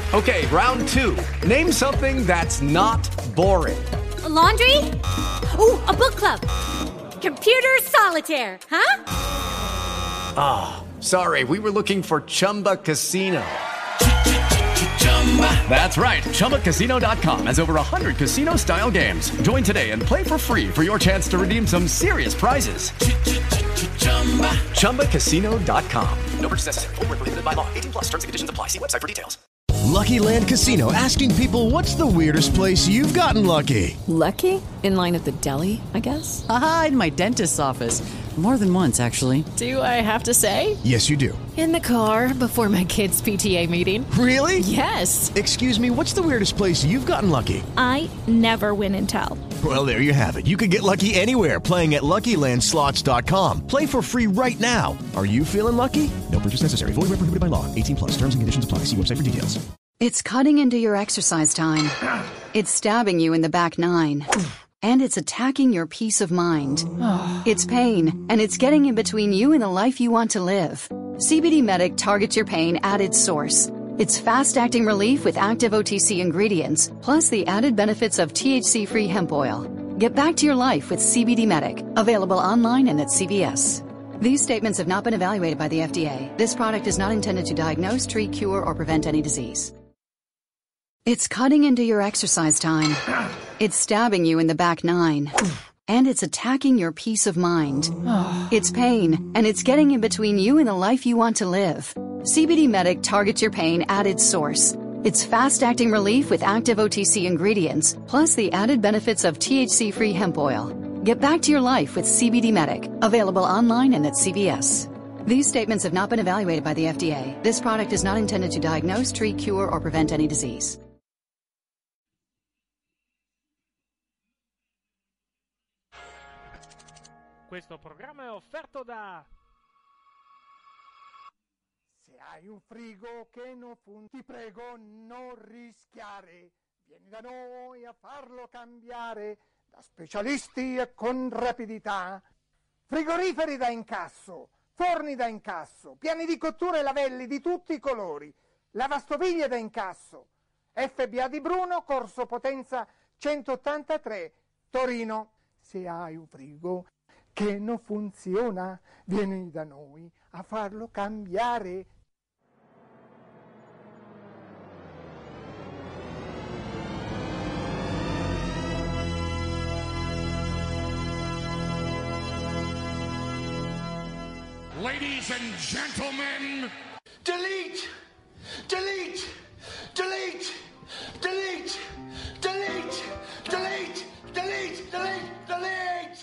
Okay, round two. Name something that's not boring. A laundry? Ooh, a book club. Computer solitaire, huh? Ah, sorry, we were looking for Chumba Casino. That's right, ChumbaCasino.com has over 100 casino-style games. Join today and play for free for your chance to redeem some serious prizes. ChumbaCasino.com. No purchase necessary. Void where prohibited by law. 18+ terms and conditions apply. See website for details. Lucky Land Casino, asking people, what's the weirdest place you've gotten lucky? Lucky? In line at the deli, I guess? Aha, in my dentist's office. More than once, actually. Do I have to say? Yes, you do. In the car before my kids' PTA meeting. Really? Yes. Excuse me, what's the weirdest place you've gotten lucky? I never win and tell. Well, there you have it. You can get lucky anywhere, playing at LuckyLandSlots.com. Play for free right now. Are you feeling lucky? No purchase necessary. Void where prohibited by law. 18+. Terms and conditions apply. See website for details. It's cutting into your exercise time. It's stabbing you in the back nine. And it's attacking your peace of mind. It's pain, and it's getting in between you and the life you want to live. CBD Medic targets your pain at its source. It's fast-acting relief with active OTC ingredients, plus the added benefits of THC-free hemp oil. Get back to your life with CBD Medic, available online and at CVS. These statements have not been evaluated by the FDA. This product is not intended to diagnose, treat, cure, or prevent any disease. It's cutting into your exercise time. It's stabbing you in the back nine. And it's attacking your peace of mind. It's pain, and it's getting in between you and the life you want to live. CBD Medic targets your pain at its source. It's fast-acting relief with active OTC ingredients, plus the added benefits of THC-free hemp oil. Get back to your life with CBD Medic, available online and at CVS. These statements have not been evaluated by the FDA. This product is not intended to diagnose, treat, cure, or prevent any disease. Questo programma è offerto da... Se hai un frigo che non funziona, ti prego non rischiare. Vieni da noi a farlo cambiare da specialisti e con rapidità. Frigoriferi da incasso, forni da incasso, piani di cottura e lavelli di tutti i colori, lavastoviglie da incasso. FBA di Bruno, Corso Potenza 183, Torino. Se hai un frigo che non funziona, vieni da noi a farlo cambiare. Ladies and gentlemen, delete, delete, delete, delete, delete, delete, delete, delete, delete.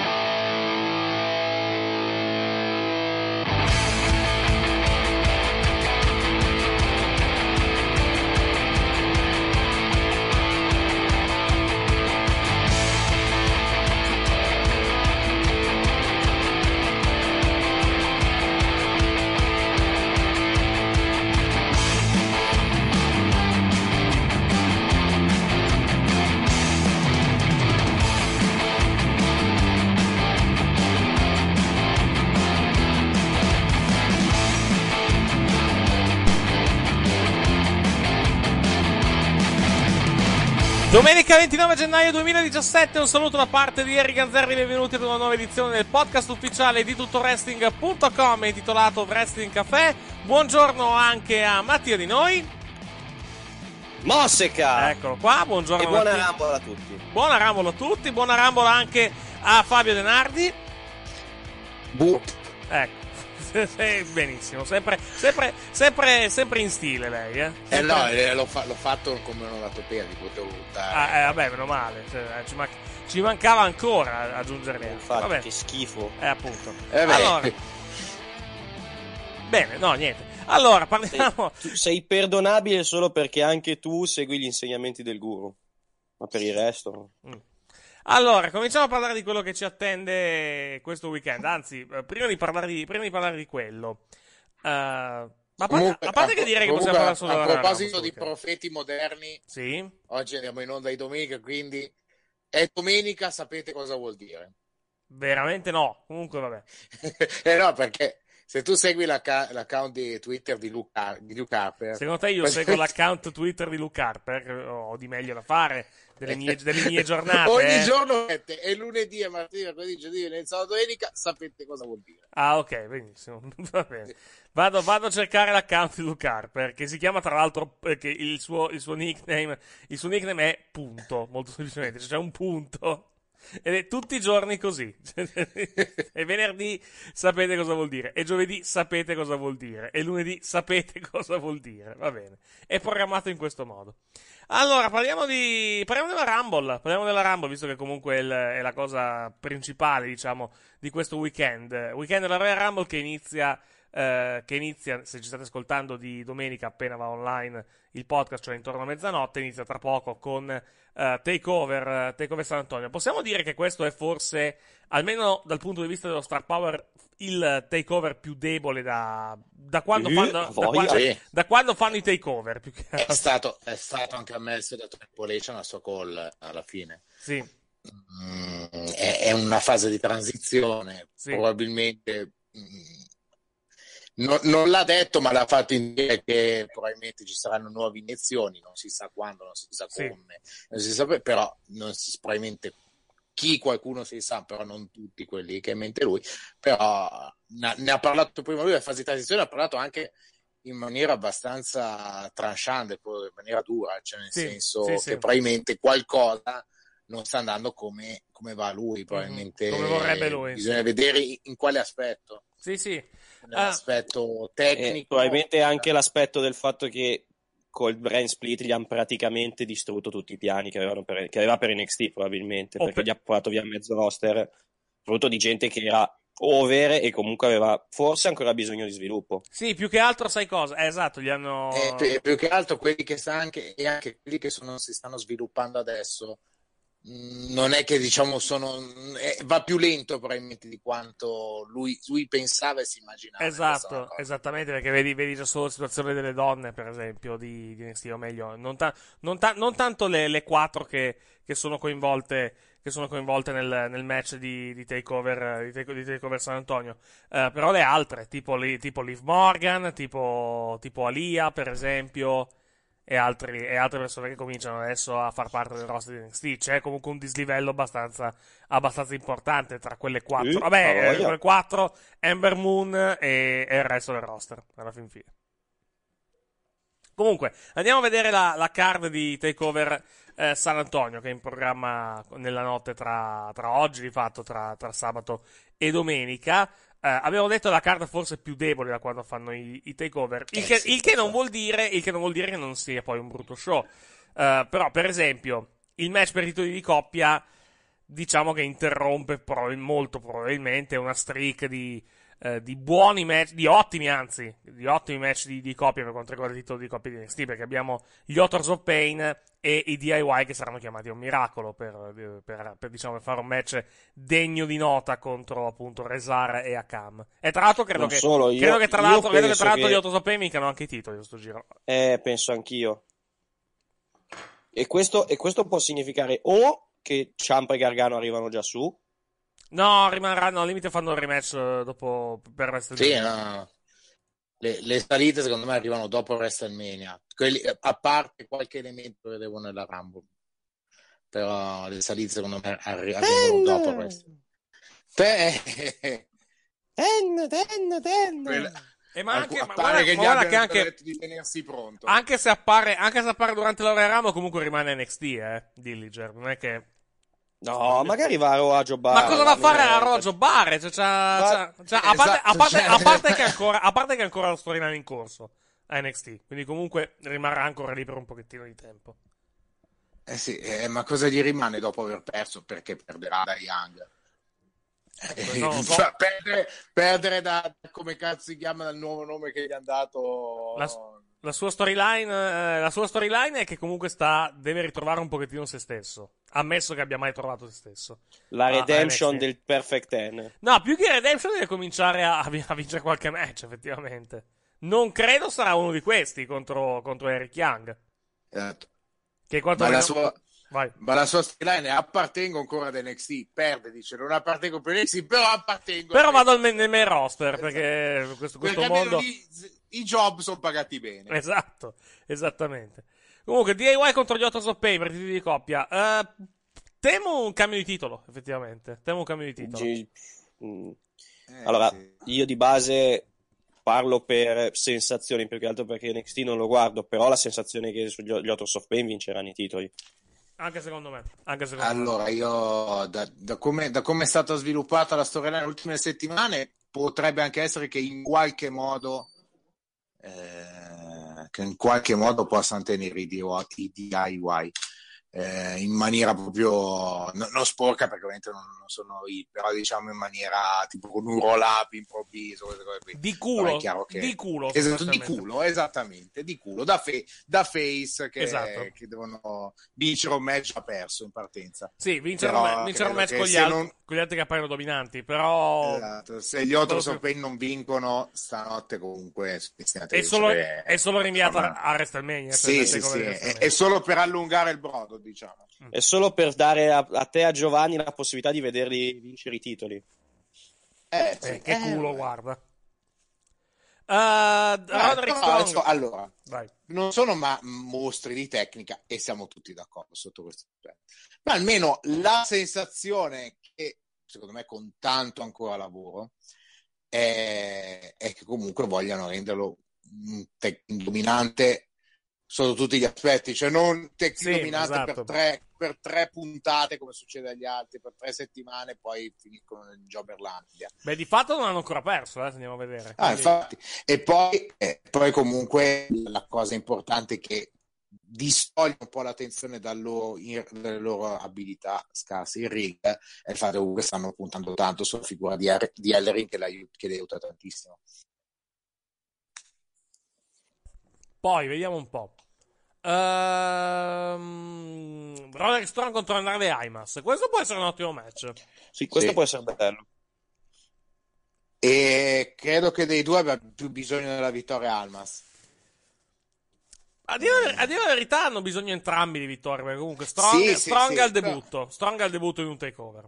Domenica 29 gennaio 2017, un saluto da parte di Eric Ganzerri, benvenuti ad una nuova edizione del podcast ufficiale di tuttoWrestling.com intitolato Wrestling Café. Buongiorno anche a Mattia Di Noi. Mosseca! Eccolo qua, buongiorno. E buona Rambola a tutti. Buona Rambola a tutti, buona Rambola anche a Fabio Denardi. Ecco. Benissimo, sempre in stile lei, eh? No, l'ho fatto come un'onomatopea, ti potevo buttare. Vabbè, meno male, cioè, ci mancava ancora aggiungere niente. Infatti, vabbè. Che schifo. Appunto. Allora, bene, no, niente. Allora, parliamo... Sei perdonabile solo perché anche tu segui gli insegnamenti del guru. Ma per il resto... Allora, cominciamo a parlare di quello che ci attende questo weekend. Anzi, prima di parlare di quello, a parte che direi che possiamo parlare solo a proposito di profeti moderni, sì? Oggi andiamo in onda di domenica, quindi è domenica, sapete cosa vuol dire? Veramente no, comunque vabbè. No, perché Se tu segui l'account di Twitter di Luke Harper... Secondo te io seguo l'account Twitter di Luke Harper? Ho di meglio da fare delle mie giornate? Ogni giorno è lunedì e martedì, mercoledì, giovedì, venerdì, sabato, domenica, sapete cosa vuol dire. Ah, ok, benissimo. Va bene. Vado a cercare l'account di Luke Harper, che si chiama tra l'altro, che il suo nickname è punto, molto semplicemente, c'è un punto. Ed è tutti i giorni così. E venerdì sapete cosa vuol dire, e giovedì sapete cosa vuol dire, e lunedì sapete cosa vuol dire. Va bene. È programmato in questo modo. Allora, parliamo della Rumble, visto che comunque è la cosa principale, diciamo, di questo weekend. Weekend della Royal Rumble che inizia, se ci state ascoltando di domenica appena va online il podcast, cioè intorno a mezzanotte, inizia tra poco con Takeover San Antonio. Possiamo dire che questo è forse, almeno dal punto di vista dello star power, il takeover più debole da quando fanno i takeover. Più che è stato anche ammesso da Triple H una sua call alla fine. Sì. È una fase di transizione, sì. Probabilmente non l'ha detto, ma l'ha fatto indicare che probabilmente ci saranno nuove iniezioni, non si sa quando, non si sa come, non si sa, però probabilmente qualcuno si sa, però non tutti quelli che ha in mente lui. Però ne ha parlato prima lui, la fase di transizione ha parlato anche in maniera abbastanza tranchante, in maniera dura, cioè nel senso che probabilmente qualcosa non sta andando come va lui, probabilmente come vorrebbe lui. Bisogna vedere in quale aspetto. Sì. L'aspetto tecnico, probabilmente anche l'aspetto del fatto che col brand split gli hanno praticamente distrutto tutti i piani che aveva per NXT, probabilmente, perché gli ha portato via mezzo roster, soprattutto di gente che era over e comunque aveva forse ancora bisogno di sviluppo. Sì, più che altro sai cosa? Esatto, gli hanno... più che altro quelli che stanno anche quelli che si stanno sviluppando adesso, non è che diciamo va più lento probabilmente di quanto lui pensava e si immaginava. Esatto, esattamente, perché vedi già solo la situazione delle donne, per esempio, di NXT, o meglio, non tanto le 4 che sono coinvolte nel match di Takeover San Antonio, però le altre, tipo Liv Morgan, tipo Aliyah, per esempio, e altre persone che cominciano adesso a far parte del roster di NXT. C'è comunque un dislivello abbastanza importante tra quelle 4. Quelle 4, Ember Moon e il resto del roster, alla fin fine. Comunque, andiamo a vedere la card di Takeover San Antonio, che è in programma nella notte tra oggi, di fatto, tra sabato e domenica. Abbiamo detto la card forse più debole da quando fanno i takeover, il che non vuol dire che non sia poi un brutto show. Però, per esempio, il match per titoli di coppia, diciamo che interrompe molto probabilmente una streak di buoni match, di ottimi match di coppia per quanto riguarda il titolo di coppia di NXT, perché abbiamo gli Authors of Pain e i DIY che saranno chiamati a un miracolo per diciamo fare un match degno di nota contro appunto Rezar e Akam. E tra l'altro credo che tra l'altro gli Authors of Pain vincano anche i titoli questo giro. Penso anch'io. E questo può significare o che Ciampa e Gargano arrivano già su. No, rimarranno al limite, fanno il rematch dopo per WrestleMania. Sì, no. Le salite secondo me arrivano dopo WrestleMania. A parte qualche elemento che vedevo nella Rumble, però le salite secondo me arrivano dopo WrestleMania. Guarda che gli abbia detto di tenersi pronto. Anche se appare durante l'ora Rumble, comunque rimane NXT, Dillinger. Non è che... No, magari va a Raw a giocare. Ma cosa va a fare a Raw a giocare? A parte che ancora lo storyline in corso a NXT, quindi comunque rimarrà ancora lì per un pochettino di tempo. Sì, ma cosa gli rimane dopo aver perso? Perché perderà da Young. Perdere da come cazzo si chiama, dal nuovo nome che gli hanno dato. La sua storyline è che comunque deve ritrovare un pochettino se stesso, ammesso che abbia mai trovato se stesso. La redemption del Perfect Ten. No, più che redemption deve cominciare a vincere qualche match, effettivamente. Non credo sarà uno di questi contro Eric Young. Esatto. Che quanto Vai. Ma la sua storyline è: appartengo ancora ad NXT, perde, dice non appartengo per NXT, però appartengo. Però vado nel main roster, perché questo mondo... I job sono pagati bene. Esatto, esattamente. Comunque, DIY contro gli Authors of Pain per titoli di coppia. Temo un cambio di titolo, effettivamente. Allora, io di base parlo per sensazioni, più che altro perché NXT non lo guardo, però la sensazione è che sugli Authors of Pain vinceranno i titoli. Anche secondo me. Allora, io da come è stata sviluppata la storia nelle ultime settimane, potrebbe anche essere che in qualche modo possano tenere i DIY in maniera proprio non sporca, perché ovviamente non sono io, però diciamo in maniera tipo con un roll up improvviso, queste cose qui. Di culo, esatto, esattamente, di culo da face che, esatto. che devono vincere un match ha perso in partenza. Sì, vincere un match con gli altri che appaiono dominanti, però esatto, se gli Authors of Pain non vincono stanotte comunque è solo rinviata a WrestleMania. Sì, è solo per allungare il brodo, diciamo. È solo per dare a te e a Giovanni la possibilità di vederli vincere i titoli. Che culo, guarda. Roderick Strong. Allora, vai. Non sono mostri di tecnica e siamo tutti d'accordo sotto questo aspetto. Ma almeno la sensazione che, secondo me, con tanto ancora lavoro, è che comunque vogliano renderlo dominante sotto tutti gli aspetti, cioè non dominante, esatto, per tre puntate come succede agli altri, per 3 settimane, poi finiscono nel Jobberlandia. Beh, di fatto non hanno ancora perso, se andiamo a vedere. Infatti. E poi comunque la cosa importante è che distoglie un po' l'attenzione dalle loro abilità scarse in ring è il fatto che comunque stanno puntando tanto sulla figura di Ellering che li aiuta tantissimo. Poi vediamo un po'. Roderick Strong contro Andrade Aimas. Questo può essere un ottimo match. Sì, questo può essere bello. E credo che dei due abbia più bisogno della vittoria Almas. A dire la verità hanno bisogno entrambi di vittorie, perché comunque Strong al debutto. Strong al debutto in un takeover.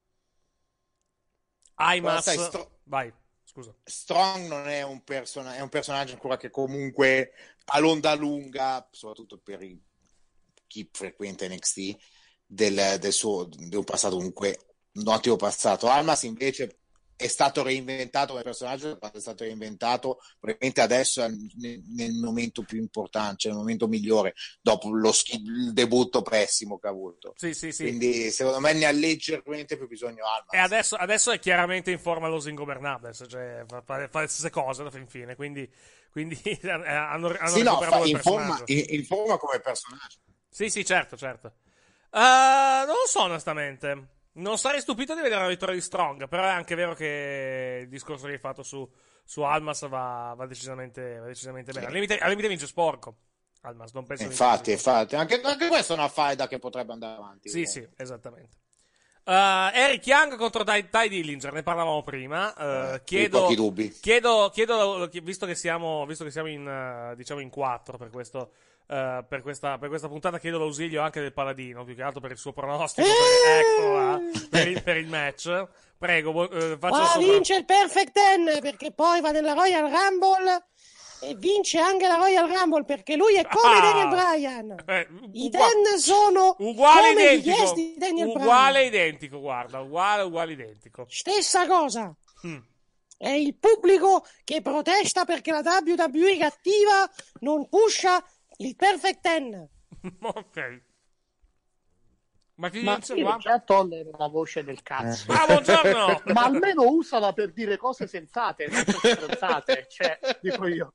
Aimas vai. Scusa. Strong non è un personaggio ancora che comunque a l'onda lunga, soprattutto per chi frequenta NXT, del un passato comunque un ottimo passato. Almas invece è stato reinventato come personaggio, quando è stato reinventato probabilmente adesso è nel momento più importante, cioè nel momento migliore dopo il debutto pessimo che ha avuto. Sì. Quindi secondo me ne ha leggermente più bisogno Almas. E adesso è chiaramente in forma Los Ingobernables, cioè fa le stesse cose alla fine, quindi hanno recuperato il personaggio. In forma come personaggio. Sì, certo. Non lo so onestamente. Non sarei stupito di vedere la vittoria di Strong, però è anche vero che il discorso che hai fatto su Almas va decisamente bene. Al limite vince sporco. Almas, non penso infatti. Anche questa è una faida che potrebbe andare avanti. Sì, esattamente. Eric Young contro Ty Dillinger, ne parlavamo prima. Chiedo, pochi dubbi. Chiedo, visto che siamo in, diciamo in 4 per questo. Per questa puntata chiedo l'ausilio anche del Paladino, più che altro per il suo pronostico per il match. Prego, vince il Perfect 10 perché poi va nella Royal Rumble e vince anche la Royal Rumble perché lui è come Daniel Bryan. I 10 sono uguale come identico, gli yes di Daniel Bryan. Uguale identico, guarda, uguale identico. Stessa cosa. È il pubblico che protesta perché la WWE cattiva non pusha il Perfect 10. Ok. Ma chi Ma dice qua? Già togliere una voce del cazzo. Buongiorno! Ma almeno usala per dire cose sensate, non stronzate. Cioè, dico io.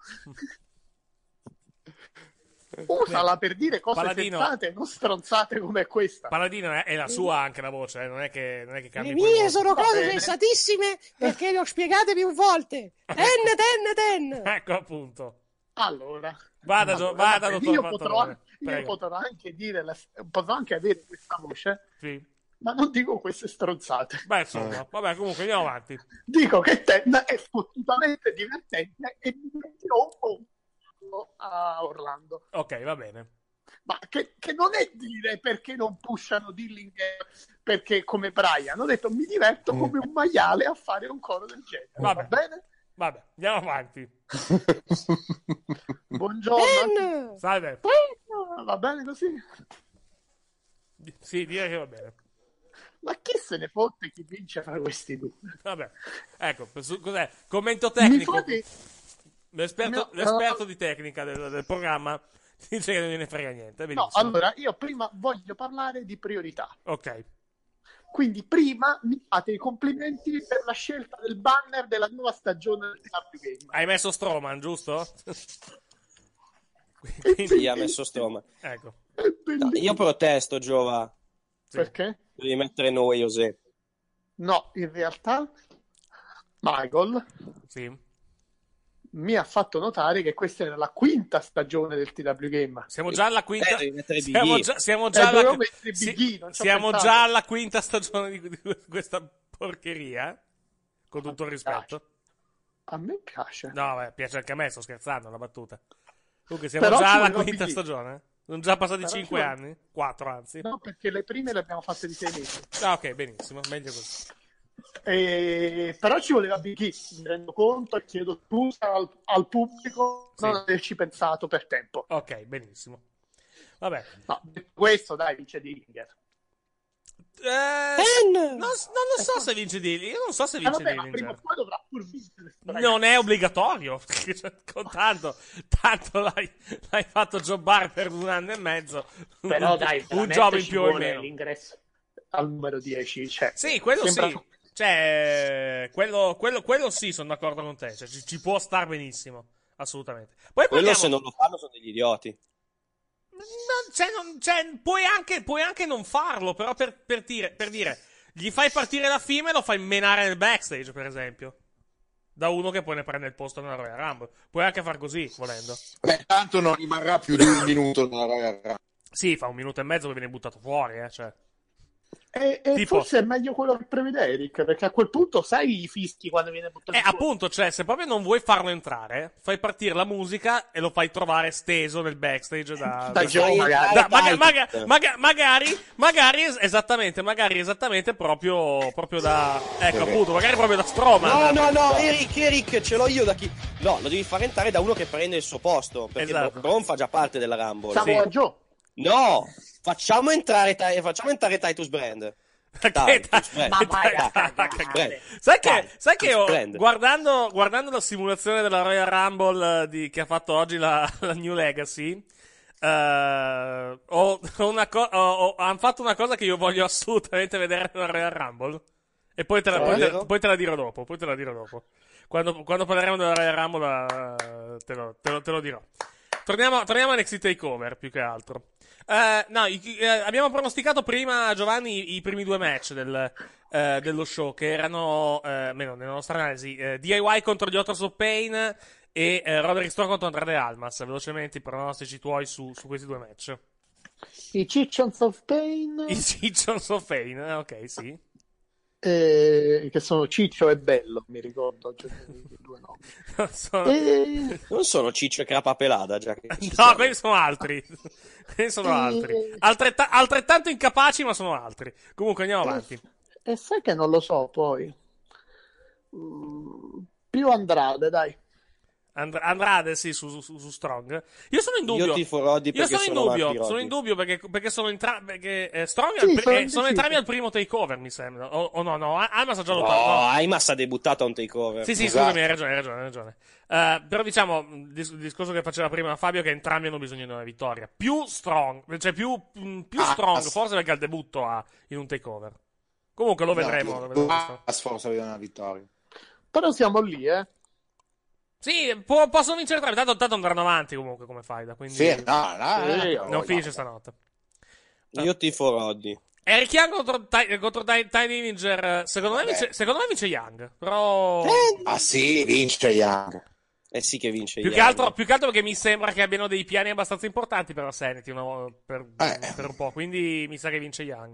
Usala per dire cose sensate, non stronzate come questa. Paladino è la sua anche la voce, non è che cambia. Le mie sono cose sensatissime perché le ho spiegate più volte. Ten. Ecco appunto. Allora, vada, io potrò anche dire, potrò anche avere questa voce, sì, ma non dico queste stronzate. Beh, insomma, vabbè, comunque andiamo avanti. Dico che Ten è fottutamente divertente e mi divertirò un po' a Orlando. Ok, va bene. Ma che non è dire perché non pushano Dillinger perché come Brian, ho detto mi diverto come un maiale a fare un coro del genere. Va bene? Vabbè, andiamo avanti. Buongiorno. Salve. Va bene così? Sì, direi che va bene. Ma chi se ne fotte chi vince fra questi due? Vabbè, ecco, cos'è? Commento tecnico. L'esperto di tecnica del programma dice che non gliene frega niente. No, allora, io prima voglio parlare di priorità. Ok. Quindi prima mi fate i complimenti per la scelta del banner della nuova stagione del TW Game. Hai messo Strowman, giusto? Sì, ha messo Strowman. Ecco. No, io protesto, Giova. Sì. Perché? Devi mettere noi, José. No, in realtà Michael mi ha fatto notare che questa era la quinta stagione del TW Game. Siamo già alla quinta. Siamo già alla quinta stagione di questa porcheria. Con tutto il rispetto. A me piace. No, piace anche a me, sto scherzando, la battuta. Comunque siamo già alla quinta stagione? Sono già passati 5 anni? 4 anzi. No, perché le prime le abbiamo fatte di 6 mesi. Ah, ok, benissimo, meglio così. Però ci voleva Big E, mi rendo conto e chiedo scusa al pubblico non averci pensato per tempo. Ok, benissimo. Vabbè. No, detto questo, dai, vince Dillinger. Non lo so se vince Dillinger. Io non so se vince Dillinger. Ma prima o poi dovrà pur vincere. Non è obbligatorio. Tanto l'hai fatto jobbare per 1 anno e mezzo. Però dai, un job in più o in meno. L'ingresso al numero 10. Cioè, sì, quello sì. Cioè, quello sì, sono d'accordo con te. Cioè, ci può star benissimo. Assolutamente. Poi quello se non lo fanno sono degli idioti. Puoi anche non farlo, però per dire, gli fai partire la FIMA e lo fai menare nel backstage, per esempio. Da uno che poi ne prende il posto nella Royal Rumble. Puoi anche far così, volendo. Beh, tanto non rimarrà più di 1 minuto nella Royal Rumble. Sì, fa 1 minuto e mezzo che viene buttato fuori, cioè. E forse è meglio quello che prevede Eric, perché a quel punto sai i fischi quando viene buttato fuori. Appunto, cioè, se proprio non vuoi farlo entrare, fai partire la musica e lo fai trovare steso nel backstage da Joe, magari esattamente proprio da appunto, magari proprio da Strowman. No, Eric, ce l'ho io da chi. No, lo devi far entrare da uno che prende il suo posto, perché Braun fa già parte della Rumble. Siamo a Joe. No, facciamo entrare Titus Brand. Sai che guardando la simulazione della Royal Rumble che ha fatto oggi la New Legacy, hanno fatto una cosa che io voglio assolutamente vedere nella Royal Rumble. E poi te la dirò dopo. Quando parleremo della Royal Rumble te lo dirò. Torniamo a NXT TakeOver, più che altro. Abbiamo pronosticato prima, Giovanni, i primi 2 match dello show, che erano, nella nostra analisi, DIY contro gli Authors of Pain e Roderick Strong contro Andrade Almas. Velocemente i pronostici tuoi su questi 2 match. I Chichons of Pain. Ok, sì. Che sono Ciccio e Bello, mi ricordo. Cioè, due nomi. Non sono Ciccio e Crapapelada, già che no, quelli sono altri. Altrettanto incapaci, ma sono altri. Comunque andiamo avanti. E sai che non lo so, poi. Più Andrade, dai. Andrade, sì, su Strong. Io sono in dubbio. Io tifo Roddy perché sono in dubbio perché sono Strong sono entrambi al primo takeover, mi sembra. O no, Almas ha già lottato. No, Almas ha debuttato a un takeover. Sì, scusami, hai ragione. Però diciamo, il discorso che faceva prima Fabio, che entrambi hanno bisogno di una vittoria. Più Strong, cioè più Strong, forse perché al debutto in un takeover. Comunque lo vedremo. Forse aveva una vittoria. Però siamo lì, Sì, possono vincere 3, tanto andranno avanti comunque come faida, quindi non finisce stanotte. Io tifo Roddy. Eric Young contro Ty Dillinger, secondo me vince Young, però... sì, vince Young. Sì che vince Young. Più che altro perché mi sembra che abbiano dei piani abbastanza importanti per la Sanity per un po', quindi mi sa che vince Young.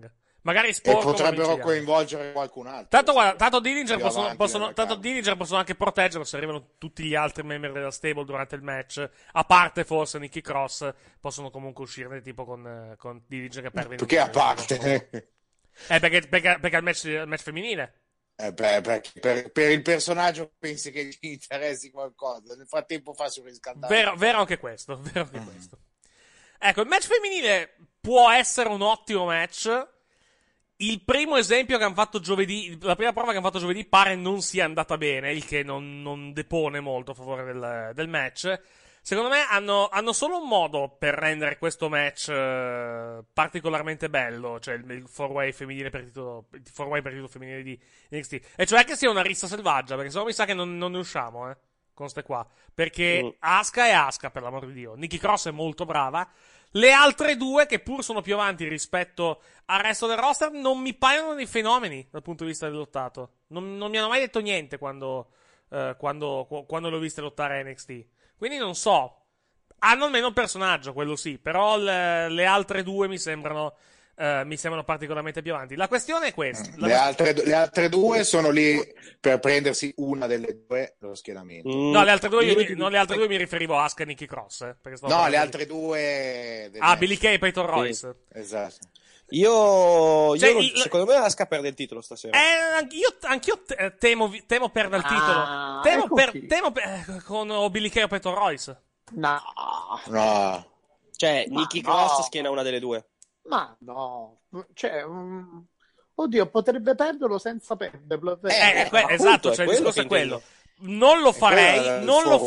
Magari E sporco. potrebbero coinvolgere qualcun altro. Tanto, guarda, tanto Dillinger Più avanti possono anche proteggerlo se arrivano tutti gli altri membri della stable durante il match. A parte forse Nikki Cross, possono comunque uscirne tipo con Dillinger che perde. Perché a parte? Perché al match femminile. Per il personaggio pensi che gli interessi qualcosa. Nel frattempo fa surriscaldare. Vero anche questo. Ecco, il match femminile può essere un ottimo match. Il primo esempio che hanno fatto giovedì, la prima prova che hanno fatto giovedì pare non sia andata bene, il che non depone molto a favore del match. Secondo me hanno solo un modo per rendere questo match particolarmente bello, cioè il 4-way femminile per il titolo femminile di NXT, e cioè che sia una rissa selvaggia, perché se no mi sa che non ne usciamo, con ste qua, perché Asuka è Asuka, per l'amor di Dio. Nikki Cross è molto brava. Le altre due, che pur sono più avanti rispetto al resto del roster, non mi paiono dei fenomeni dal punto di vista del lottato. Non mi hanno mai detto niente quando le ho viste lottare a NXT. Quindi non so. Hanno almeno un personaggio, quello sì. Però le altre due mi sembrano particolarmente più avanti. La questione è questa. Le altre due sono lì per prendersi una delle due lo schieramento. No, le altre due mi riferivo a Asuka e Nikki Cross. No, le altre due... Billie Kay e Peyton Royce. Sì, esatto. Secondo me Asuka perde il titolo stasera. Anch'io temo perda il titolo. Temo con Billie Kay o Peyton Royce. No. Cioè, Nikki Cross schiena una delle due. Ma no, cioè, oddio, potrebbe perderlo senza perderlo. Esatto, cioè il discorso è quello. Non lo farei,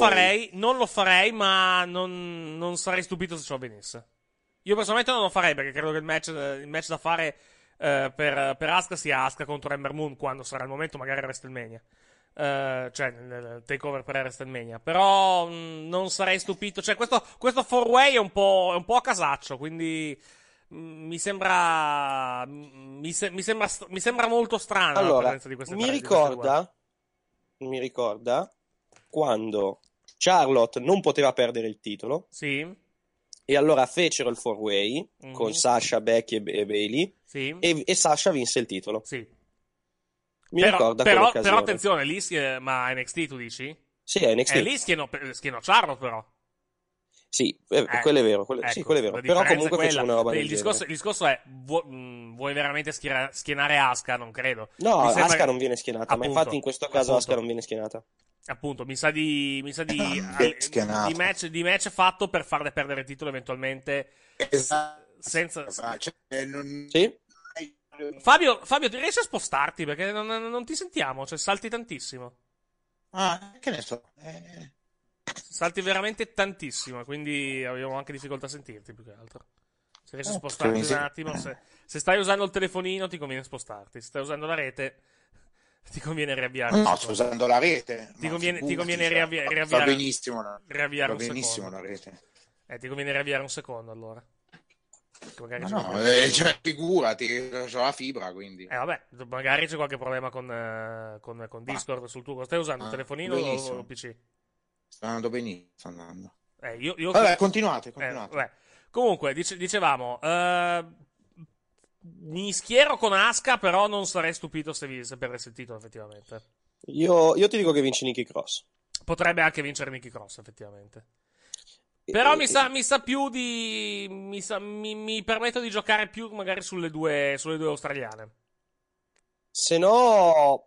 ma non sarei stupito se ciò avvenisse. Io personalmente non lo farei, perché credo che il match da fare per Asuka sia Asuka contro Ember Moon quando sarà il momento, magari a WrestleMania. Cioè nel takeover per WrestleMania. Però non sarei stupito. Cioè questo 4-way è un po' a casaccio, quindi mi sembra molto strana la presenza di queste mi ricorda quando Charlotte non poteva perdere il titolo. Sì. E allora fecero il 4-way con Sasha, Becky e Bayley. Sì. E Sasha vinse il titolo. Sì. Ricorda però quell'occasione. attenzione, lì ma NXT tu dici? Sì, NXT. Lì schieno Charlotte però. Sì, quello è vero. Sì, quello è vero. Però comunque fece una roba del genere. Il discorso è, vuoi veramente schienare Asuka? Non credo. No, Asuka non viene schienata, ma infatti in questo caso Asuka non viene schienata. Appunto, mi sa di match fatto per farle perdere il titolo eventualmente. Senza... Sì? Fabio, ti riesci a spostarti? Perché non ti sentiamo, cioè salti tantissimo. Che ne so. Salti veramente tantissimo, quindi abbiamo anche difficoltà a sentirti più che altro. Se riesci a spostarti un attimo, se stai usando il telefonino ti conviene spostarti, se stai usando la rete ti conviene riavviare. No, sto usando la rete. Ti conviene riavviare. Va benissimo, riavviare va benissimo la rete. Ti conviene riavviare un secondo allora. Cioè, figurati, c'ho la fibra, quindi. Vabbè, magari c'è qualche problema con Discord sul tuo. Stai usando il telefonino o PC? Sta andando benissimo, sta andando. Vabbè, continuate. Vabbè. Comunque, dicevamo, mi schiero con Asuka, però non sarei stupito se perdesse il titolo, effettivamente. Io ti dico che vince Nikki Cross. Potrebbe anche vincere Nikki Cross, effettivamente. Però mi sa più di... Mi permetto di giocare più magari sulle due australiane. Se no...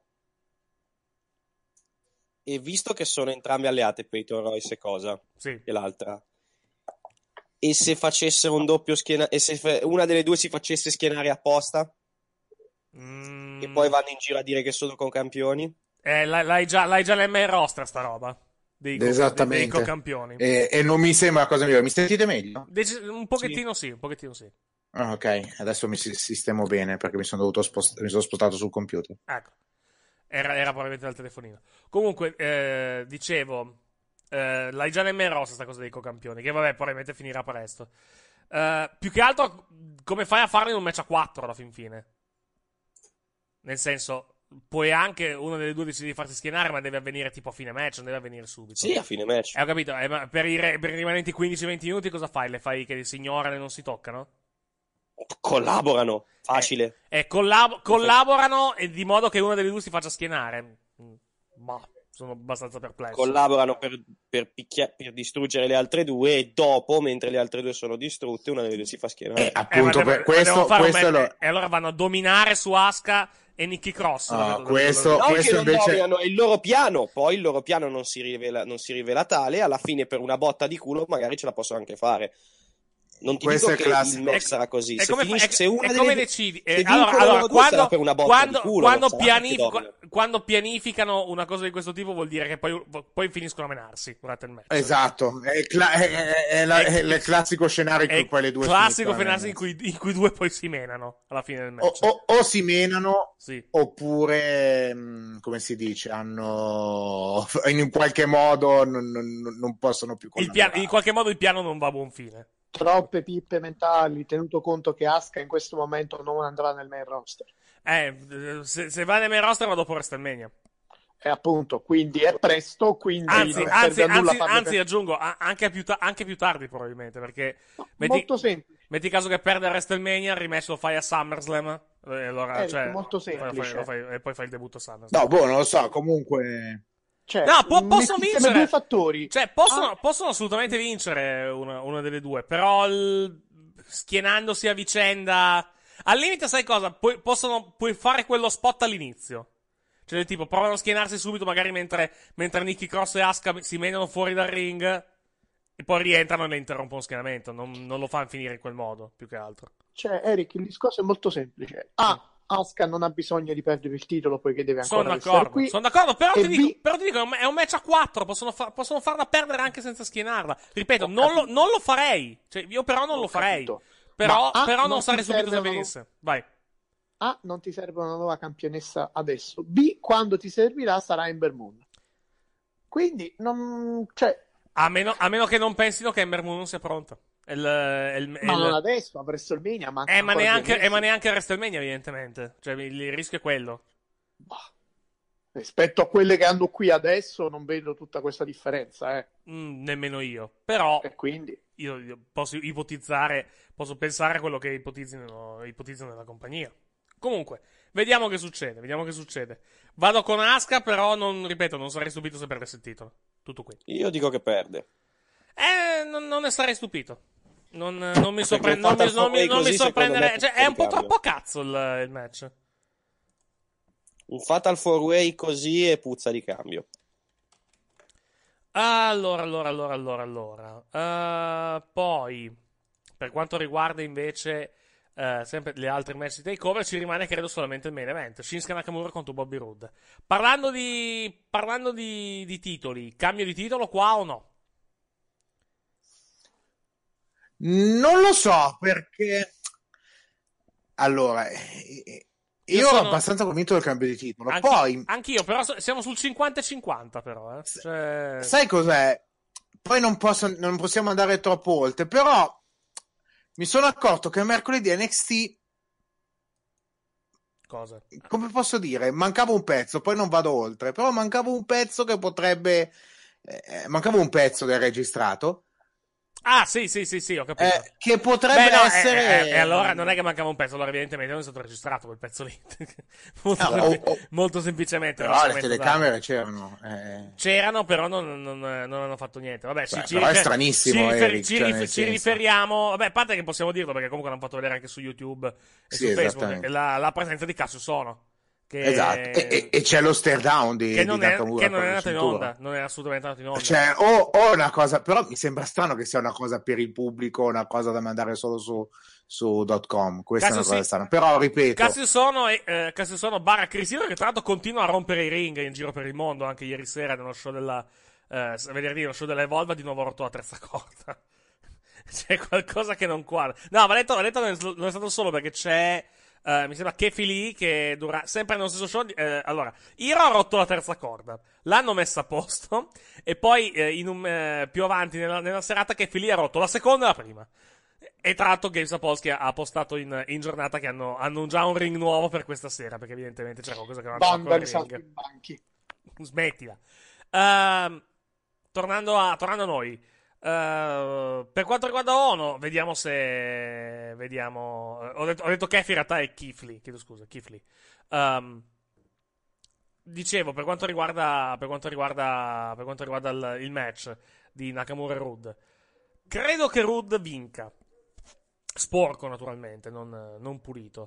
E visto che sono entrambe alleate, Peyton Royce e l'altra, e se facessero un doppio e se una delle due si facesse schienare apposta e poi vanno in giro a dire che sono co-campioni, l'hai già nel main roster sta roba esattamente, dei co-campioni, e non mi sembra la cosa migliore. Mi sentite meglio? Un pochettino sì. Ok, adesso mi sistemo bene perché mi sono spostato sul computer. Ecco. Era probabilmente dal telefonino. Comunque, dicevo, l'hai già nel main roster sta cosa dei co-campioni, che vabbè, probabilmente finirà presto. Più che altro, come fai a farlo in un match a 4 alla fin fine? Nel senso, puoi anche una delle due decidere di farsi schienare, ma deve avvenire tipo a fine match, non deve avvenire subito. Sì, a fine match. Ho capito, ma per i rimanenti 15-20 minuti cosa fai? Le fai che si ignorano e non si toccano? Collaborano, facile. Collaborano e di modo che una delle due si faccia schienare. Ma sono abbastanza perplesso. Collaborano per distruggere le altre due e dopo, mentre le altre due sono distrutte, una delle due si fa schienare. Appunto, per questo e allora vanno a dominare su Asuka e Nikki Cross. Questo invece è il loro piano. Poi il loro piano non si rivela tale. Alla fine, per una botta di culo, magari ce la possono anche fare. Non ti dico che il match sarà così. Come decidi? Quando pianificano una cosa di questo tipo, vuol dire che poi finiscono a menarsi durante il match. Esatto, è il classico scenario in cui poi le due classico scenario in cui due poi si menano alla fine del match. O si menano, sì. Oppure, come si dice, hanno in qualche modo non possono più collaborare. In qualche modo il piano non va a buon fine. Troppe pippe mentali, tenuto conto che Asuka in questo momento non andrà nel main roster. Se va nel main roster va dopo WrestleMania. Appunto, quindi è presto, quindi anzi aggiungo, anche più tardi probabilmente, perché molto semplice. Metti caso che perde a WrestleMania, il rematch lo fai a SummerSlam, e allora, molto semplice. E poi fai il debutto a SummerSlam. No, non lo so, comunque... possono vincere due fattori. Possono assolutamente vincere una delle due, però schienandosi a vicenda, al limite sai cosa? Puoi fare quello spot all'inizio, cioè del tipo provano a schienarsi subito magari mentre Nikki Cross e Asuka si menano fuori dal ring e poi rientrano e ne interrompono lo schienamento. Non lo fanno finire in quel modo, più che altro. Eric, il discorso è molto semplice. Asuka non ha bisogno di perdere il titolo poiché deve ancora restare qui. Sono d'accordo, però ti dico, è un match a 4, possono farla perdere anche senza schienarla. Ripeto, non lo farei. Cioè, io però non lo farei. Però non sarei stupito se venisse. Vai. A, non ti serve una nuova campionessa adesso. B, quando ti servirà sarà Ember Moon. Quindi, a meno che non pensino che Ember Moon non sia pronta. Non adesso, a WrestleMania. Ma neanche a WrestleMania, evidentemente. Cioè, il rischio è quello. Rispetto a quelle che hanno qui adesso, non vedo tutta questa differenza. Nemmeno io. Però, e quindi io posso ipotizzare, posso pensare a quello che ipotizzano nella compagnia. Comunque, vediamo che succede. Vado con Asuka, però non sarei stupito se perdesse il titolo. Tutto qui. Io dico che perde. Non ne sarei stupito. Non mi sorprenderei. Cioè, è un po' troppo cazzo il match. Un Fatal 4-Way così e puzza di cambio. Allora. Poi, per quanto riguarda invece sempre le altre match di takeover, ci rimane credo solamente il main event. Shinsuke Nakamura contro Bobby Roode. Parlando di titoli, cambio di titolo qua o no? Non lo so, perché allora io sono abbastanza convinto del cambio di titolo. Anch'io, però siamo sul 50-50 però, Cioè... Sai cos'è? Poi non possiamo andare troppo oltre, però mi sono accorto che mercoledì NXT cosa? Come posso dire? Mancava un pezzo, poi non vado oltre, però mancava un pezzo che potrebbe mancava un pezzo del registrato. Ah, sì, ho capito. Che potrebbe essere... E allora non è che mancava un pezzo, allora evidentemente non è stato registrato quel pezzo lì. molto semplicemente. Però le telecamere c'erano. C'erano, però non hanno fatto niente. Vabbè, però è stranissimo, ci riferiamo... Vabbè, a parte che possiamo dirlo, perché comunque l'hanno fatto vedere anche su YouTube e su Facebook, la presenza di Cassius Ohno. Esatto, e c'è lo stare down di Nakamura, che non è andato in onda, non è assolutamente andato in onda. Cioè, o una cosa, però mi sembra strano che sia una cosa per il pubblico, una cosa da mandare solo su .com. Questa è una cosa strana, però ripeto, Cassius Ohno barra Chris Hero, che tra l'altro continua a rompere i ring in giro per il mondo. Anche ieri sera nello show dello show della Evolve di nuovo ha rotto la terza corda. C'è qualcosa che non quadra. No, ma detto non è stato solo perché c'è mi sembra Kefi Lee che sempre nello stesso show. Allora, Hiro ha rotto la terza corda, l'hanno messa a posto, e poi più avanti nella serata Kefi Lee ha rotto la seconda e la prima. E tra l'altro Gabe Sapolsky ha postato in giornata che hanno già un ring nuovo per questa sera, perché evidentemente c'era qualcosa che non andava con il ring. Smettila. Tornando a noi. Per quanto riguarda Ono, vediamo se... Ho detto Kef, in realtà è Kifli. Chiedo scusa, Kifli. Dicevo, per quanto riguarda il match di Nakamura e Rude, credo che Rude vinca. Sporco, naturalmente, non pulito.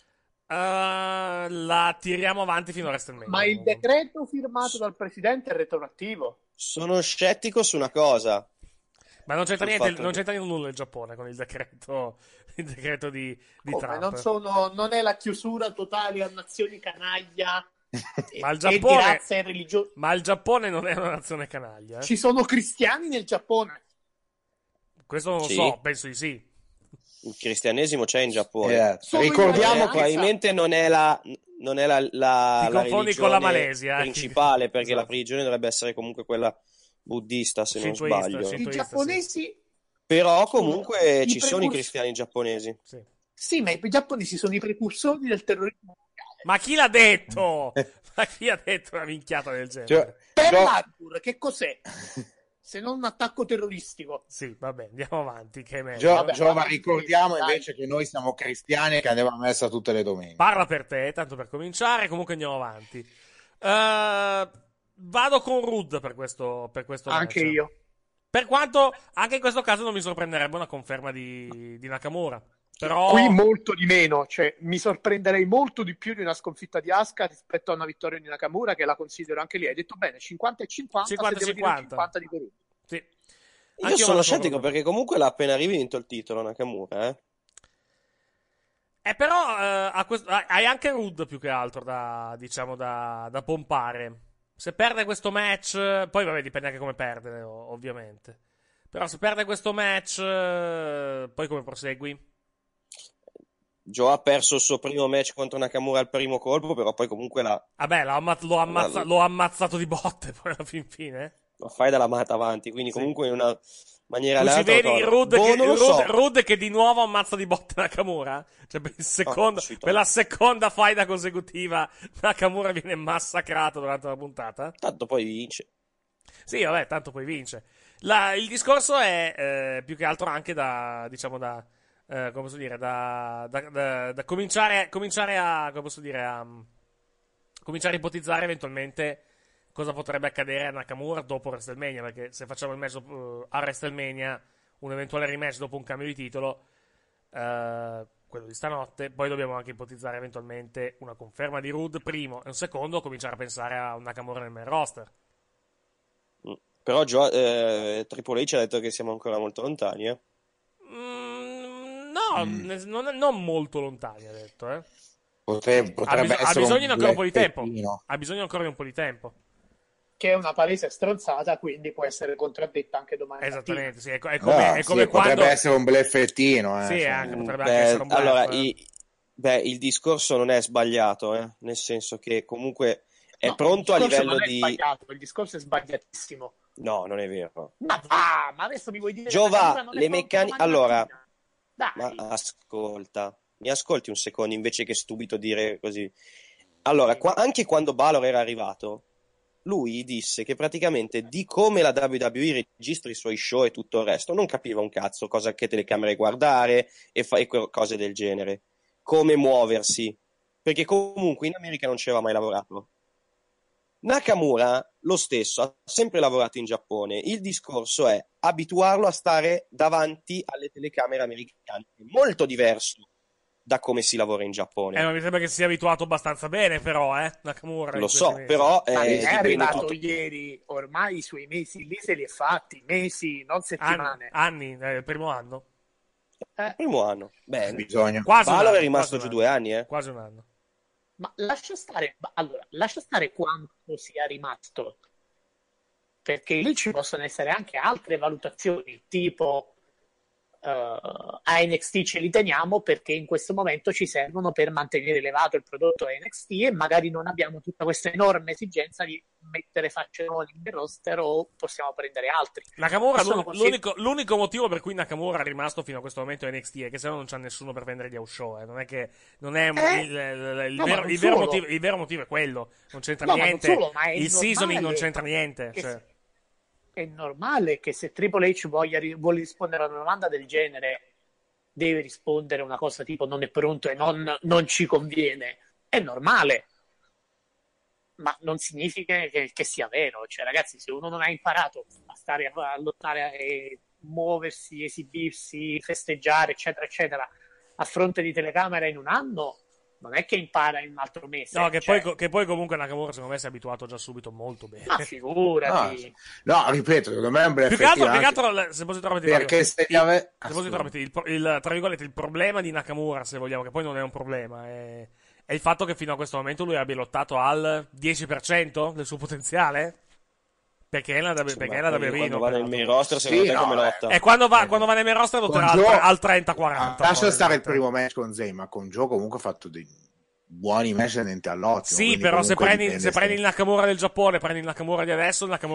La tiriamo avanti fino a WrestleMania. Ma il decreto firmato dal presidente è retroattivo. Sono scettico su una cosa. Ma non c'entra niente nulla il Giappone con il decreto di Trump. Non è la chiusura totale a nazioni canaglia. Ma il Giappone, di razza e religione. Ma il Giappone non è una nazione canaglia. Ci sono cristiani nel Giappone. Questo non lo so, penso di sì. Il cristianesimo c'è in Giappone. Ricordiamo che probabilmente non è la confondi con la Malesia, principale, perché la religione dovrebbe essere comunque quella buddista, se non sbaglio. I giapponesi, però comunque ci sono i cristiani giapponesi. Sì, ma i giapponesi sono i precursori del terrorismo. Ma chi l'ha detto? Ma chi ha detto una minchiata del genere? Pearl Harbor, che cos'è? Se non un attacco terroristico. Sì, vabbè, andiamo avanti, che è meglio. Ma ricordiamo invece che noi siamo cristiani e che andiamo a messa tutte le domeniche. Parla per te, tanto per cominciare, comunque andiamo avanti. Vado con Rude per questo anche match. Io. Per quanto, anche in questo caso non mi sorprenderebbe una conferma di Nakamura. Però... Qui molto di meno, cioè mi sorprenderei molto di più di una sconfitta di Asuka rispetto a una vittoria di Nakamura, che la considero anche lì. Hai detto bene, 50 e 50, 50 se 50. 50 di Rude. Sì. Io sono scettico perché comunque l'ha appena rivinto il titolo Nakamura, però hai anche Rude più che altro da pompare. Se perde questo match, poi vabbè, dipende anche come perde, ovviamente. Però se perde questo match, poi come prosegui? Joe ha perso il suo primo match contro Nakamura al primo colpo, però poi comunque l'ho ammazzato di botte poi alla fine. Lo fai dalla mata avanti, quindi comunque in una maniera tu ci vedi Rude Rude che di nuovo ammazza di botte Nakamura? Cioè per la seconda faida consecutiva Nakamura viene massacrato durante la puntata. Tanto poi vince. Sì, vabbè, tanto poi vince. Il discorso è più che altro anche da come posso dire, da cominciare a ipotizzare eventualmente cosa potrebbe accadere a Nakamura dopo WrestleMania, perché se facciamo il match a WrestleMania, un eventuale rematch dopo un cambio di titolo, quello di stanotte, poi dobbiamo anche ipotizzare eventualmente una conferma di Rude primo, e un secondo cominciare a pensare a un Nakamura nel main roster. Però Triple H ha detto che siamo ancora molto lontani, No, non molto lontani, ha detto, Potrebbe ha bisogno ancora un po' di tempo. Ha bisogno ancora di un po' di tempo. Che è una palese stronzata, quindi può essere contraddetta anche domani. Esattamente, sì, è come quando... Potrebbe essere un bleffettino. Sì, potrebbe anche essere un bluff. Allora, il discorso non è sbagliato, nel senso che comunque è pronto a livello di... Il discorso è sbagliatissimo. No, non è vero. Ma adesso mi vuoi dire... Giova, le meccaniche... Allora, ma ascolta, mi ascolti un secondo invece che subito dire così. Allora, anche quando Balor era arrivato, lui disse che praticamente di come la WWE registra i suoi show e tutto il resto non capiva un cazzo, che telecamere guardare e cose del genere, come muoversi, perché comunque in America non ci aveva mai lavorato. Nakamura, lo stesso, ha sempre lavorato in Giappone. Il discorso è abituarlo a stare davanti alle telecamere americane. È molto diverso da come si lavora in Giappone. Ma mi sembra che sia abituato abbastanza bene, però, Nakamura. Lo so, però... è arrivato ieri, ormai i suoi mesi lì se li è fatti, mesi, non settimane. Anni, il primo anno. Primo anno. Beh, bisogna. Balor è rimasto giù 2 anni, Quasi un anno. Ma lascia stare quanto sia rimasto, perché lì ci possono essere anche altre valutazioni, tipo a NXT ce li teniamo perché in questo momento ci servono per mantenere elevato il prodotto NXT e magari non abbiamo tutta questa enorme esigenza di mettere facce nuove in roster o possiamo prendere altri. Nakamura, l'unico motivo per cui Nakamura è rimasto fino a questo momento NXT è che se no non c'è nessuno per vendere gli house show, non è che il vero motivo è quello, non c'entra niente, il seasoning non c'entra niente, è normale che se Triple H vuole rispondere a una domanda del genere, deve rispondere una cosa tipo non è pronto e non ci conviene. È normale. Ma non significa che sia vero. Cioè, ragazzi, se uno non ha imparato a stare a lottare e muoversi, esibirsi, festeggiare, eccetera, eccetera, a fronte di telecamera in un anno, non è che impara in un altro mese. No, che poi comunque Nakamura secondo me si è abituato già subito molto bene. Ma figurati. No, ripeto, secondo me è un bel più che altro, se posso perché se gli tra virgolette, il problema di Nakamura, se vogliamo, che poi non è un problema, è il fatto che fino a questo momento lui abbia lottato al 10% del suo potenziale. Perché è la WWE. Quando va nel main roster, secondo te come lotta? E quando va nel main roster lotterà al 30-40. Lascia stare il primo match con Zayn, ma con Joe comunque ha fatto dei buoni match tenenti all'ottimo. Sì, però se prendi il Nakamura del Giappone, prendi il Nakamura di adesso, è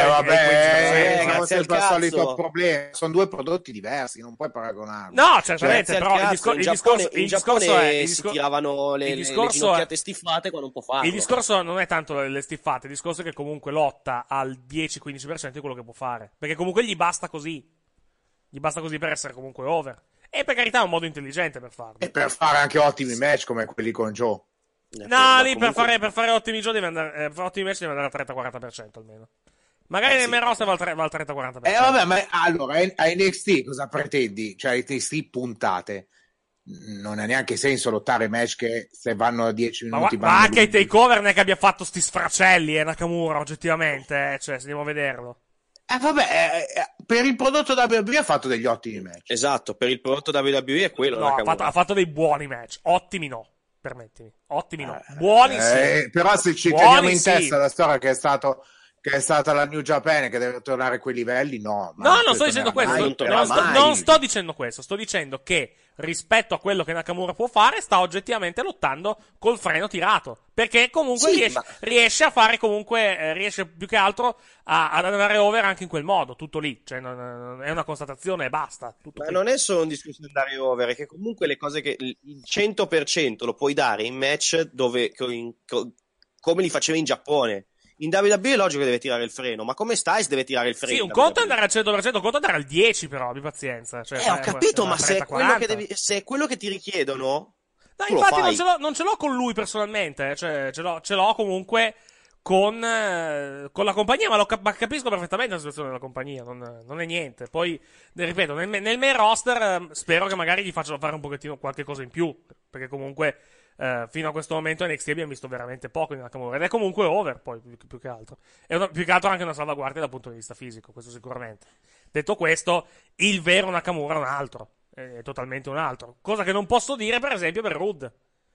il 15%. Grazie al solito problema. Sono due prodotti diversi, non puoi paragonarli. No, certamente, però in Giappone si tiravano le ginocchiate stiffate quando non può farlo. Il discorso non è tanto le stiffate, il discorso è che comunque lotta al 10-15% di quello che può fare. Perché comunque gli basta così. Gli basta così per essere comunque over. E per carità è un modo intelligente per farlo. E per fare anche ottimi match come quelli con Joe. No, lì comunque... per fare ottimi match deve andare al 30-40% almeno. Magari nel main roster va al 30-40%. Vabbè, ma allora a NXT cosa pretendi? Cioè NXT puntate. Non ha neanche senso lottare match che se vanno a 10 minuti ma anche i takeover non è che abbia fatto sti sfracelli Nakamura oggettivamente, cioè se andiamo a vederlo. Per il prodotto WWE ha fatto degli ottimi match. Esatto, per il prodotto WWE è quello. No, ha fatto dei buoni match. Ottimi no, permettimi. Ottimi no. Buoni sì. Però se ci teniamo in testa la storia che è stata la New Japan, che deve tornare a quei livelli, no. No, non sto dicendo questo. Non sto dicendo questo. Sto dicendo che rispetto a quello che Nakamura può fare, sta oggettivamente lottando col freno tirato. Perché comunque riesce a fare comunque, riesce più che altro ad andare over anche in quel modo. Tutto lì. Cioè, è una constatazione e basta. Ma non è solo un discorso di andare over, è che comunque le cose che il 100% lo puoi dare in match dove, come li facevi in Giappone. In WWE è logico che deve tirare il freno, ma come Styles deve tirare il freno? Sì, un conto è andare al 100%, un conto è andare al 10%, però, abbi pazienza. Cioè, ho capito, ma se è quello che ti richiedono. No, infatti non ce l'ho con lui personalmente, cioè ce l'ho comunque con la compagnia, ma capisco perfettamente la situazione della compagnia, non è niente. Poi, ripeto, nel main roster spero che magari gli facciano fare un pochettino qualche cosa in più, perché comunque fino a questo momento NXT abbiamo visto veramente poco in Nakamura, ed è comunque over poi più che altro. Più che altro anche una salvaguardia dal punto di vista fisico, questo sicuramente. Detto questo, il vero Nakamura è un altro, è totalmente un altro, cosa che non posso dire per esempio per Rude.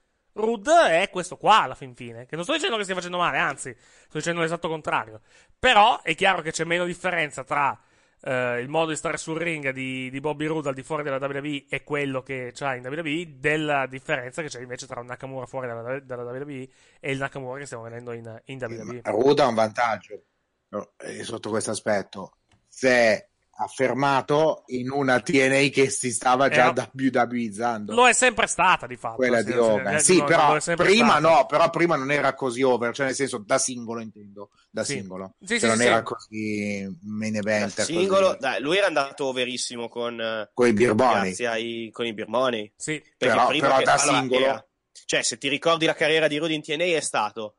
Rude è questo qua alla fin fine, che non sto dicendo che stia facendo male, anzi sto dicendo l'esatto contrario, però è chiaro che c'è meno differenza tra il modo di stare sul ring di Bobby Roode al di fuori della WWE e quello che c'ha in WWE, della differenza che c'è invece tra un Nakamura fuori dalla WWE e il Nakamura che stiamo vedendo in WWE. Roode ha un vantaggio sotto questo aspetto: se ha fermato in una TNA che si stava già WWE-izzando. Lo è sempre stata di fatto. Quella di Hogan. Sì, però prima no, però prima non era così over, cioè nel senso da singolo intendo, singolo. Sì, non era così main event. Da singolo, così. Dai, lui era andato overissimo con i Birmani. Con i Birmani. Sì, però da singolo. Cioè, se ti ricordi la carriera di Rude in TNA è stato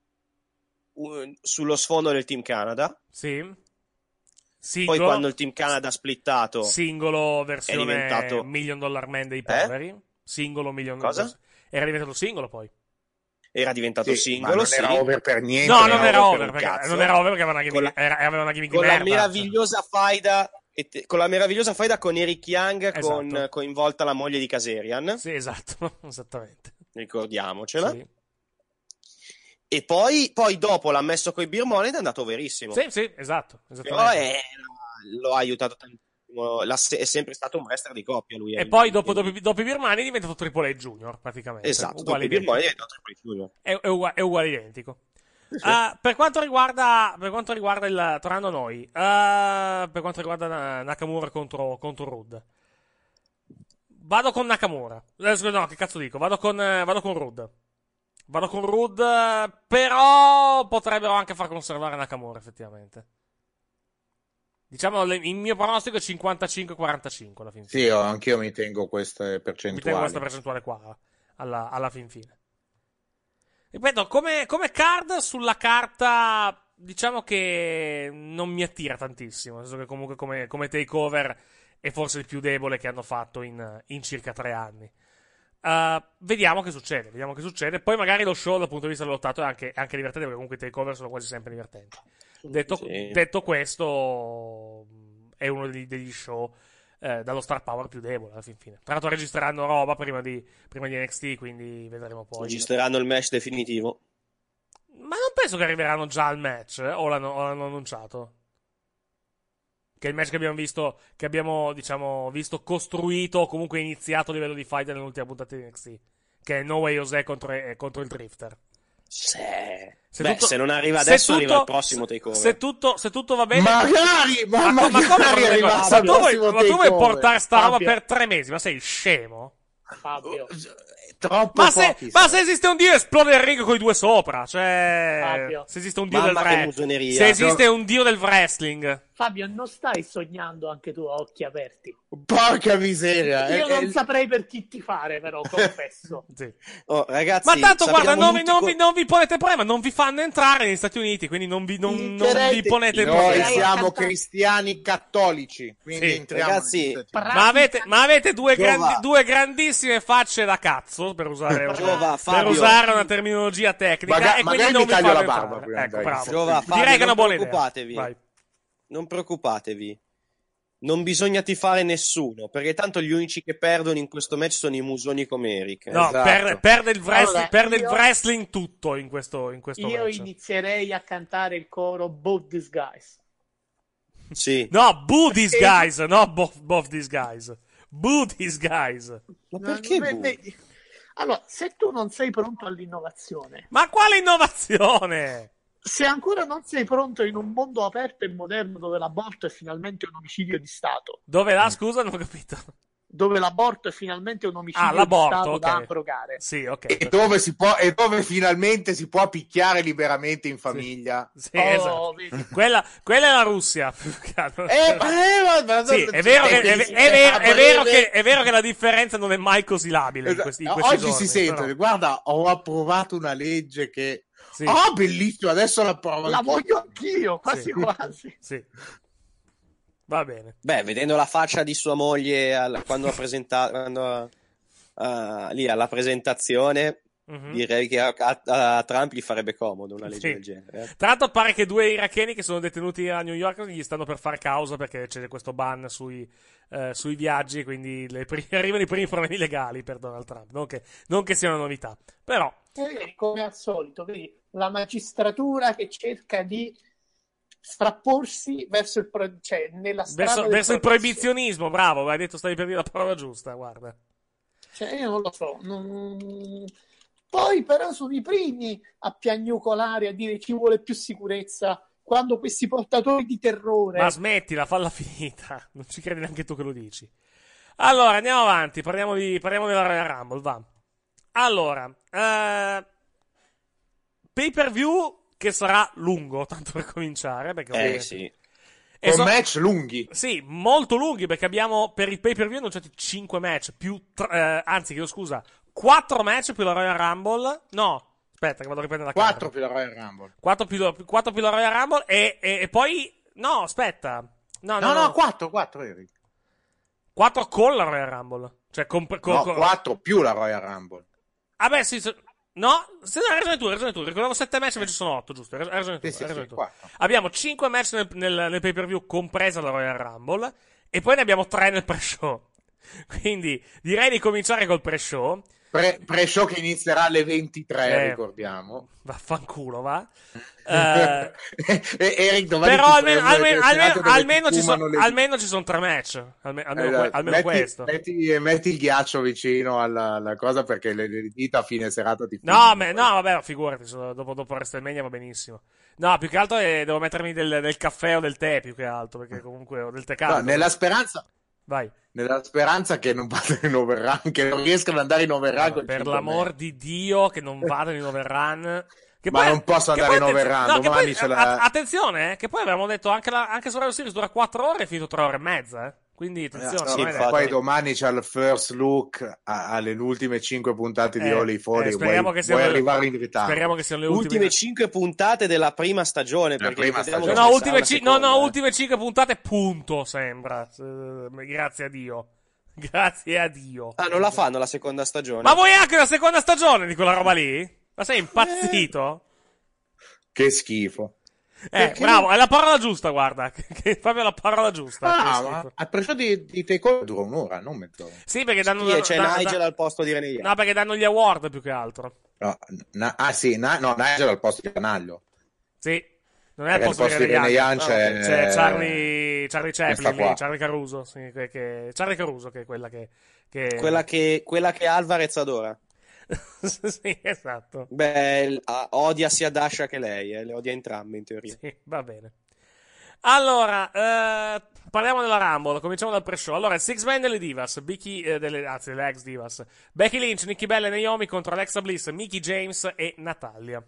sullo sfondo del Team Canada. Sì. Poi quando il Team Canada ha splittato, singolo versione è diventato $1 Million Man dei poveri. Singolo $1 Million. Cosa? Era diventato singolo poi. Era diventato singolo, ma non era over per niente. No, non era over perché aveva una gimmick, aveva una gimmick con la meravigliosa faida con Eric Young, esatto. coinvolta la moglie di Kazarian. Sì, esatto, esattamente. Ricordiamocela. Sì. E poi dopo l'ha messo coi Birmoni ed è andato verissimo. Sì, esatto. Però lo ha aiutato tantissimo. È sempre stato un wrestler di coppia lui. E poi dopo i Birmani è diventato Triple H Junior praticamente. Esatto, dopo i Birmani è diventato Triple H Junior. È uguale identico. Per quanto riguarda il tornando a noi, per quanto riguarda Nakamura contro Rude, vado con Nakamura. No, che cazzo dico? Vado con Rude. Vado con Rude, però potrebbero anche far conservare Nakamura, effettivamente. Diciamo, il mio pronostico è 55-45 alla fin fine. Sì, anch'io mi tengo queste percentuali. Mi tengo questa percentuale qua, alla fin fine. Ripeto, come card sulla carta, diciamo che non mi attira tantissimo. Nel senso che comunque come takeover è forse il più debole che hanno fatto in circa 3 anni. Vediamo che succede. Poi magari lo show dal punto di vista del lottato è anche divertente, perché comunque i takeover sono quasi sempre divertenti. Detto questo, è uno degli show dallo star power più debole alla fin fine. Tra l'altro registreranno roba prima di NXT, quindi vedremo poi. Registreranno il match definitivo. Ma non penso che arriveranno già al match, o l'hanno annunciato. Che è il match che abbiamo diciamo visto costruito o comunque iniziato a livello di fight nell'ultima puntata di NXT, che è No Way Jose contro il Drifter. Se non arriva adesso, arriva il prossimo takeover. Se tutto va bene, magari ma tu vuoi portare sta roba per 3 mesi? Ma sei scemo? Fabio. Ma se esiste un dio, esplode il ring con i 2 sopra. Cioè, Fabio. Se esiste un dio un dio del wrestling. Fabio, non stai sognando anche tu a occhi aperti? Porca miseria. Io non saprei per chi tifare, però, confesso. Sì. Oh, ragazzi, ma tanto guarda, non vi ponete problema, non vi fanno entrare negli Stati Uniti, quindi non vi ponete problema. Noi siamo cristiani cattolici, quindi entriamo. Ragazzi, ma avete due grandissime facce da cazzo, per usare una terminologia tecnica, e quindi non vi fanno la barba entrare. Ecco, bravo. Direi che è una buona idea. Non preoccupatevi. Non bisogna tifare nessuno, perché tanto gli unici che perdono in questo match sono i musoni come Eric. No, esatto. perde il wrestling tutto in questo match. Io inizierei a cantare il coro Both These Guys. Sì. No, Boo These Guys, no both These Guys. Boo These Guys. Ma perché Allora, se tu non sei pronto all'innovazione... Ma quale innovazione? Se ancora non sei pronto in un mondo aperto e moderno dove l'aborto è finalmente un omicidio di Stato. Dove scusa, non ho capito. Dove l'aborto è finalmente un omicidio di Stato da abrogare. Sì, ok. E dove finalmente si può picchiare liberamente in famiglia. Sì, esatto. Quella è la Russia. Sì, è vero che la differenza non è mai così labile in questi oggi giorni, si sente, però. Guarda, ho approvato una legge che... Sì. Oh, bellissimo, adesso la provo. La voglio anch'io, quasi. Sì. Va bene. Beh, vedendo la faccia di sua moglie quando ha presentato lì alla presentazione, direi che a Trump gli farebbe comodo una legge del genere. Tra l'altro pare che 2 iracheni che sono detenuti a New York gli stanno per fare causa perché c'è questo ban sui viaggi, quindi arrivano i primi problemi legali per Donald Trump. Non che sia una novità, però... come al solito, vedi, la magistratura che cerca di frapporsi verso il proibizionismo. Bravo, hai detto, stavi per dire la parola giusta, guarda. Cioè, io non lo so. Poi però sono i primi a piagnucolare, a dire ci vuole più sicurezza, quando questi portatori di terrore... Ma smettila, falla finita. Non ci credi neanche tu che lo dici. Allora, andiamo avanti, parliamo della Royal Rumble, va. Allora, pay-per-view che sarà lungo, tanto per cominciare, perché sì. Con match lunghi. Sì, molto lunghi, perché abbiamo per il pay-per-view annunciati 5 match, più 4 match più la Royal Rumble. No, aspetta che vado a riprendere la 4 più la Royal Rumble. 4 più la Royal Rumble e poi... No, aspetta. No, 4 Eric. 4 con la Royal Rumble. Cioè, 4 più la Royal Rumble. Vabbè, sì, no, hai ragione tu. Ricordavo 7 match, invece sono 8, giusto? Hai ragione tu. Sì, Abbiamo 5 match nel pay-per-view, compresa la Royal Rumble, e poi ne abbiamo 3 nel pre-show. Quindi direi di cominciare col pre-show. Pre-show che inizierà alle 23, ricordiamo. Vaffanculo, va. Eric, però almeno ci sono 3 match. Almeno questo. Metti il ghiaccio vicino alla cosa, perché le dita a fine serata ti vabbè, figurati, dopo WrestleMania va benissimo. No, più che altro devo mettermi del caffè o del tè, più che altro, perché comunque ho del tè caldo. No, nella speranza... Vai. Nella speranza che non vadano in overrun, che non riescano ad andare in overrun. Per l'amor di Dio, che non vadano in overrun. Ma non posso andare in overrun, domani c'è la... Attenzione, che poi avevamo detto anche Survivor Series dura 4 ore e è finito 3 ore e mezza, Quindi attenzione. Poi domani c'è il first look alle ultime 5 puntate di Holy Folly. Speriamo che siano arrivare in ritardo. Speriamo che siano le ultime 5 puntate della prima stagione. Ultime 5 puntate, punto. Sembra. Grazie a Dio. Grazie a Dio. Non la fanno la seconda stagione? Ma vuoi anche la seconda stagione di quella roba lì? Ma sei impazzito? Che schifo. Bravo, è la parola giusta, guarda. Che è proprio la parola giusta. Ma a perciò di Takeover dura un'ora, non mezz'ora. Sì, perché danno... c'è Nigel al posto di René Young. No, perché danno gli award più che altro. Nigel al posto di Canaglio. Sì, non è al posto di René Young. C'è Charlie Chaplin, Charlie Caruso. Sì, Charlie Caruso, che è quella che... Quella che Alvarez adora. Sì, esatto. Beh, odia sia Dasha che lei, le odia entrambe in teoria. Sì, va bene. Allora, parliamo della Rumble, cominciamo dal pre-show. Allora, il Six Man delle Divas, delle ex Divas, Becky Lynch, Nikki Bella e Naomi contro Alexa Bliss, Mickie James e Natalya.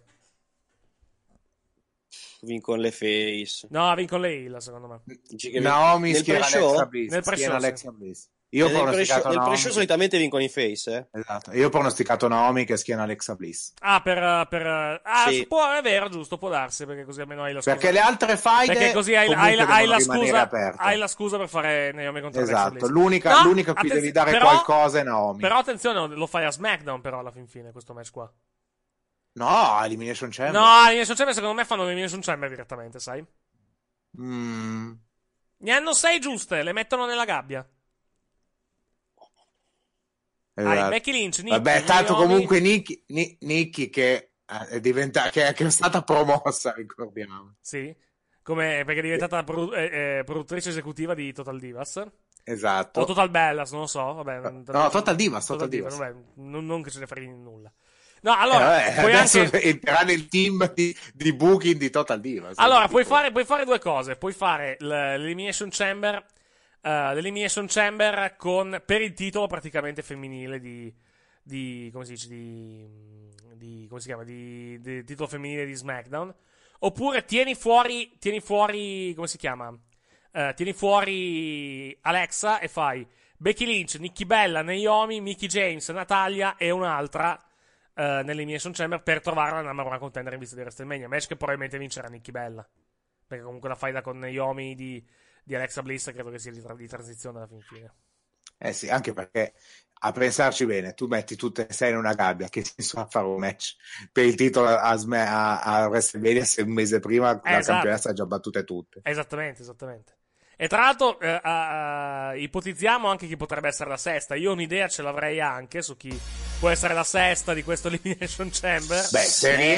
Vincono le face. No, vincono le heel, secondo me. Naomi schiena Alexa Bliss. Io nel pre-show solitamente vincono i face, Esatto. Io ho pronosticato Naomi che schiena Alexa Bliss. Sì. È vero, giusto, può darsi, perché così almeno hai la scusa. Perché le altre faide perché così hai la scusa per fare Naomi contro Alexa Bliss. L'unica a cui devi dare qualcosa è Naomi. Però attenzione, lo fai a SmackDown però alla fine questo match qua. No, Elimination Chamber. No, Elimination Chamber secondo me fanno Elimination Chamber direttamente, sai? Ne hanno 6 giuste, le mettono nella gabbia. Esatto. Becky Lynch, Nikki, vabbè, tanto comunque Nikki che è stata promossa, ricordiamo. Sì, perché è diventata produttrice esecutiva di Total Divas. Esatto. O Total Bellas, non lo so. Vabbè, no, Total Divas. Vabbè, non che ce ne frega nulla. No, allora, puoi adesso anche... entrerà nel team di booking di Total Divas. Allora, puoi fare 2 cose. Puoi fare l'Elimination Chamber per il titolo praticamente femminile di come si dice, di come si chiama, di titolo femminile di SmackDown, oppure tieni fuori come si chiama, tieni fuori Alexa e fai Becky Lynch, Nikki Bella, Naomi, Mickie James, Natalya e un'altra nell'Elimination Chamber per trovare la number one contender in vista di WrestleMania, match che probabilmente vincerà Nikki Bella, perché comunque la faida con Naomi di Alexa Bliss credo che sia di transizione alla fine. Sì, anche perché a pensarci bene, tu metti tutte e 6 in una gabbia, che senso ha fare un match per il titolo a WrestleMania se un mese prima la campionessa ha già battute tutte. Esattamente. E tra l'altro ipotizziamo anche chi potrebbe essere la sesta. Io un'idea ce l'avrei anche su chi può essere la sesta di questo Elimination Chamber. Beh,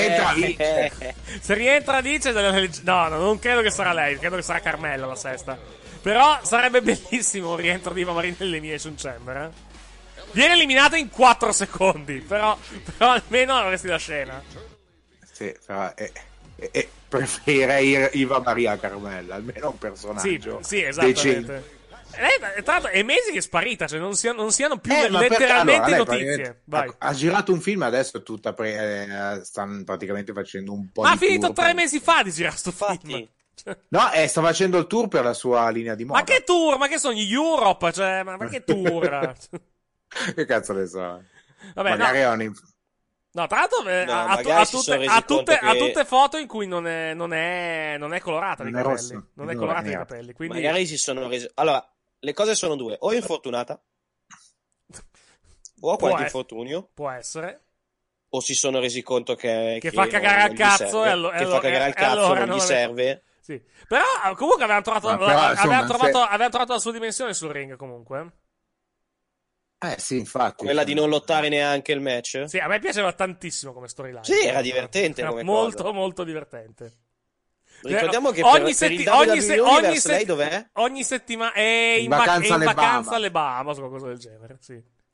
se rientra dice no, non credo che sarà lei, credo che sarà Carmella la sesta. Però sarebbe bellissimo un rientro di Eva Marie nell'Elimination Chamber, Viene eliminata in 4 secondi, però almeno avresti la scena. Sì, però preferirei Eva Maria Carmella, almeno un personaggio. Sì, esattamente. Tra l'altro è mesi che è sparita, cioè non siano più letteralmente notizie. Ha girato un film, adesso è tutta stanno praticamente facendo un po' ma di ha finito tour 3 mesi fa di girare sto film. No, sta facendo il tour per la sua linea di moda. Ma che tour? Ma che sono gli Europe? Cioè, ma che tour? Che cazzo ne so? Vabbè, magari no, tra l'altro ha tutte foto in cui non è colorata di capelli. Non è colorata di capelli. Quindi... Magari si sono resi... Allora, le cose sono 2. O è infortunata, o ha qualche infortunio. Può essere. O si sono resi conto che fa cagare al cazzo e allora non gli serve. Sì. Però comunque avevano trovato la sua dimensione sul ring comunque. Sì, infatti. Quella di non lottare neanche il match. Sì, a me piaceva tantissimo come storyline. Sì, era divertente come molto, cosa. Molto divertente. Ricordiamo che per il WWE lei dov'è? Ogni settimana è in vacanza alle Bahamas o qualcosa del genere, sì.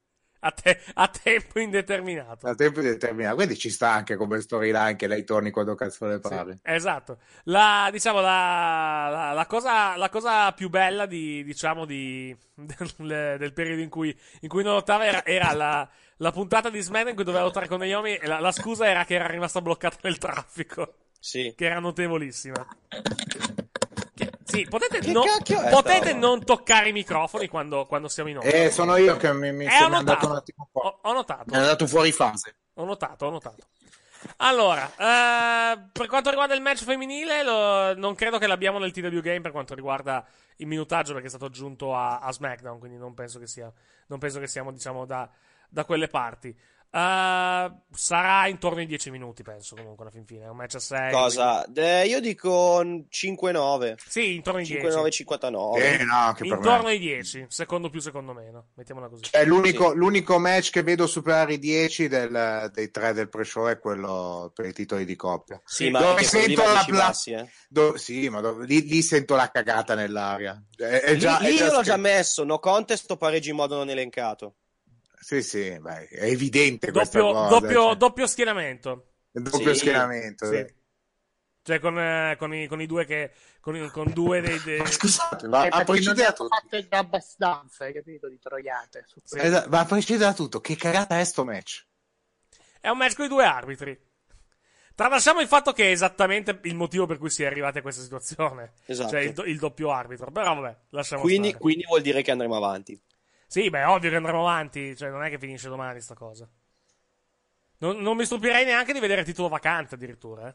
a tempo indeterminato. A tempo indeterminato, quindi ci sta anche come storyline che lei torni quando cazzo le pare. Sì, esatto. Diciamo, la cosa più bella del periodo in cui non lottava era la puntata di SmackDown in cui doveva lottare con Naomi e la scusa era che era rimasta bloccata nel traffico. Sì. Che era notevolissima. Sì, potete non toccare i microfoni quando siamo in onda. Sono io che mi sono andato un attimo fuori. Ho notato. Mi è andato fuori fase. Ho notato. Allora, per quanto riguarda il match femminile, non credo che l'abbiamo nel TW Game per quanto riguarda il minutaggio, perché è stato aggiunto a SmackDown, quindi non penso che siamo, diciamo, da quelle parti. Sarà intorno ai 10 minuti, penso, comunque, alla fin fine. È un match a 6. Cosa? Quindi... io dico 5-9. Sì, intorno ai 10. 5-9-59. No, che intorno ai 10, secondo più, secondo meno. Mettiamola così. L'unico match che vedo superare i 10 dei 3 del pre-show è quello per i titoli di coppia. Sì, ma dove sento sì, ma lì sento la cagata nell'aria. Io l'ho già messo, no contest o pareggi in modo non elencato. Sì, beh, è evidente questa cosa. Doppio schieramento. Doppio schieramento. Sì. Cioè con i due che... Con due dei... Ma scusate, ma a prescindere da tutto... fatte abbastanza, hai capito, di troiate. Sì. Ma a prescindere da tutto, che cagata è sto match? È un match con i due arbitri. Tralasciamo il fatto che è esattamente il motivo per cui si è arrivati a questa situazione. Esatto. Cioè il doppio arbitro. Però vabbè, lasciamo quindi stare. vuol dire che andremo avanti. Sì, beh, ovvio che andremo avanti, cioè non è che finisce domani sta cosa. Non mi stupirei neanche di vedere titolo vacante addirittura,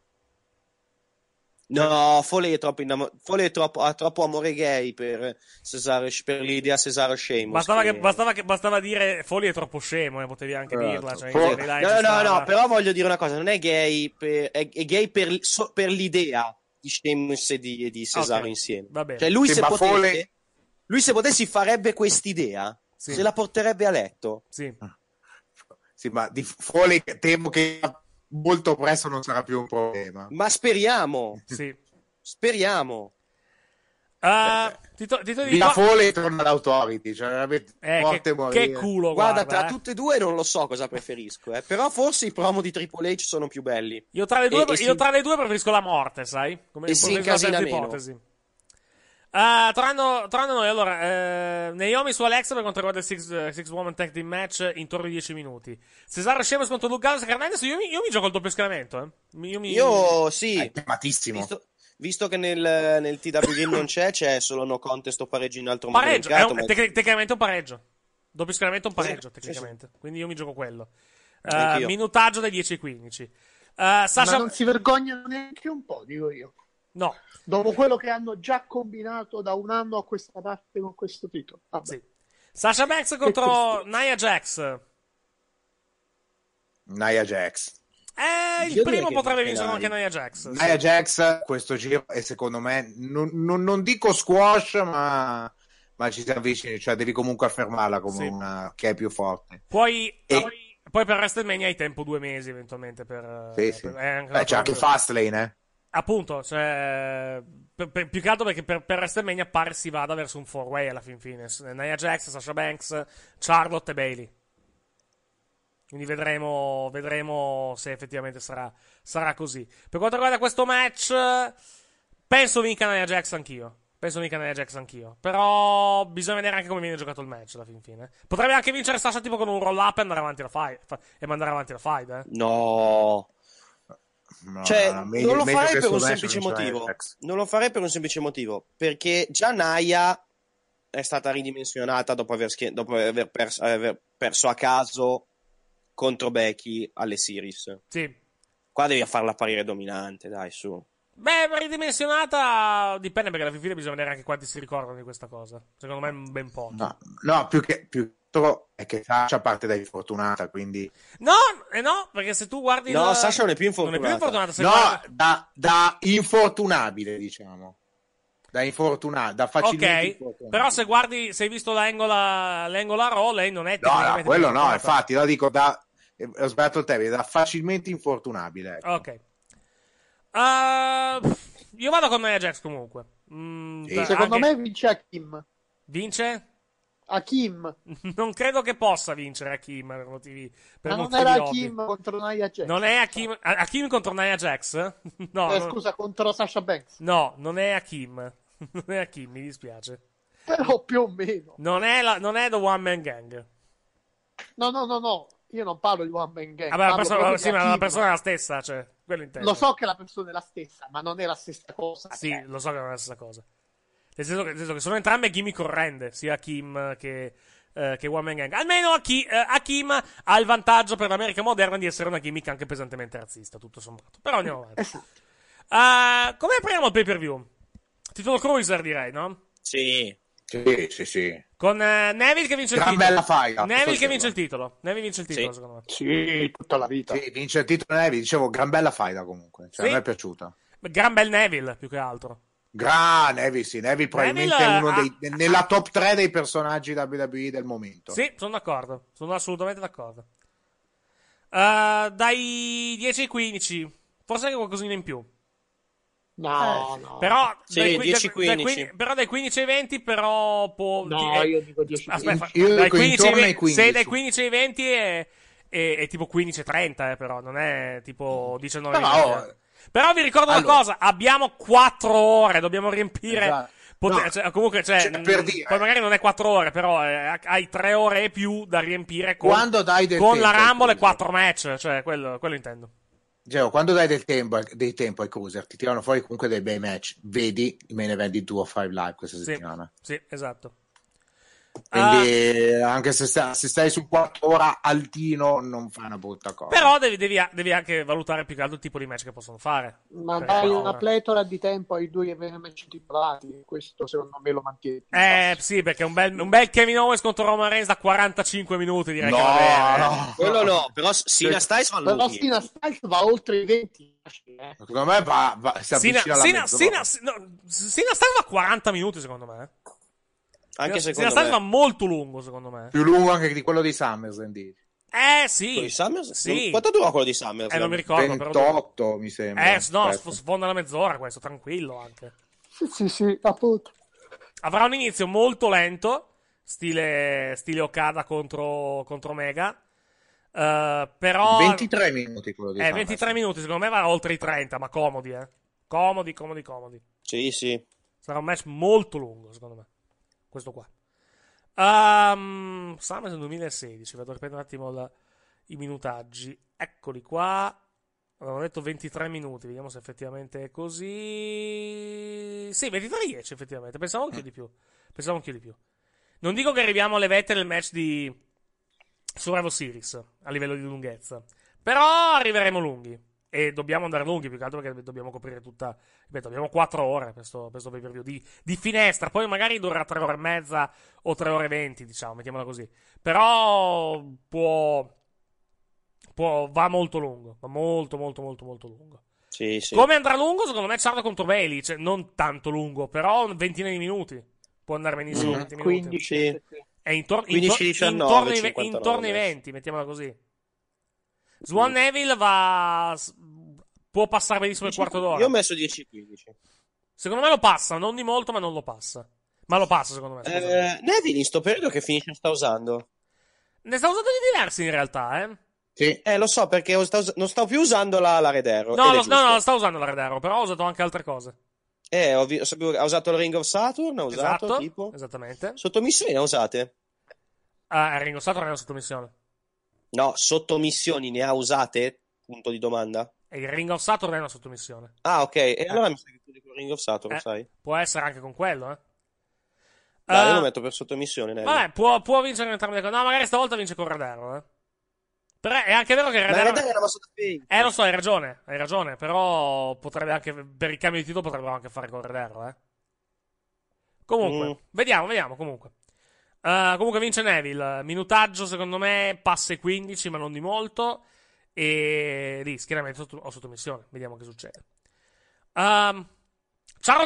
No, Foley ha troppo amore gay per l'idea Cesaro Sheamus. Bastava dire Foley è troppo scemo, potevi anche dirla. Cioè, no, però voglio dire una cosa, non è gay, è gay per l'idea di Sheamus e di Cesaro insieme. Va bene. Cioè lui se potessi farebbe quest'idea, se la porterebbe a letto. Sì, ma di Foley temo che molto presto non sarà più un problema. Ma speriamo. Sì. Speriamo. Via Foley torna all'Authority, cioè veramente morte morire. Che culo, guarda, tra tutte e due non lo so cosa preferisco, però forse i promo di Triple H sono più belli. Io tra le due preferisco la morte, sai? E si incasina meno. Tornando a noi, allora, Naomi su Alexa per quanto riguarda il Six Woman Tag Team Match intorno ai 10 minuti. Cesaro Sheamus contro Luke Gallows e Hernandez. Io mi gioco il doppio schieramento, Io sì. È tematissimo. Visto che nel TW Game non c'è solo no contest o pareggio in altro modo. Pareggio, tecnicamente un pareggio. Doppio schieramento è un pareggio, tecnicamente. Sì. Quindi io mi gioco quello. Minutaggio dai 10 ai 15. Sasha... Ma non si vergognano neanche un po', dico io. No. Dopo quello che hanno già combinato da un anno a questa parte con questo titolo. Sì. Sasha Banks contro Nia Jax. Nia Jax. Il primo potrebbe vincere anche Nia Jax. Nia Jax questo giro e secondo me non dico squash, ma ci si avvicini, cioè devi comunque affermarla come una che è più forte. Poi per WrestleMania hai tempo 2 mesi eventualmente per... c'è anche Fastlane, Appunto, cioè, più che altro perché per WrestleMania pare si vada verso un 4-way alla fin fine. Nia Jax, Sasha Banks, Charlotte e Bayley. Quindi vedremo se effettivamente sarà così. Per quanto riguarda questo match, penso vinca Nia Jax anch'io. Però bisogna vedere anche come viene giocato il match alla fin fine. Potrebbe anche vincere Sasha tipo con un roll up e mandare avanti la fight. No, cioè, non lo farei per un semplice motivo. Non lo farei per un semplice motivo. Perché già Nia è stata ridimensionata dopo aver perso a caso contro Becky alle Series. Sì. Qua devi farla apparire dominante, dai, su. Beh, ridimensionata dipende, perché alla fine bisogna vedere anche quanti si ricordano di questa cosa. Secondo me ben pochi. No, più che è che Sasha parte da infortunata, quindi... No, perché se tu guardi... No, Sasha non è più infortunata. Da infortunabile, diciamo. Da facilmente infortunabile. Però se hai visto l'Angola Raw, lei non è tecnicamente... No, quello no, infatti, lo dico ho sbagliato il termine, da facilmente infortunabile. Ecco. Ok. Io vado con Nia Jax comunque. Secondo me vince Hakim. Vince? Hakim. Non credo che possa vincere Hakim per motivi Ma non motivi era ovvi. Hakim contro Nia Jax? Non è Hakim contro Nia Jax? No, scusa, contro Sasha Banks. No, non è Hakim. Non è Hakim, mi dispiace. Però più o meno. Non è The One Man Gang. No. Io non parlo di One Man Gang. Vabbè, la persona è la stessa, cioè, quello intendo. Lo so che la persona è la stessa, ma non è la stessa cosa. Sì, lo so che non è la stessa cosa. Nel senso che sono entrambe gimmick orrende, sia Hakim che One Man Gang. Almeno Hakim ha il vantaggio per l'America moderna di essere una gimmick anche pesantemente razzista, tutto sommato. Però andiamo avanti. Esatto. Come apriamo il pay-per-view? Titolo cruiser, direi, no? Sì. Con Neville che vince il Gran titolo. bella faida. Neville che vince il titolo. Neville vince il titolo, secondo me. Sì, tutta la vita. Sì, vince il titolo Neville. Dicevo, gran bella faida comunque. Cioè, Sì. a me è piaciuta. Gran bel Neville, più che altro. Neville, sì. Neville probabilmente è uno nella top 3 dei personaggi WWE del momento. Sì, sono d'accordo. Sono assolutamente d'accordo. Dai 10 ai 15. Forse anche qualcosina in più. No. Però sì, dai 10-15. però dai 15 ai 20 però può... No, io dico 10. Aspetta, io dai dico 15 ai intorno ai 20, 15. se dai 15 ai 20 è tipo 15 e 30, però non è tipo 19 ai 20. Però vi ricordo una cosa, abbiamo 4 ore, dobbiamo riempire... Esatto. Comunque, per dire, poi magari non è 4 ore, però hai 3 ore e più da riempire con quando dai del la tempo Rumble e 4 match, cioè quello intendo. Quando dai del tempo ai cruiser ti tirano fuori comunque dei bei match. Vedi il main event di 205 Live questa settimana. Sì, esatto. Quindi anche se stai su 4 ore altino non fai una brutta cosa. Però devi anche valutare più che altro il tipo di match che possono fare. Ma dai una pletora di tempo ai due match titolati, questo secondo me lo mantiene. Sì, perché un bel Kevin Owens contro Roman Reigns da 45 minuti direi che va bene. No, quello no, però Cena Styles va però Cena Styles va oltre i 20. Secondo me si avvicina alla mezz'ora. Cena Styles va 40 minuti secondo me. Anche Cena secondo Styles me va molto lungo secondo me. Più lungo anche di quello di SummerSlam. Sì. Quello di SummerSlam? Sì. Quanto dura quello di SummerSlam? Non mi ricordo 28 però mi sembra. No, sfonda la mezz'ora questo, tranquillo anche. Sì, appunto. Avrà un inizio molto lento, stile Okada contro Omega. Però 23 minuti quello di SummerSlam. 23 minuti, secondo me va oltre i 30, ma comodi, Comodi. Sì. Sarà un match molto lungo, secondo me. Questo qua. SummerSlam 2016, vado a ripetere un attimo i minutaggi. Eccoli qua. Avevo detto 23 minuti, vediamo se effettivamente è così. Sì, 23-10 effettivamente, pensavo anche di più. Non dico che arriviamo alle vette del match di Survivor Series a livello di lunghezza, però arriveremo lunghi. E dobbiamo andare lunghi, più che altro perché dobbiamo coprire tutta... Ripeto, abbiamo 4 ore per questo pay-per-view di finestra. Poi magari durerà 3 ore e mezza o 3 ore e 20, diciamo, mettiamola così. Però va molto lungo. Va molto lungo. Sì. Come andrà lungo, secondo me, Charlotte contro Bayley. Cioè, non tanto lungo, però una ventina di minuti. Può andare benissimo 20 minuti. 15. È intorno ai 20, mettiamola così. Swan Neville può passare benissimo il quarto d'ora. Io ho messo 10-15. Secondo me lo passa, non di molto, ma non lo passa. Ma lo passa, secondo me. Neville in sto periodo che finisce sta usando? Ne sta usando di diversi in realtà, Sì. Lo so, perché non sto più usando la Red Arrow. No, sta usando la Red Arrow, però ha usato anche altre cose. Ha usato il Ring of Saturn, Esatto, tipo. Esattamente. Sottomissioni ne ha usate? Il Ring of Saturn è una sottomissione. No, sottomissioni ne ha usate? Punto di domanda. E il Ring of Saturn è una sottomissione. Ah, ok. E allora mi sa che tu dico il Ring of Saturn, sai? Può essere anche con quello, Dai, io lo metto per sottomissione, Vabbè, può vincere entrambe le cose. No, magari stavolta vince con Red Arrow, Però è anche vero che Red Arrow... era una sottomissione. Lo so, hai ragione. Però potrebbe anche, per il cambio di titolo potrebbero anche fare con Red Arrow, Comunque, vediamo, comunque. Comunque vince Neville. Minutaggio, secondo me, passa i 15, ma non di molto. E lì, schieramento o sottomissione. Vediamo che succede. Charlotte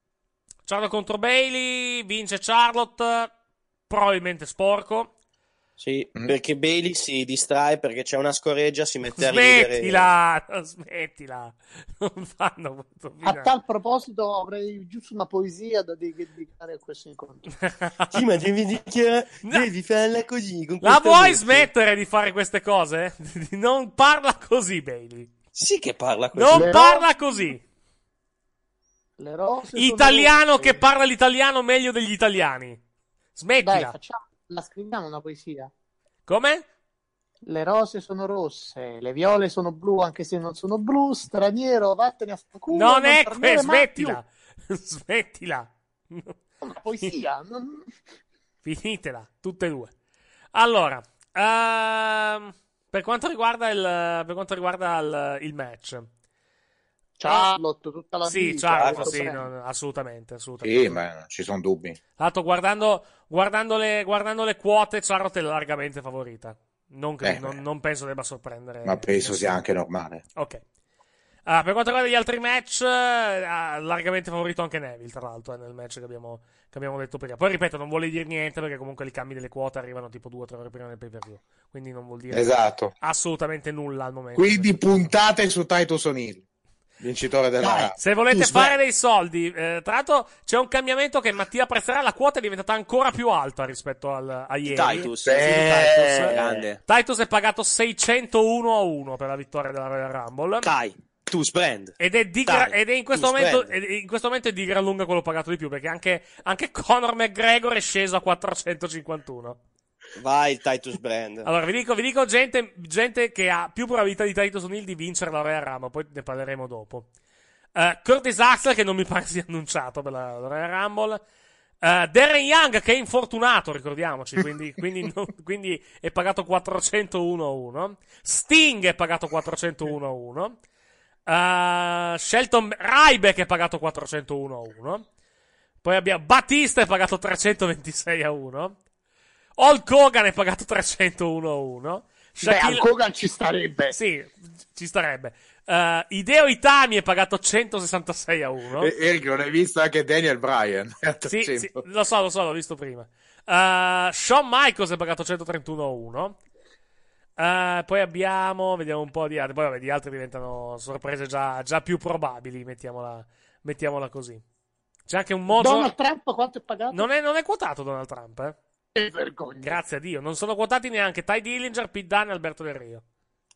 contro Bayley. Vince Charlotte. Probabilmente sporco. Sì, perché Bailey si distrae perché c'è una scorreggia, si mette a ridere. Smettila, non fanno questo A tal proposito avrei giusto una poesia da dedicare a questo incontro. Sì, ma devi farla così. Con La vuoi voce. smettere di fare queste cose? Non parla così, Bailey. Sì che parla così. Non parla così. Le rose Italiano che parla l'italiano meglio degli italiani. Smettila. Dai, la scriviamo una poesia. Come? Le rose sono rosse, le viole sono blu anche se non sono blu, straniero, vattene a culo. Non è smettila. Smettila. Una poesia. Finitela, tutte e due. Allora, per quanto riguarda il match. Charlotte, tutta la sì, vita. Charlotte, sì, no, assolutamente. Sì, ma non ci sono dubbi. Tanto guardando le quote, Charlotte è largamente favorita. Non penso debba sorprendere. Ma penso sia anche normale. Ok. Per quanto riguarda gli altri match, largamente favorito anche Neville, tra l'altro, nel match che abbiamo detto prima. Poi ripeto, non vuole dire niente perché comunque i cambi delle quote arrivano tipo 2 o 3 ore prima del pay-per-view. Quindi non vuol dire assolutamente nulla al momento. Quindi puntate su Titus O'Neil, vincitore della... Se volete fare dei soldi, tra l'altro c'è un cambiamento che Mattia apprezzerà, la quota è diventata ancora più alta rispetto a ieri. Titus. Grande. Titus è pagato 601-1 per la vittoria della Royal Rumble. Titus brand. Ed è in questo momento è di gran lunga quello pagato di più, perché anche Conor McGregor è sceso a 451. Vai il Titus brand. Allora, vi dico gente che ha più probabilità di Titus O'Neil di vincere la Royal Rumble, poi ne parleremo dopo. Curtis Axel, che non mi pare sia annunciato per la Royal Rumble. Darren Young, che è infortunato, ricordiamoci, quindi è pagato 401-1. Sting è pagato 401-1. Shelton Ryback è pagato 401-1. Poi abbiamo Batista è pagato 326-1. Hulk Hogan è pagato 301-1. Hulk Hogan ci starebbe. Sì, ci starebbe. Hideo Itami è pagato 166-1. Eric, non hai visto anche Daniel Bryan? Sì, lo so, l'ho visto prima. Shawn Michaels è pagato 131-1. Poi vediamo un po' di altri. Poi vabbè, di altri diventano sorprese già più probabili, mettiamola così. C'è anche un modo. Donald Trump quanto è pagato? Non è quotato Donald Trump, Che vergogna. Grazie a Dio, non sono quotati neanche Ty Dillinger, Pete Dunne e Alberto Del Rio.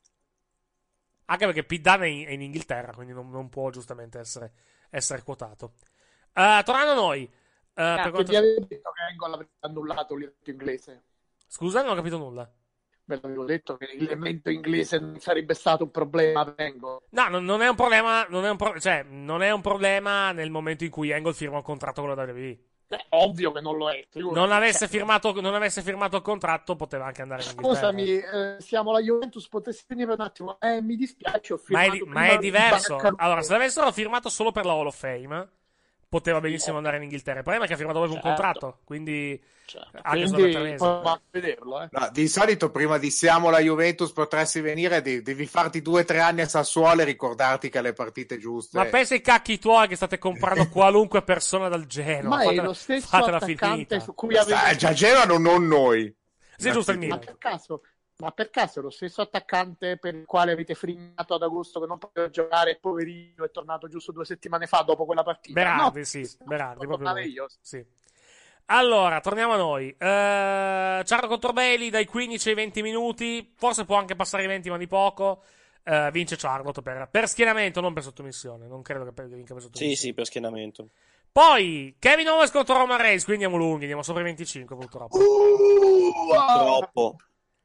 Anche perché Pete Dunne è in Inghilterra, quindi non può giustamente essere quotato. Tornando a noi. Per quanto... Ti avevo detto che Angle avrebbe annullato l'evento inglese. Scusa, non ho capito nulla. Ve l'avevo detto che l'evento inglese non sarebbe stato un problema per Angle. No, non è un problema. Non è un problema nel momento in cui Angle firma un contratto con la WWE. Ovvio che non lo è. Non avesse firmato il contratto, poteva anche andare in Inghilterra. Scusami, siamo la Juventus, potessi venire un attimo. Mi dispiace, ho firmato ma è diverso. Allora, se avessero firmato solo per la Hall of Fame, poteva benissimo andare in Inghilterra. Il problema è che ha firmato proprio un contratto, quindi anche solo per 3 mesi. A vederlo, No, di solito prima di siamo la Juventus potresti venire, devi farti 2 o 3 anni a Sassuolo e ricordarti che le partite giuste. Ma pensa ai cacchi tuoi che state comprando qualunque persona dal Genoa. Ma è lo stesso attaccante su cui avete... già Genoa, non noi. Sì, giusto, il Milan. Ma per caso è lo stesso attaccante per il quale avete frignato ad agosto che non poteva giocare, poverino, è tornato giusto 2 settimane fa dopo quella partita? Berardi, no, sì, Berardi, proprio lui. io. Sì. Allora, torniamo a noi. Charlo contro Bailey dai 15 ai 20 minuti, forse può anche passare i 20 ma di poco. Vince Charlotte per schienamento, non per sottomissione. Non credo che vinca per sottomissione. Sì, per schienamento. Poi Kevin Owens contro Roman Reigns, quindi andiamo lunghi, andiamo sopra i 25 purtroppo. Purtroppo.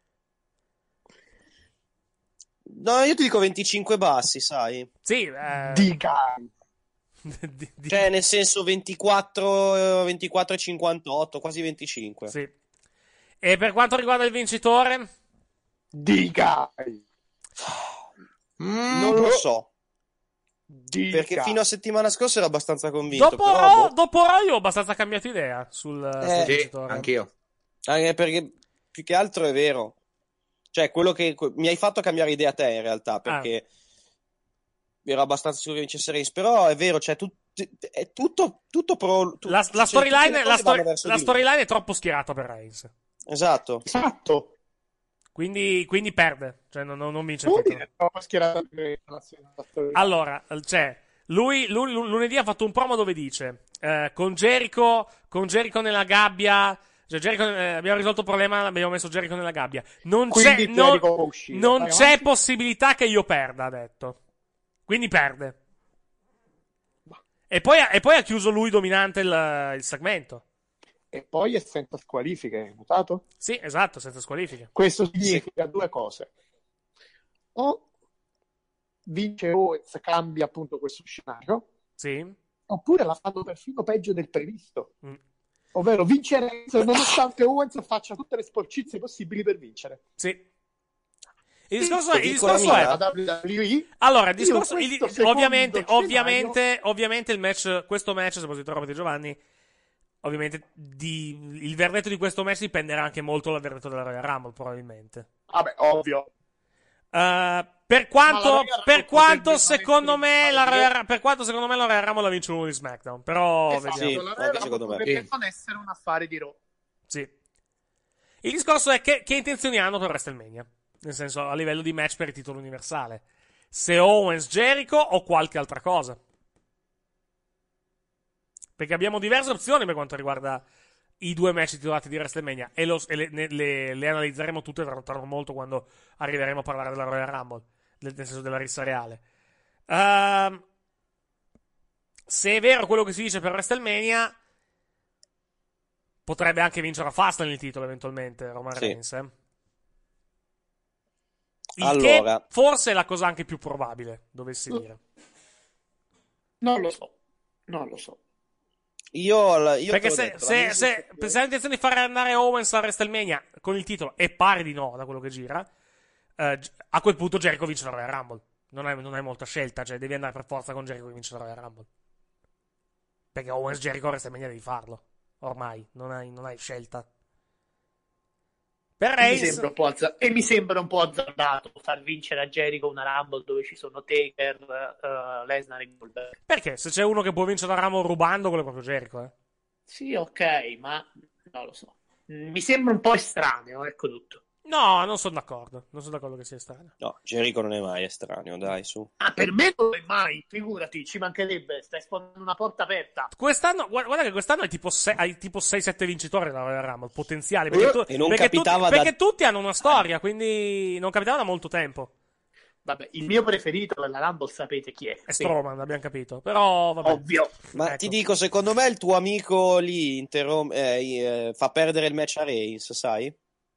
No, io ti dico 25 bassi, sai? Sì, dica. Cioè, nel senso 24 e 58, quasi 25. Sì. E per quanto riguarda il vincitore? Dica. Non lo so. Dica. Perché fino a settimana scorsa ero abbastanza convinto. Dopo Raw io ho abbastanza cambiato idea sul vincitore. Anch'io. Anche perché più che altro è vero. Cioè, quello che mi hai fatto cambiare idea a te, in realtà, perché ero abbastanza sicuro che vincesse Reigns, però è vero, cioè, è tutto pro... La storyline è troppo schierata per Reigns. Esatto. Quindi perde, cioè non vince il titolo. Allora, lui lunedì ha fatto un promo dove dice con Jericho nella gabbia, cioè Jericho, abbiamo risolto il problema, abbiamo messo Jericho nella gabbia. Non c'è possibilità che io perda, ha detto. Quindi perde. E poi ha chiuso lui dominante il segmento. E poi è senza squalifiche, notato? Sì, esatto, senza squalifiche. Questo significa due cose. O vince Owens, cambia appunto questo scenario. Sì. Oppure la fanno perfino peggio del previsto. Ovvero vince Reigns nonostante Owens faccia tutte le sporcizie possibili per vincere. Sì. Il discorso è allora, ovviamente il match, questo match, se posso trovare Giovanni, ovviamente il verdetto di questo match dipenderà anche molto dal verdetto della Royal Rumble, probabilmente. Vabbè, ovvio. Per quanto secondo me la Royal Rumble la vince uno di SmackDown, però vediamo. Secondo me potrebbe non essere un affare di Raw. Sì. Il discorso è che intenzioni hanno per WrestleMania, nel senso a livello di match per il titolo universale. Se Owens, Jericho o qualche altra cosa. Perché abbiamo diverse opzioni per quanto riguarda i due match titolati di WrestleMania e le analizzeremo tutte tra molto quando arriveremo a parlare della Royal Rumble, nel senso della rissa reale. Se è vero quello che si dice per WrestleMania, potrebbe anche vincere a Fastlane il titolo eventualmente Roman Reigns. Che forse è la cosa anche più probabile, dovessi dire. Non lo so. Perché se hai intenzione di fare andare Owens a WrestleMania con il titolo, e pare di no da quello che gira, a quel punto Jericho vince la Royal Rumble. Non hai molta scelta, cioè devi andare per forza con Jericho che vince la Royal Rumble. Perché Owens Jericho a WrestleMania devi farlo. Ormai non hai scelta. Per Reigns mi sembra un po' azzardato far vincere a Jericho una Rumble dove ci sono Taker, Lesnar e Goldberg. Perché? Se c'è uno che può vincere la Rumble rubando, quello è proprio Jericho, Sì, ok, ma non lo so. Mi sembra un po' estraneo, ecco tutto. No, non sono d'accordo. Non sono d'accordo che sia estraneo. No, Jericho non è mai estraneo, dai, su. Per me non è mai, figurati, ci mancherebbe, stai esponendo una porta aperta. Quest'anno, guarda che quest'anno hai tipo 6-7 vincitori della Royal Rumble, potenziali. Perché tutti hanno una storia, quindi non capitava da molto tempo. Vabbè, il mio preferito della Rumble sapete chi è? È Strowman, abbiamo capito. Però, vabbè. Ovvio. Ma ti dico, secondo me il tuo amico lì fa perdere il match a Reigns, sai?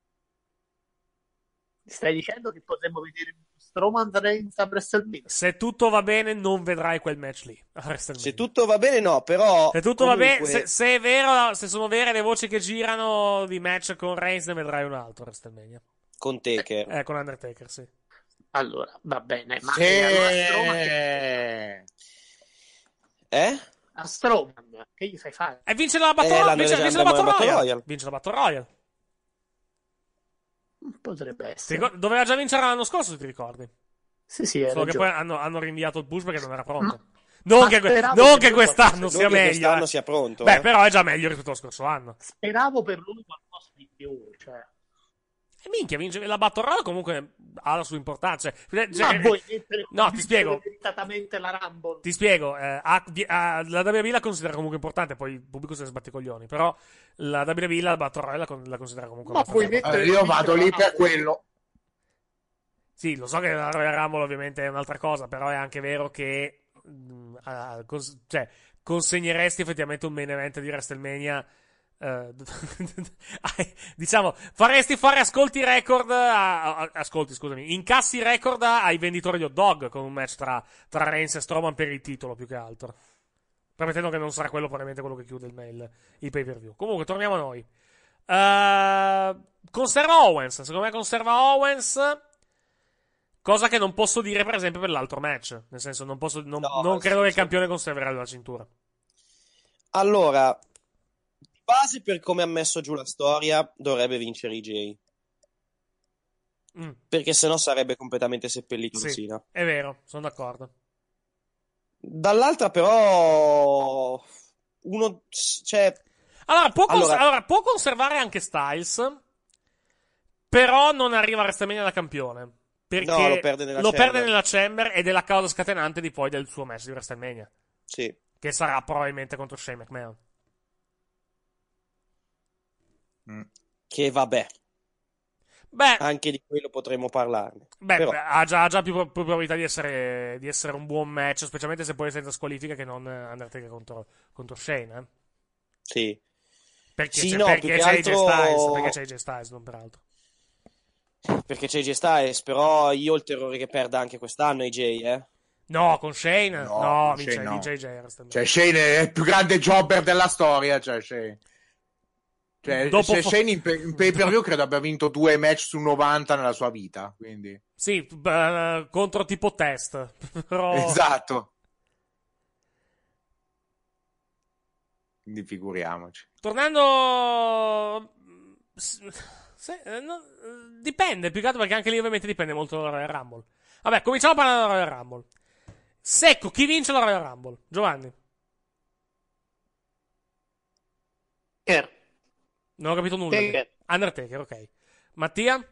Stai dicendo che potremmo vedere Strowman Reigns a WrestleMania? Se tutto va bene, non vedrai quel match lì a WrestleMania. Se tutto va bene, no, però. Se tutto va bene, se è vero, se sono vere le voci che girano di match con Reigns, ne vedrai un altro a WrestleMania. Con Taker. Con Undertaker, sì. Allora, va bene, ma a Strowman, che gli fai fare? Vince la Battle Royale. Vince la Battle Royale. Potrebbe essere. Doveva già vincere l'anno scorso, se ti ricordi. Sì, solo che poi hanno rinviato il push perché non era pronto. Non che quest'anno sia meglio. Quest'anno sia pronto. Beh, però è già meglio rispetto allo scorso anno. Speravo per lui qualcosa di più, cioè. E minchia, vince la Battle Royale comunque ha la sua importanza. No, ti spiego. La Rumble. Ti spiego. La WWE la considera comunque importante, poi il pubblico se ne sbatte i coglioni. Però la WWE la Battle Royale la considera comunque importante. Io vado lì per quello. Sì, lo so che la Royal Rumble ovviamente è un'altra cosa, però è anche vero che consegneresti effettivamente un main event di WrestleMania. Diciamo, faresti fare incassi record ai venditori di hot dog con un match tra Reigns e Strowman per il titolo, più che altro, permettendo che non sarà probabilmente quello che chiude il pay per view. Comunque torniamo a noi. Conserva Owens, secondo me conserva Owens, cosa che non posso dire per esempio per l'altro match, nel senso non credo che il campione conserverà la cintura. Allora, base per come ha messo giù la storia dovrebbe vincere EJ, perché sennò sarebbe completamente seppellito da Cena. È vero, sono d'accordo. Dall'altra però può conservare anche Styles, Però non arriva a WrestleMania da campione. Perché No, lo perde nella Chamber ed è la causa scatenante di poi del suo match di WrestleMania. Sì. Che sarà probabilmente contro Shane McMahon. Che vabbè. Beh, anche di quello potremmo parlarne. Beh, ha già più probabilità di essere un buon match, specialmente se poi è senza squalifica che non Undertaker contro Shane. Sì. Perché sì, c'è, no, perché c'è AJ altro... Styles, non peraltro. Perché c'è AJ Styles, però io ho il terrore che perda anche quest'anno AJ, No, con Shane? No, vince AJ. Cioè, Shane è il più grande jobber della storia, cioè Shane. Cioè, Shane in pay-per-view credo abbia vinto 2 match su 90 nella sua vita, quindi... Sì, contro tipo test. Però... Esatto. Quindi figuriamoci. Tornando... dipende, più che altro perché anche lì ovviamente dipende molto dalla Royal Rumble. Vabbè, cominciamo a parlare della Royal Rumble. Secco, chi vince la Royal Rumble? Giovanni? Non ho capito nulla. Undertaker, ok. Mattia?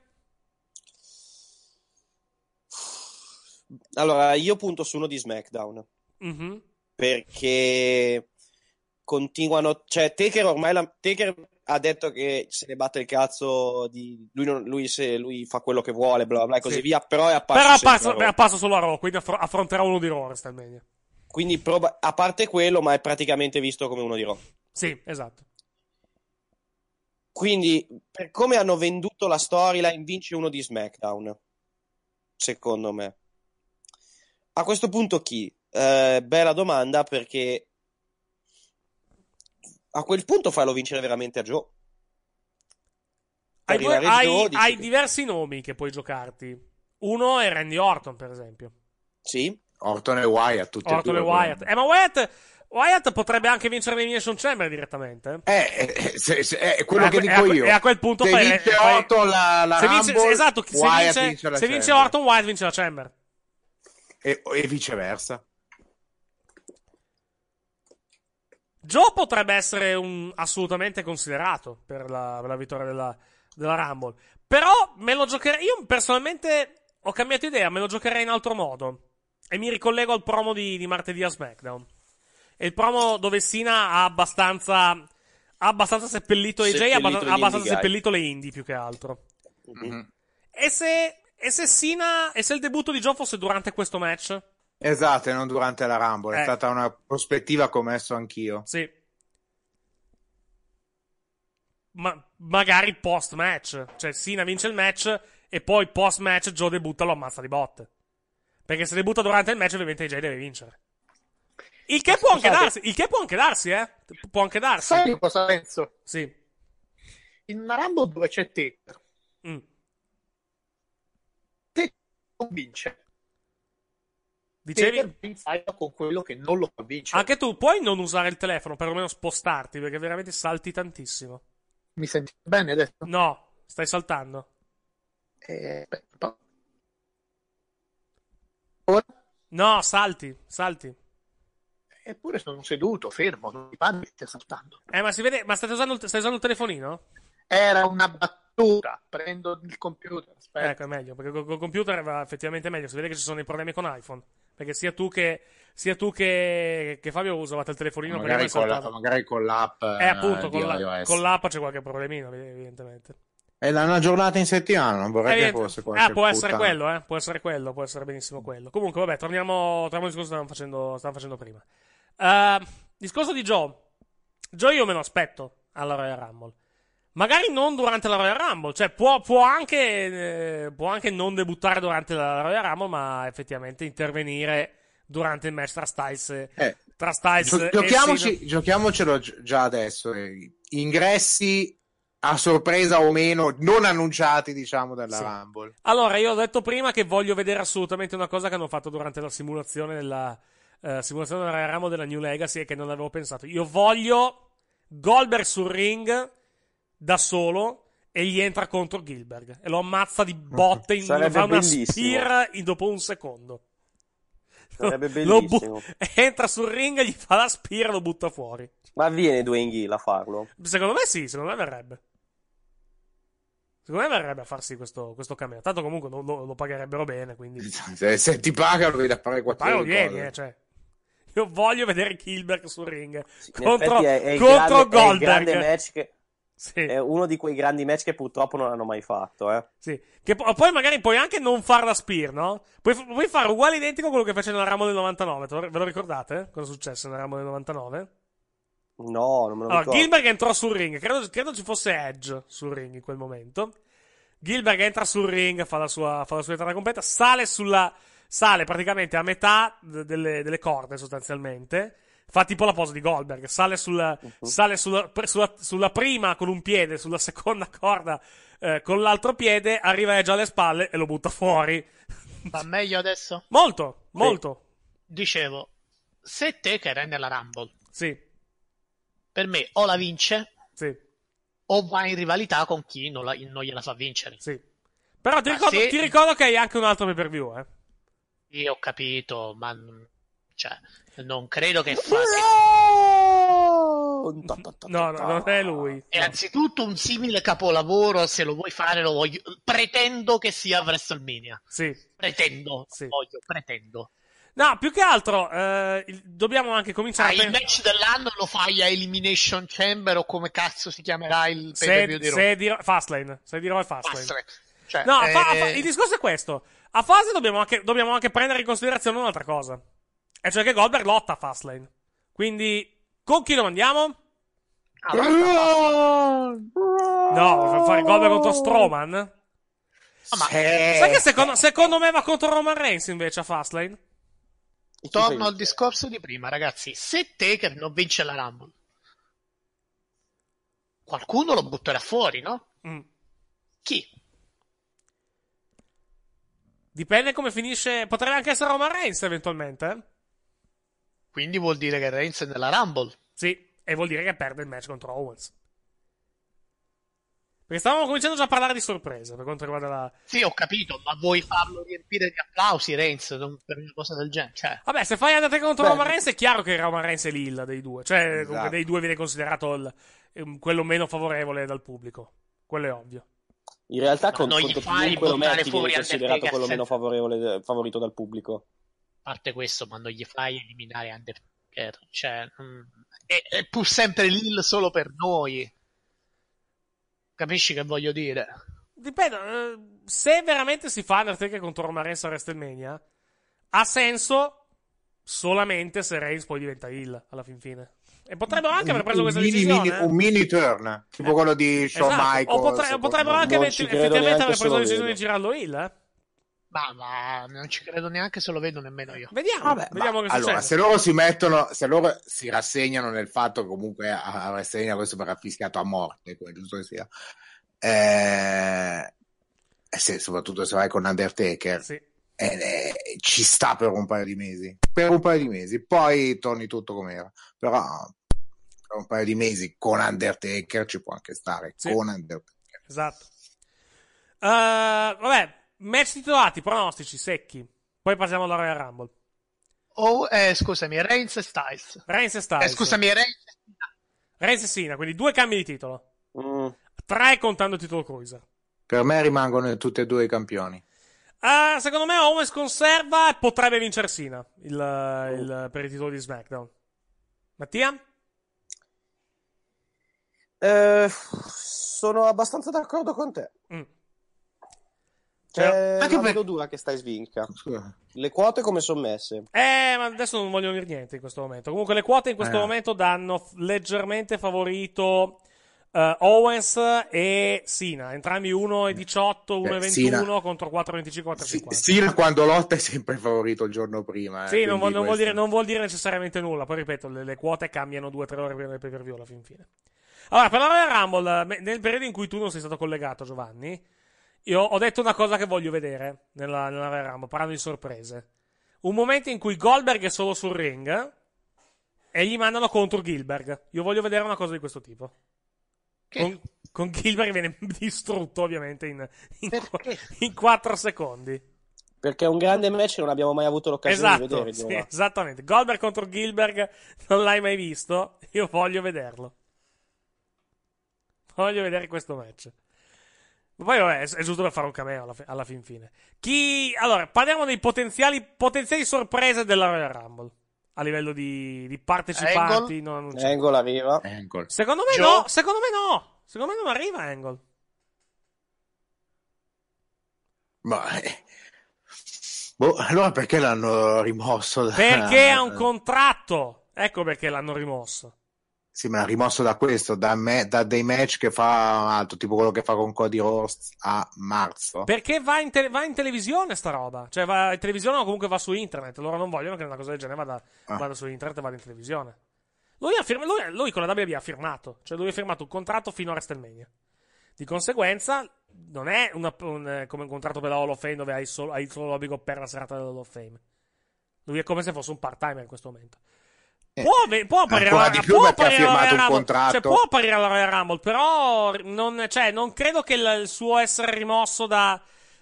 Allora, io punto su uno di SmackDown. Mm-hmm. Perché continuano... Cioè, Taker ha detto che se ne batte il cazzo di... Lui fa quello che vuole, bla bla e così via, però è apparso solo a Raw, quindi affronterà uno di Raw WrestleMania. Quindi, a parte quello, ma è praticamente visto come uno di Raw. Sì, esatto. Quindi, per come hanno venduto la storyline, vince uno di SmackDown. Secondo me. A questo punto chi? Bella domanda, perché a quel punto fallo vincere veramente a Joe. Hai diversi nomi che puoi giocarti. Uno è Randy Orton, per esempio. Sì. Orton e Wyatt, tutti e due. Wyatt. Ma Wyatt potrebbe anche vincere l'Elimination Chamber direttamente. Quello che dico io. E a quel punto se vince Orton la Rumble, esatto, se vince Orton, Wyatt vince la Chamber. E viceversa. Joe potrebbe essere assolutamente considerato per la vittoria della Rumble. Però me lo giocherei. Io personalmente ho cambiato idea, me lo giocherei in altro modo. E mi ricollego al promo di martedì a SmackDown. È il promo dove Cena ha abbastanza seppellito AJ, ha abbastanza seppellito le indie più che altro. Mm-hmm. E se il debutto di Joe fosse durante questo match? Esatto, e non durante la Rumble. È stata una prospettiva che ho messo anch'io. Sì. Magari post-match. Cioè, Cena vince il match e poi post-match Joe debutta e lo ammazza di botte. Perché se debutta durante il match, ovviamente AJ deve vincere. Il che può anche darsi, Può anche darsi. Sai cosa penso? Sì. In una Rumble dove c'è Taker. Taker non vince. Dicevi? Taker con quello che non lo fa vincere. Anche tu puoi non usare il telefono, perlomeno spostarti, perché veramente salti tantissimo. Mi senti bene adesso? No, stai saltando. Ora? No, salti. Eppure sono seduto, fermo, non mi pare che stia saltando. Ma si vede, ma stai usando il telefonino? Era una battuta, prendo il computer, aspetta. Ecco, è meglio, perché col computer va effettivamente meglio, si vede che ci sono dei problemi con iPhone, perché sia tu che Fabio usavate il telefonino magari con l'app. Appunto, con l'app c'è qualche problemino, evidentemente. È una giornata in settimana, non vorrei che fosse qualche può essere quello, può essere benissimo quello. Comunque, vabbè, torniamo al discorso che stavamo facendo prima. Discorso di Joe. Io me lo aspetto alla Royal Rumble. Magari non durante la Royal Rumble, cioè può anche non debuttare durante la Royal Rumble, ma effettivamente intervenire durante il match tra Styles e Giochiamocelo già adesso. Ingressi a sorpresa o meno, non annunciati, diciamo, dalla Rumble. Allora, io ho detto prima che voglio vedere assolutamente una cosa che hanno fatto durante la simulazione della Royal Rumble della New Legacy e che non avevo pensato. Io voglio Goldberg sul ring da solo e gli entra contro Gilbert e lo ammazza di botte fa una spear dopo un secondo. Sarebbe bellissimo. Entra sul ring, gli fa la spear e lo butta fuori. Ma viene Dwayne Gill a farlo? Secondo me sì, secondo me verrebbe. Secondo me verrebbe a farsi questo cameo. Tanto comunque lo pagherebbero bene, quindi... Se ti pagano, devi da fare 4 Pagano, vieni, cioè. Io voglio vedere Gilbert sul ring In contro effetti Goldberg. È il grande match che... È uno di quei grandi match che purtroppo non hanno mai fatto, Sì. Che poi magari puoi anche non fare la Spear, no? Puoi fare uguale identico a quello che fece nella Rumble del 99. Ve lo ricordate? Cosa è successo nella Rumble del 99? No, non me lo ricordo. Gilbert entrò sul ring. Credo ci fosse Edge sul ring in quel momento. Gilbert entra sul ring, fa la sua entrata completa, sale praticamente a metà delle corde sostanzialmente. Fa tipo la posa di Goldberg, sale sulla prima con un piede, sulla seconda corda con l'altro piede, arriva Edge alle spalle e lo butta fuori. Va meglio adesso? Molto. Dicevo, se Taker è nella Rumble, sì, per me o la vince, sì, o va in rivalità con chi non gliela fa vincere. Sì. Però ti ricordo che hai anche un altro pay-per-view, Io ho capito, ma cioè, non credo che No, non è lui. È anzitutto un simile capolavoro, se lo vuoi fare lo voglio. Pretendo che sia WrestleMania. Sì. Pretendo. No, più che altro dobbiamo anche cominciare il match dell'anno lo fai a Elimination Chamber o come cazzo si chiamerà il pay-per-view di Raw? Fastlane. Se dirò è Fastlane. Cioè, no, il discorso è questo. A fase dobbiamo anche prendere in considerazione un'altra cosa. E cioè che Goldberg lotta a Fastlane. Quindi, con chi lo mandiamo? No, fare Goldberg contro Strowman? Sai che secondo me va contro Roman Reigns invece a Fastlane? Torno al discorso di prima, ragazzi. Se Taker non vince la Rumble, qualcuno lo butterà fuori, no? Chi? Dipende come finisce. Potrebbe anche essere Roman Reigns eventualmente. Quindi vuol dire che Reigns è nella Rumble. Sì, e vuol dire che perde il match contro Owens. Perché stavamo cominciando già a parlare di sorpresa per quanto riguarda la... Sì, ho capito, ma vuoi farlo riempire di applausi Reigns per una cosa del genere? Cioè... Vabbè, se fai andate contro Roman Reigns è chiaro che Roman Reigns è l'Hill dei due. Cioè, esatto. Comunque dei due viene considerato quello meno favorevole dal pubblico. Quello è ovvio. In realtà non gli fai quello buttare viene fuori considerato quello meno Undertaker favorito dal pubblico. A parte questo, ma non gli fai eliminare Undertaker. Cioè, è pur sempre l'Hill solo per noi. Capisci che voglio dire? Dipende. Se veramente si fa Undertaker contro Roman Reigns a WrestleMania, ha senso solamente se Reigns poi diventa Hill alla fin fine. E potrebbero anche aver preso questa decisione. Un mini turn, tipo quello di Shawn Michaels. O potrebbero anche effettivamente aver preso la decisione di girarlo Hill, Ma non ci credo neanche se lo vedo nemmeno io. Vediamo che allora, succede. se loro si rassegnano nel fatto che comunque a WrestleMania questo verrà fischiato a morte, giusto che sia. Soprattutto se vai con Undertaker. Sì. Ci sta per un paio di mesi. Poi torni tutto com'era. Però per un paio di mesi con Undertaker ci può anche stare. Sì. Con Undertaker. Esatto. Vabbè. Match titolati, pronostici, secchi. Poi passiamo alla Royal Rumble. Scusami, Reigns e Styles. Scusami, Reigns e Cena, quindi 2 cambi di titolo. 3 contando il titolo Cruiser. Per me rimangono tutti e 2 i campioni. Secondo me Owens conserva e potrebbe vincere Cena per il titolo di SmackDown. Mattia? Sono abbastanza d'accordo con te. Anche vedo dura che stai svinca. Le quote come sono messe? Ma adesso non voglio dire niente in questo momento. Comunque le quote in questo momento danno leggermente favorito Owens e Cena, entrambi 1,18, 1,21 contro 4,25, 4,50. Cena quando lotta è sempre favorito il giorno prima. Sì, non vuol dire necessariamente nulla. Poi ripeto, le quote cambiano 2-3 ore prima del pay-per-view alla fine. Allora, per la Royal Rumble, nel periodo in cui tu non sei stato collegato, Giovanni, io ho detto una cosa che voglio vedere nella Royal Rumble, parlando di sorprese. Un momento in cui Goldberg è solo sul ring e gli mandano contro Gilbert. Io voglio vedere una cosa di questo tipo. Con Gilbert viene distrutto ovviamente in 4 secondi. Perché è un grande match che non abbiamo mai avuto l'occasione di vedere. Sì, esattamente. Goldberg contro Gilbert non l'hai mai visto. Io voglio vederlo. Voglio vedere questo match. Poi vabbè, è giusto per fare un cameo alla fin fine. Allora, parliamo dei potenziali sorprese della Royal Rumble. A livello di partecipanti non annunciati. Angle arriva. Secondo me no. Secondo me non arriva Angle. Ma allora perché l'hanno rimosso? Perché ha un contratto. Ecco perché l'hanno rimosso. Sì, ma rimosso da questo, da dei match che fa altro, tipo quello che fa con Cody Rhodes a marzo. Perché va in televisione sta roba. Cioè va in televisione o comunque va su internet. Loro non vogliono che una cosa del genere vada su internet e vada in televisione. Lui con la WWE ha firmato. Cioè lui ha firmato un contratto fino a WrestleMania. Di conseguenza non è come un contratto per la Hall of Fame dove hai solo l'obbligo per la serata della Hall of Fame. Lui è come se fosse un part-timer in questo momento. Può apparire alla Royal Rumble, però non credo che il suo essere rimosso dal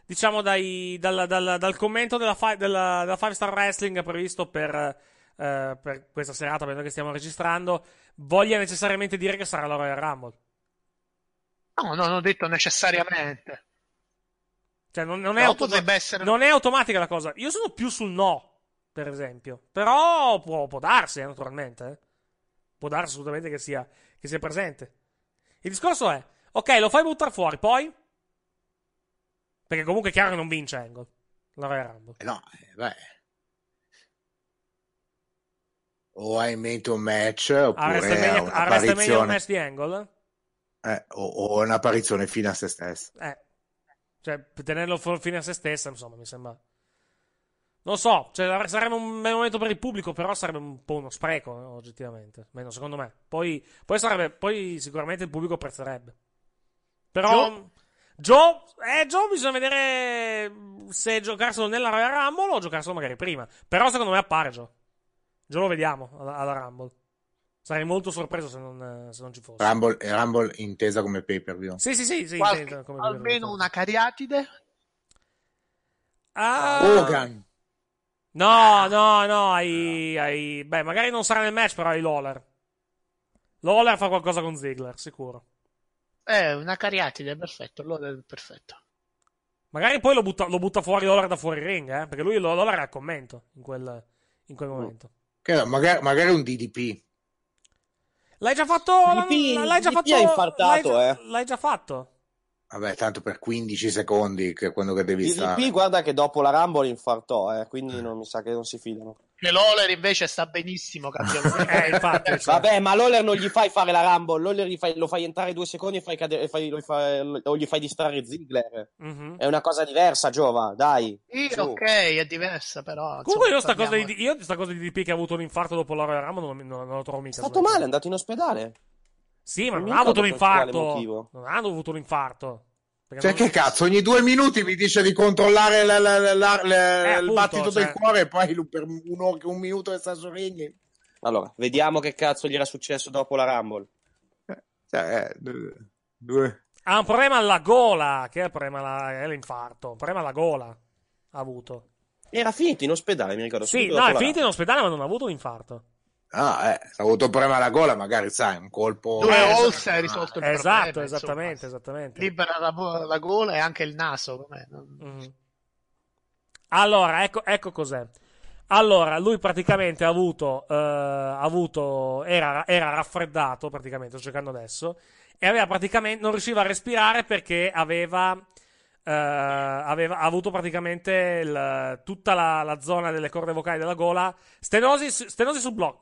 commento della Five Star Wrestling previsto per questa serata, per noi che stiamo registrando, voglia necessariamente dire che sarà la Royal Rumble. No, non ho detto necessariamente. Cioè non è automatica la cosa. Io sono più sul no, per esempio. Però può darsi, naturalmente. Può darsi assolutamente che sia presente. Il discorso è, ok, lo fai buttare fuori, poi? Perché comunque è chiaro che non vince Angle la Royal Rumble. O hai in mente un match, oppure a WrestleMania un match di Angle? O un'apparizione fine a se stessa. Cioè, tenerlo fine a se stessa, insomma, mi sembra. Non so, cioè, sarebbe un bel momento per il pubblico, però sarebbe un po' uno spreco, oggettivamente. Almeno secondo me. Poi sicuramente il pubblico apprezzerebbe. Però Joe bisogna vedere se giocarselo nella Royal Rumble o giocarselo magari prima. Però secondo me appare Joe lo vediamo alla Rumble. Sarei molto sorpreso se non ci fosse. Rumble intesa come pay-per-view. Sì, come almeno una cariatide. Hogan. No, beh, magari non sarà nel match, però hai Lawler. Lawler fa qualcosa con Ziggler, sicuro. Una cariatide, perfetto, Lawler è perfetto. Magari poi lo butta fuori Lawler da fuori ring, perché lui Lawler è al commento in quel momento. Magari un DDP. L'hai già fatto? L'hai già fatto? È infartato, L'hai già fatto? Vabbè, tanto per 15 secondi che è quello che devi stare. Guarda che dopo la Rumble infartò, quindi non mi sa che non si fidano. Che Lawler invece sta benissimo, infatti, Vabbè, ma Lawler non gli fai fare la Rumble, Lawler lo fai entrare 2 secondi e o gli fai distrarre Ziggler. Mm-hmm. È una cosa diversa, Giova, dai. Ok, è diversa, però. Comunque io sta cosa di DP che ha avuto un infarto dopo la Royal Rumble non lo trovo mica. È stato male, è andato in ospedale. Sì, ma non ha avuto un infarto. Non hanno avuto un infarto. Cioè, che cazzo, ogni 2 minuti mi dice di controllare il battito del cuore e poi per un minuto che sta su ring. Allora, vediamo che cazzo gli era successo dopo la Rumble. Ha un problema alla gola. Che è il problema? È l'infarto. Un problema alla gola ha avuto. Era finito in ospedale, mi ricordo. Sì, no, è finito in ospedale, ma non ha avuto un infarto. Ha avuto un problema alla gola, magari sai, un colpo. 2 oz hai risolto il problema. Esattamente. Libera la gola e anche il naso. Mm-hmm. Allora, ecco cos'è. Allora, lui praticamente era raffreddato, praticamente, sto cercando adesso, e non riusciva a respirare perché aveva avuto praticamente tutta la zona delle corde vocali della gola, stenosi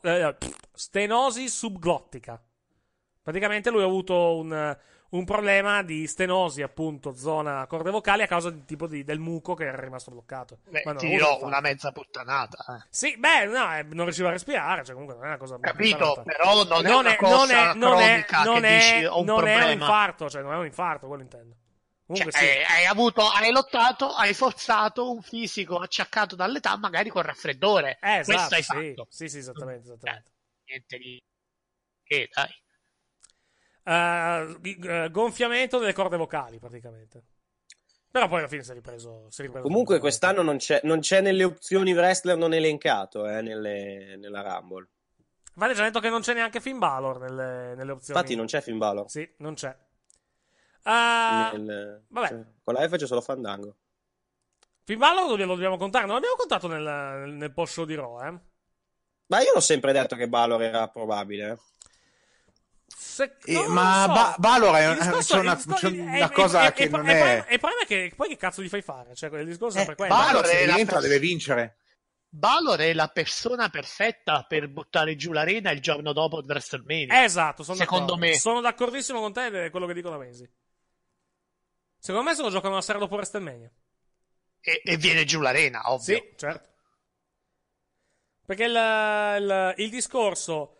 subglottica. Praticamente lui ha avuto un problema di stenosi, appunto, zona corde vocali a causa del muco che era rimasto bloccato. Ti dirò una mezza puttanata. Sì, non riusciva a respirare, cioè comunque non è una cosa. Capito, però non è una cosa cronica che dici ho un problema. Non è un infarto, cioè non è un infarto, quello intendo. Cioè, sì. Hai lottato, hai forzato un fisico acciaccato dall'età, magari con raffreddore. Esatto, questo hai fatto. Sì, esattamente. Niente di dai. Gonfiamento delle corde vocali, praticamente. Però poi alla fine si è ripreso. Comunque quest'anno non c'è nelle opzioni wrestler non elencato nella Rumble. Vale, già detto che non c'è neanche Finn Balor nelle opzioni. Infatti non c'è Finn Balor. Sì, non c'è. Vabbè. Con la F c'è solo Fandango. Finn Balor lo dobbiamo contare. Non l'abbiamo contato nel post show di Raw, Ma io l'ho sempre detto che Balor era probabile. Balor c'è una cosa che non è. E il problema è che poi che cazzo gli fai fare? Cioè, il discorso è sempre quello. Balor se rientra deve vincere. Balor è la persona perfetta per buttare giù l'arena il giorno dopo WrestleMania. Esatto, secondo me. Sono d'accordissimo con te ed è quello che dico da mesi. Secondo me se lo giocano la sera dopo WrestleMania. E viene giù l'arena, ovvio. Sì, certo. Perché il discorso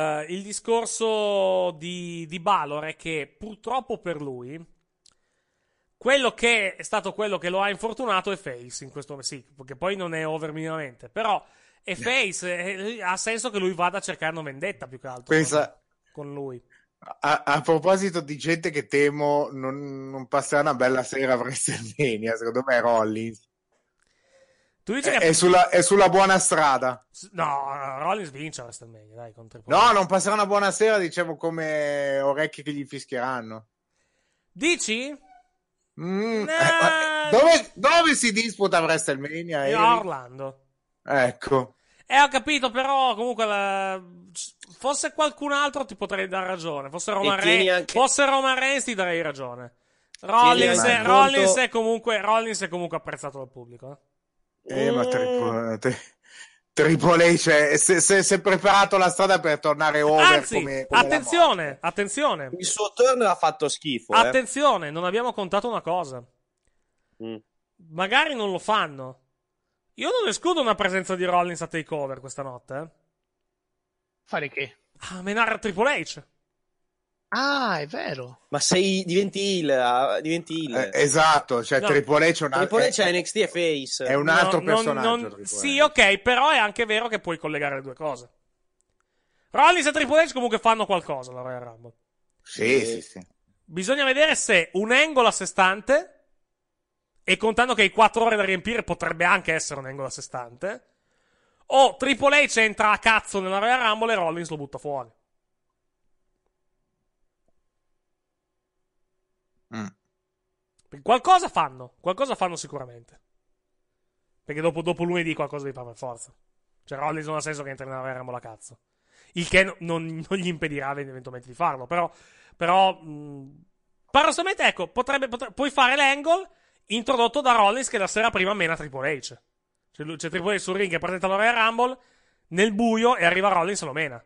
di Balor è che purtroppo per lui quello che è stato quello che lo ha infortunato è Face in questo sì, perché poi non è over minimamente, però è Face, ha senso che lui vada a cercare una vendetta più che altro con lui. A proposito di gente che temo non passerà una bella sera a WrestleMania, secondo me Rollins tu dici è sulla buona strada. No, Rollins vince a WrestleMania, dai, con Triple H. No, non passerà una buona sera, diciamo, come orecchie che gli fischieranno. Dici? Dove si disputa WrestleMania? Orlando. Ecco. Ho capito, però comunque fosse qualcun altro ti potrei dar ragione. Fosse Roman Reigns ti darei ragione. Rollins è comunque apprezzato dal pubblico. Ma Triple H si è preparato la strada per tornare over. Anzi, come attenzione. Il suo turn ha fatto schifo. Attenzione, non abbiamo contato una cosa. Magari non lo fanno. Io non escludo una presenza di Rollins a TakeOver questa notte. Fare che? Menare Triple H. Ah, è vero. Ma diventi heel. Esatto, cioè no. Triple H è NXT e Face. È un altro personaggio. Sì, ok, però è anche vero che puoi collegare le due cose. Rollins e Triple H comunque fanno qualcosa alla Royal Rumble. Sì. Bisogna vedere se un angle a sé stante, e contando che hai 4 ore da riempire potrebbe anche essere un angle a sé stante, o Triple H entra a cazzo nella Royal Rumble e Rollins lo butta fuori. Qualcosa fanno sicuramente. Perché dopo lunedì qualcosa devi fare per forza. Cioè Rollins non ha senso che entri nella Royal Rumble a cazzo. Il che non gli impedirà eventualmente di farlo. Però paradossalmente, ecco, puoi fare l'angle introdotto da Rollins che la sera prima mena Triple H. C'è Triple H sul ring che presenta la Royal Rumble nel buio e arriva Rollins e lo mena.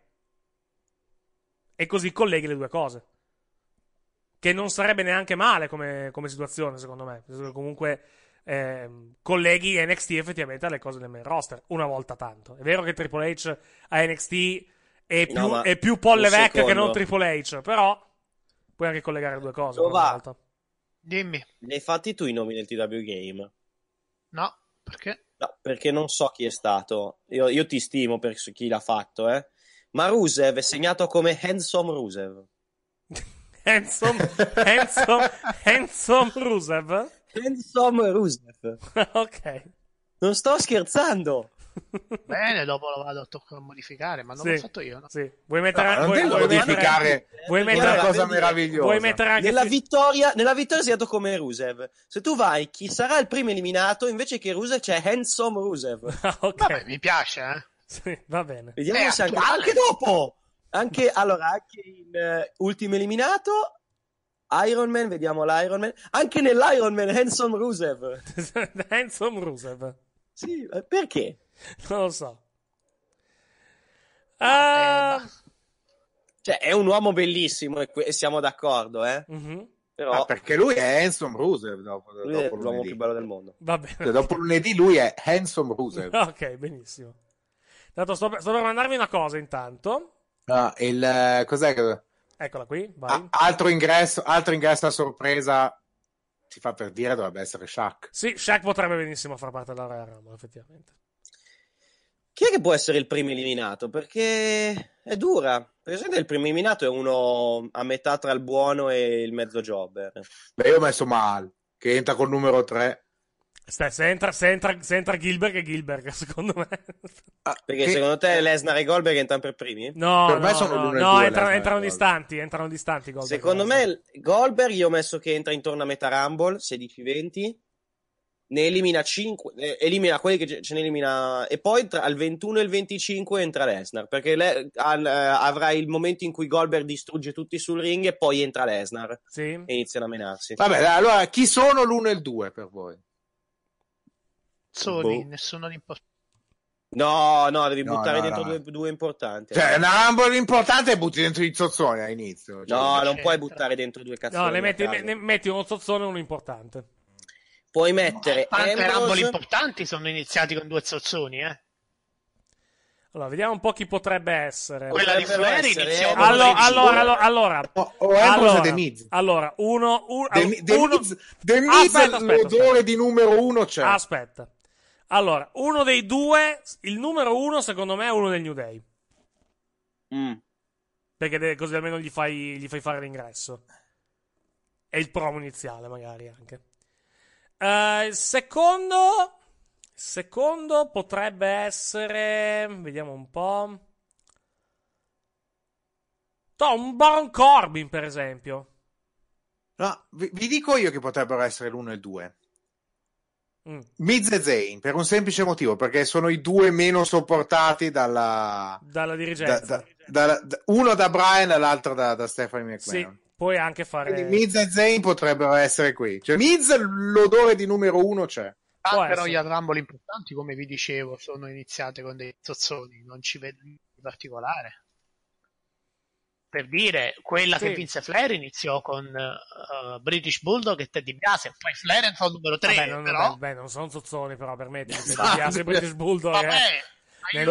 E così colleghi le due cose. Che non sarebbe neanche male come situazione, secondo me. Comunque colleghi NXT effettivamente alle cose del main roster una volta tanto. È vero che Triple H a NXT è più Paul Levesque che non Triple H, però puoi anche collegare le due cose una volta. Dimmi. Li hai fatti tu i nomi del TW Game? No, perché? No, perché non so chi è stato. Io ti stimo per chi l'ha fatto, ma Rusev è segnato come Handsome Rusev. Handsome Rusev? Handsome Rusev. Ok. Non sto scherzando. Bene, dopo lo vado a modificare, ma non l'ho fatto io, no? Sì. Vuoi mettere una cosa meravigliosa. Vuoi mettere anche nella vittoria è segnato come Rusev. Se tu vai, chi sarà il primo eliminato, invece che Rusev c'è Handsome Rusev. Ok. Vabbè, mi piace, Sì, va bene. Vediamo se anche dopo. Anche in ultimo eliminato Iron Man, vediamo l'Iron Man. Anche nell'Iron Man Handsome Rusev. Handsome Rusev. Sì, perché? Non lo so. Cioè, è un uomo bellissimo e siamo d'accordo, Mm-hmm. Però perché lui è Handsome Rusev dopo lui è l'uomo più bello del mondo. Va bene. Cioè, dopo lunedì lui è Handsome Rusev. Ok, benissimo. Tanto sto per mandarvi una cosa intanto. Cos'è che... Eccola qui, vai. Altro ingresso a sorpresa, si fa per dire, dovrebbe essere Shaq. Sì, Shaq potrebbe benissimo far parte della Royal Rumble, effettivamente. Chi è che può essere il primo eliminato? Perché è dura. Per esempio il primo eliminato è uno a metà tra il buono e il mezzo jobber. Beh, io ho messo Mal, che entra col numero 3. Se entra Gilbert è Gilbert, secondo me. Perché secondo te Lesnar e Goldberg entrano per primi? No, Per me sono l'uno e no, due, entrano distanti Goldberg. Secondo me Goldberg io ho messo che entra intorno a metà Rumble, 16-20. Ne elimina 5, elimina quelli che ce ne elimina, e poi al 21 e il 25 entra Lesnar, perché avrà il momento in cui Goldberg distrugge tutti sul ring e poi entra Lesnar e iniziano a menarsi. Vabbè, allora chi sono l'1 e il 2 per voi? Nessuno di importante. No, devi buttare dentro due importanti. Cioè, una Rumble importante e butti dentro i zozzoni all'inizio. No, non puoi buttare dentro due cazzoni. No, ne metti uno zozzone e uno importante. Puoi mettere Tante Rumble importanti sono iniziati con 2 zozzoni, Allora, vediamo un po' chi potrebbe essere. Quella di Flair iniziò con allora. O Ambrose e The Miz. Allora, The Miz l'odore di numero 1 c'è. Aspetta. Allora, uno dei due, il numero 1 secondo me è uno del New Day. Perché così almeno gli fai fare l'ingresso. E il promo iniziale magari anche. Il secondo potrebbe essere, vediamo un po', un Baron Corbin per esempio. No, vi dico io che potrebbero essere l'1 e il 2. Miz e Zayn, per un semplice motivo, perché sono i due meno sopportati dalla dirigenza. Uno da Bryan e l'altro da Stephanie McMahon. Sì. Puoi anche fare. Quindi Miz e Zayn potrebbero essere qui. Cioè, Miz l'odore di numero 1 c'è. Però gli Rumble importanti, come vi dicevo, sono iniziate con dei zozzoni, non ci vedo niente di particolare. Per dire, quella che vinse Flair iniziò con British Bulldog e Teddy Biase, poi Flair entrò al numero 3. Vabbè, non sono zozzoni, però permetti. Teddy Biase e British Bulldog. Nel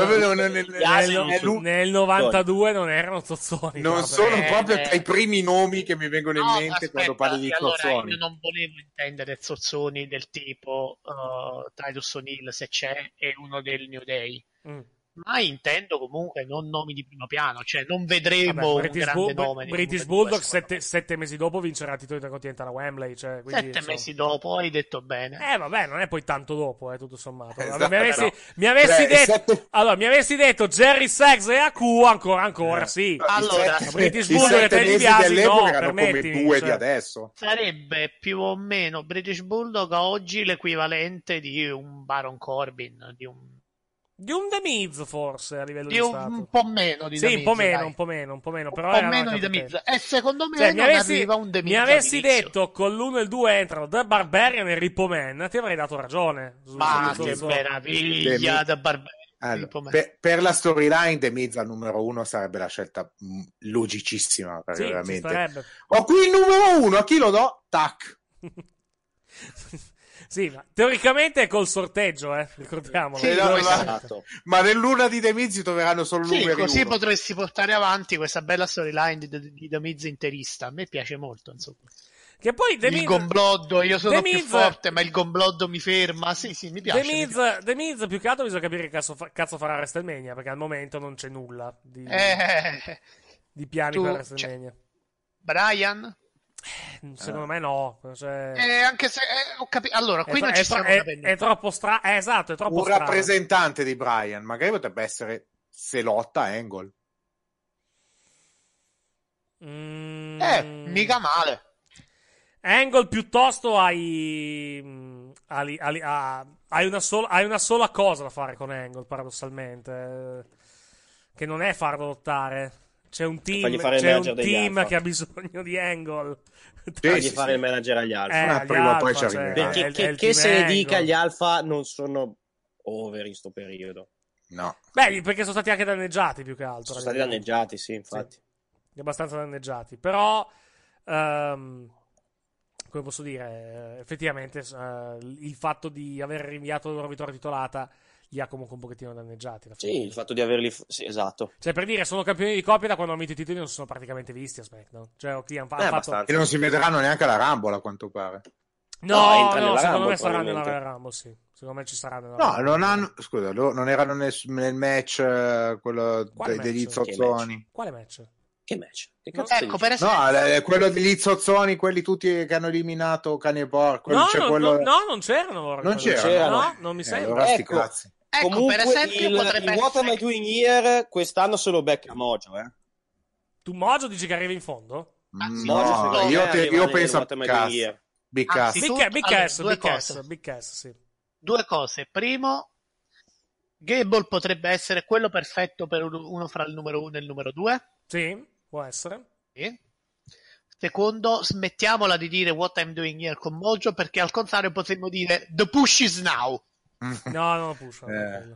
92 non erano zozzoni. Non sono proprio tra i primi nomi che mi vengono in mente quando parli di zozzoni. Io non volevo intendere zozzoni del tipo Titus O'Neil, se c'è, e uno del New Day. Ma intendo comunque non nomi di primo piano, cioè non vedremo un grande nome. British Bulldog 7 mesi dopo vincerà il titolo intercontinentale a Wembley. Cioè, quindi, 7 mesi dopo, hai detto bene. Vabbè, non è poi tanto dopo, tutto sommato. Esatto, mi avessi detto Jerry Sachs e AQ, ancora sì. Allora, British Bulldog e Teddy Biase, no, erano come due di adesso. Sarebbe più o meno British Bulldog a oggi l'equivalente di un Baron Corbin, di un The Miz forse a livello di stato. Un po' meno di The Miz. Sì, un po' meno, però un po' meno di The Miz. E secondo me non arriva un The Miz. Mi avessi detto con l'1 e il 2 entrano The Barbarian e Repo Man, ti avrei dato ragione. Ma che meraviglia, The Barbarian. Allora, per la storyline The Miz al numero 1 sarebbe la scelta logicissima, perché veramente. Ho qui il numero 1, a chi lo do? Tac. Sì, ma teoricamente è col sorteggio, ricordiamolo. Sì, ma nell'una di The Miz troveranno solo numeri così 1. Potresti portare avanti questa bella storyline di The Miz interista. A me piace molto, insomma. Che poi il gombloddo, io sono più forte, ma il gombloddo mi ferma. Sì, mi piace. The Miz più che altro bisogna capire che cazzo farà WrestleMania, perché al momento non c'è nulla di piani per WrestleMania. Brian? Secondo me no, cioè... anche se ho capito. Allora, qui non ci stiamo capendo. È troppo strano. Esatto, è troppo strano. Un rappresentante di Bryan, magari potrebbe essere se lotta Angle. Mica male. Angle piuttosto hai una sola cosa da fare con Angle, paradossalmente, che non è farlo lottare. C'è un team che ha bisogno di Angle. Fagli fare il manager agli Alfa. Prima o poi ci arriverà. Perché che se ne dica, gli Alfa non sono over in sto periodo. No. Beh, perché sono stati anche danneggiati più che altro. Sono stati danneggiati, sì, infatti. Sì, abbastanza danneggiati. Però, come posso dire, effettivamente il fatto di aver rinviato la loro vittoria titolata li ha comunque un pochettino danneggiati. Sì, il fatto di averli... Sì, esatto. Cioè, per dire, sono campioni di coppia da quando hanno vinto i titoli non si sono praticamente visti a SmackDown. Cioè, chi hanno fatto... E non si vedranno neanche alla Rumble, a quanto pare. No, secondo me saranno nella Rumble, sì. Secondo me ci saranno nella Rumble. Non hanno... Scusa, non erano nel match quello degli zozzoni. Quale match? Che match? Che No, cazzo ecco, dici? per esempio... No, quello degli zozzoni, quelli tutti che hanno eliminato Cane e Borg. No, quello... non c'erano loro. Non c'erano? No, non mi sembra. Allora sti Ecco. cazzi. Ecco, Comunque, per esempio, potrebbe il What Am I Doing Here quest'anno se lo becca Mojo, Tu Mojo dici che arriva in fondo? No, io penso a Cass. Big Cass. Big Cass, sì. Due cose. Primo, Gable potrebbe essere quello perfetto per uno fra il numero 1 e il numero 2. Sì, può essere. Sì. Secondo, smettiamola di dire What I'm Doing Here con Mojo, perché al contrario potremmo dire The push is now. No, non lo push. Per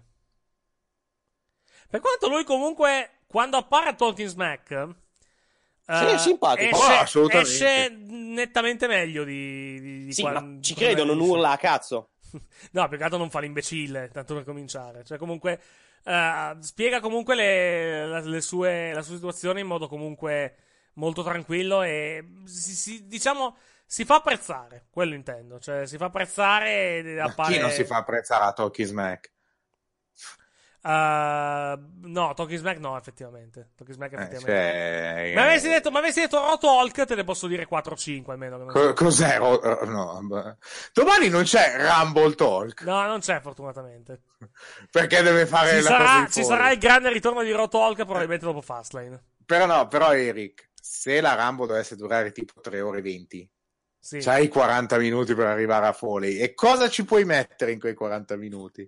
quanto lui comunque, quando appare a Talking Smack, è simpatico. esce nettamente meglio di sì, ma ci credo, non urla a cazzo. No, più che altro non fa l'imbecille, tanto per cominciare. Cioè, comunque, spiega comunque la sua situazione in modo comunque molto tranquillo e diciamo si fa apprezzare, quello intendo. Cioè, si fa apprezzare e appare... Chi non si fa apprezzare a Talking Smack? No, Talking Smack no, effettivamente. Talking Smack effettivamente. Cioè... Ma avessi detto Raw Talk, te ne posso dire 4-5 almeno. Cos'è? No. Domani non c'è Rumble Talk. No, non c'è cosa Perché deve fare ci sarà il grande ritorno di Raw Talk probabilmente dopo Fastlane. Però Eric, se la Rumble dovesse durare tipo 3 ore e 20, sì, c'hai 40 minuti per arrivare a Foley. E cosa ci puoi mettere in quei 40 minuti?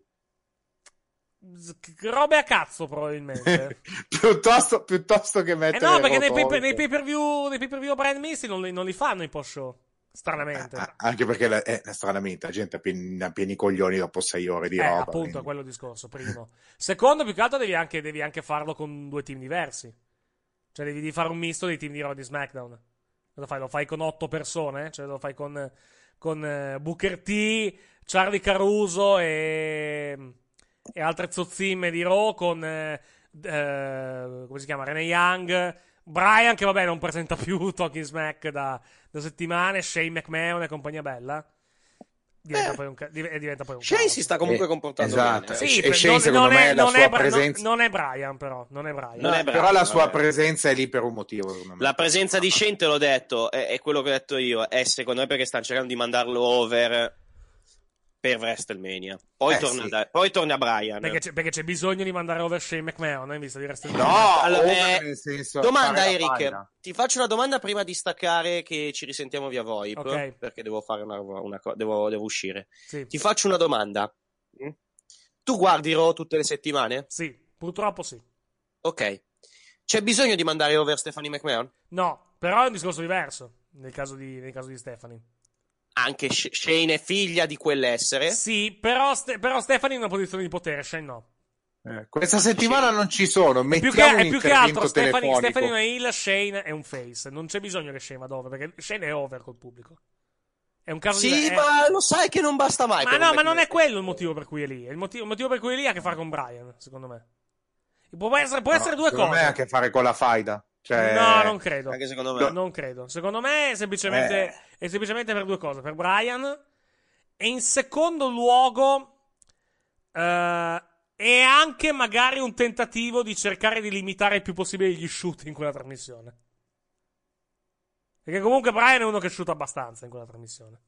Robe a cazzo probabilmente. piuttosto che mettere no, perché nei pay per view Brand Missy non li fanno i post show stranamente. Anche perché stranamente la gente ha pieni coglioni dopo 6 ore di roba, appunto quindi. Quello discorso primo. Secondo, più che altro devi anche farlo con 2 team diversi, cioè devi fare un misto dei team di Raw e di SmackDown. Lo fai con 8 persone, cioè lo fai con Booker T, Charlie Caruso e altre zozzime di Raw con come si chiama, Renee Young, Bryan, che vabbè non presenta più Talking Smack da settimane, Shane McMahon e compagnia bella. Diventa poi un Shane si sta comunque comportando esatto. bene. Sì, e Shane secondo me la sua presenza non è Bryan, però non è Bryan. Però la sua presenza è lì per un motivo, secondo me. La presenza di Shane, te l'ho detto, è quello che ho detto io, è secondo me perché stanno cercando di mandarlo over per WrestleMania. Poi torna Bryan. Perché c'è bisogno di mandare over Shane McMahon in vista di WrestleMania. No, allora, nel senso, domanda, Eric. Ti faccio una domanda prima di staccare, che ci risentiamo via VoIP. Okay. Perché devo fare una cosa, devo uscire. Sì. Ti faccio una domanda. Tu guardi Raw tutte le settimane? Sì, purtroppo sì. Ok. C'è bisogno di mandare over Stephanie McMahon? No, però è un discorso diverso nel caso di Stephanie. Anche Shane è figlia di quell'essere. Sì, però Stephanie è in una posizione di potere, Shane no. Questa settimana non ci sono. È più che altro Stephanie è una heel, Shane è un face. Non c'è bisogno che Shane vada over, perché Shane è over col pubblico. È un caso sì, ma lo sai che non basta mai. Ma no, ma non è quello il motivo per cui è lì. Il motivo per cui è lì ha a che fare con Bryan, secondo me. Può essere due cose. Secondo me ha a che fare con la faida. Cioè... No, non credo. Anche secondo me. Non credo. Secondo me è semplicemente per due cose. Per Bryan. E in secondo luogo è anche magari un tentativo di cercare di limitare il più possibile gli shoot in quella trasmissione. Perché comunque Bryan è uno che shoot abbastanza in quella trasmissione.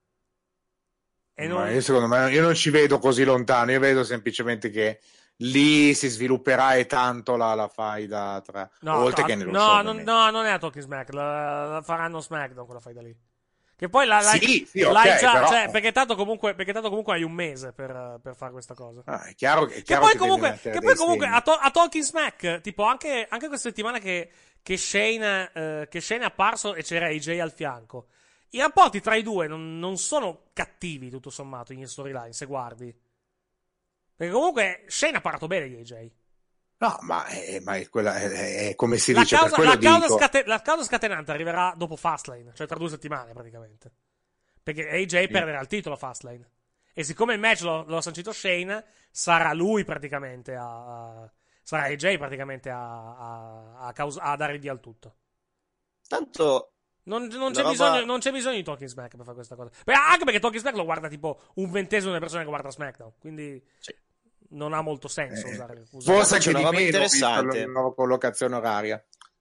Ma io secondo me io non ci vedo così lontano. Io vedo semplicemente che lì si svilupperà e tanto la faida tra oltre che nello show. No, non è a Talking Smack, la faranno SmackDown quella faida lì. Che poi sì, l'hai già, però... cioè, perché tanto comunque hai un mese per fare questa cosa. È chiaro che poi comunque a Talking Smack, tipo anche questa settimana che Shane è apparso e c'era AJ al fianco. I rapporti tra i due non sono cattivi, tutto sommato, in storyline, se guardi. Perché comunque Shane ha parlato bene di AJ. No, ma è come si dice, per quello la causa scatenante arriverà dopo Fastlane, cioè tra 2 settimane praticamente. Perché AJ perderà il titolo a Fastlane. E siccome il match l'ha sancito Shane, sarà lui praticamente sarà AJ praticamente a dare via il tutto. Tanto... Non c'è bisogno di Talking Smack per fare questa cosa. Anche perché Talking Smack lo guarda tipo 1/20 delle persone che guarda SmackDown. Quindi non ha molto senso usare. Forse c'è una di roba meno interessante. la nuova collocazione oraria.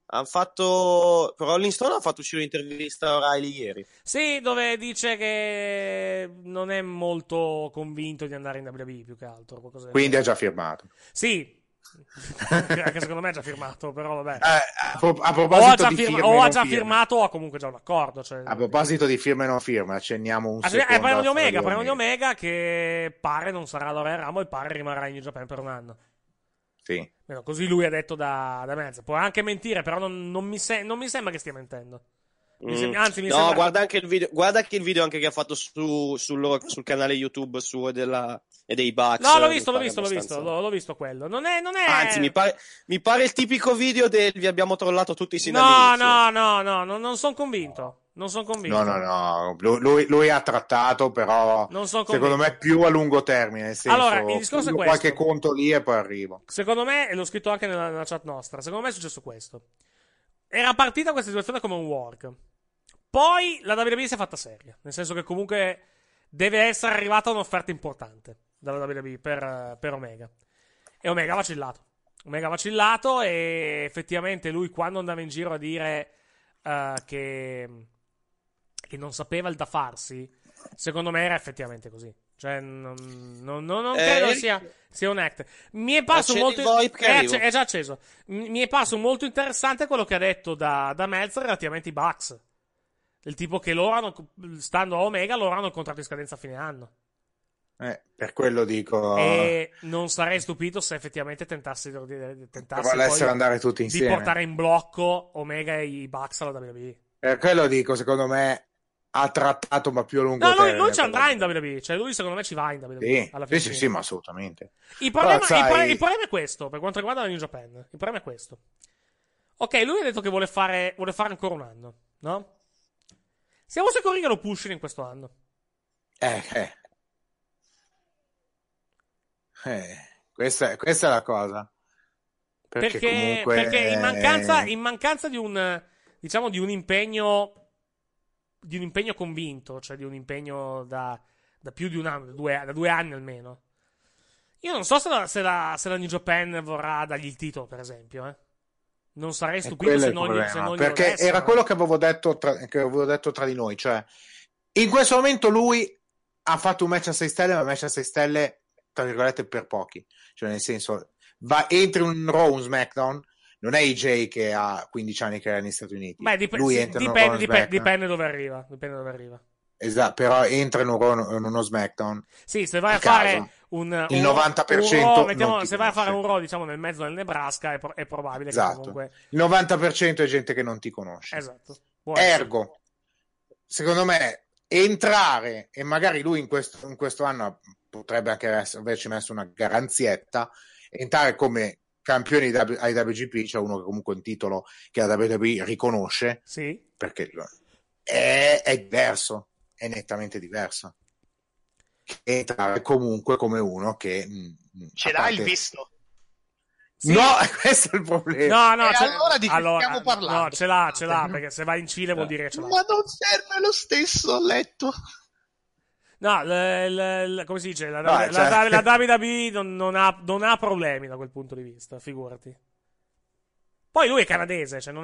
Rolling Stone ha fatto uscire un'intervista a O'Reilly ieri. Sì, dove dice che non è molto convinto di andare in WWE più che altro. Quindi ha già firmato. Sì. Anche secondo me è già firmato, però vabbè. A proposito di firme o ha già firmato o ha comunque già un accordo. Cioè... A proposito di firme e non firme, accenniamo un secondo. Parliamo di Omega che pare non sarà alla Royal Rumble e pare rimarrà in New Japan per un anno. Sì. Così lui ha detto da mezzo. Può anche mentire, però non mi sembra che stia mentendo. Anzi, mi sembra... guarda anche il video. Guarda anche il video anche che ha fatto sul canale YouTube suo e dei Bucks. No, l'ho visto quello. Non è... Anzi, mi pare il tipico video del vi abbiamo trollato tutti sin dall'inizio. No, non sono convinto. No. Lui ha trattato, però secondo me più a lungo termine. Nel senso, allora, il discorso è questo. Qualche conto lì e poi arrivo. Secondo me, e l'ho scritto anche nella chat nostra, secondo me è successo questo. Era partita questa situazione come un work. Poi la WWE si è fatta seria. Nel senso che comunque deve essere arrivata un'offerta importante dalla WWE per Omega. E Omega ha vacillato e effettivamente lui quando andava in giro a dire che non sapeva il da farsi, secondo me era effettivamente così. Cioè non credo sia un act. Mi è parso molto è già acceso. Mi è parso molto interessante quello che ha detto da Meltzer relativamente ai Bucks. Del tipo che stando a Omega, loro hanno il contratto in scadenza a fine anno. Per quello dico. E non sarei stupito se effettivamente tentasse andare tutti insieme, di portare in blocco Omega e i Bucks alla WWE. Per quello dico, secondo me ha trattato, ma più a lungo termine. Lui ci andrà in WWE. Cioè, lui secondo me ci va in WWE. Sì, ma assolutamente. Il problema è questo, per quanto riguarda la New Japan. Il problema è questo. Ok, lui ha detto che vuole fare ancora un anno, no? Siamo sicuri che lo pushino in questo anno? Questa è la cosa. Perché in mancanza di un impegno convinto, cioè di un impegno da più di un anno, da 2 anni almeno. Io non so se la New Japan vorrà dargli il titolo, per esempio, Non sarei stupito se non perché era quello che avevo detto tra di noi, cioè in questo momento lui ha fatto un match a 6 stelle, ma un match a 6 stelle tra virgolette per pochi, cioè nel senso entri un Raw, un SmackDown, non è AJ che ha 15 anni che era negli Stati Uniti. Beh, dipende dove arriva. Esatto, però entra in uno SmackDown. Sì, se vai a fare il 90% se vai a fare un Raw, diciamo, nel mezzo del Nebraska, è probabile che comunque il 90% è gente che non ti conosce. Esatto. Ergo, secondo me, entrare, e magari lui in questo anno potrebbe anche averci messo una garanzietta, entrare come campione ai WGP, cioè uno che comunque un titolo che la WWE riconosce, sì, perché è diverso, è nettamente diverso. Entrare comunque come uno che ce l'ha il visto. Sì. No, questo è il problema. No, allora di che stiamo parlando? No, ce l'ha, perché se vai in Cile vuol dire che ce l'ha. Ma non serve lo stesso, ho letto. No, come si dice? La WWE non ha problemi da quel punto di vista, figurati. Poi lui è canadese, cioè non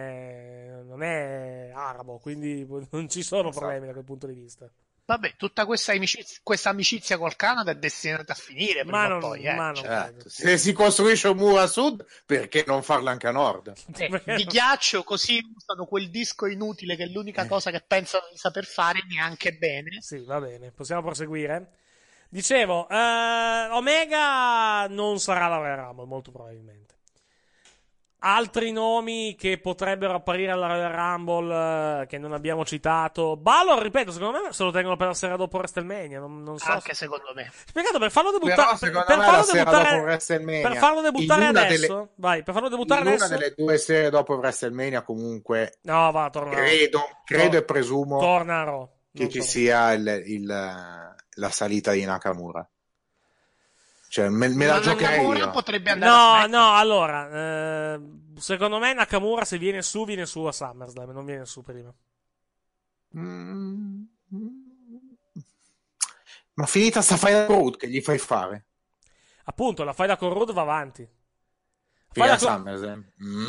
è arabo, quindi non ci sono problemi da quel punto di vista. Vabbè, tutta questa amicizia col Canada è destinata a finire prima o poi. Certo. Se si costruisce un muro a sud, perché non farlo anche a nord? Di ghiaccio, così usano quel disco inutile che è l'unica cosa che pensano di saper fare neanche bene. Sì, va bene, possiamo proseguire. Dicevo, Omega non sarà la Royal Rumble, molto probabilmente. Altri nomi che potrebbero apparire alla Royal Rumble che non abbiamo citato. Balor, ripeto, secondo me se lo tengono per la sera dopo WrestleMania. Non so. Anche secondo me. Spiegato, per farlo debuttare. Per farlo debuttare adesso. Vai, per farlo debuttare adesso. In una delle 2 serie dopo WrestleMania, comunque. No, va, torna. Credo e presumo. Torna a Raw. Che ci sia la salita di Nakamura. Cioè, me la giocherei io. Potrebbe andare allora, secondo me Nakamura se viene su a SummerSlam, non viene su prima. Ma finita sta fight con Road, che gli fai fare? Appunto, la fight con Road va avanti. Fino a SummerSlam.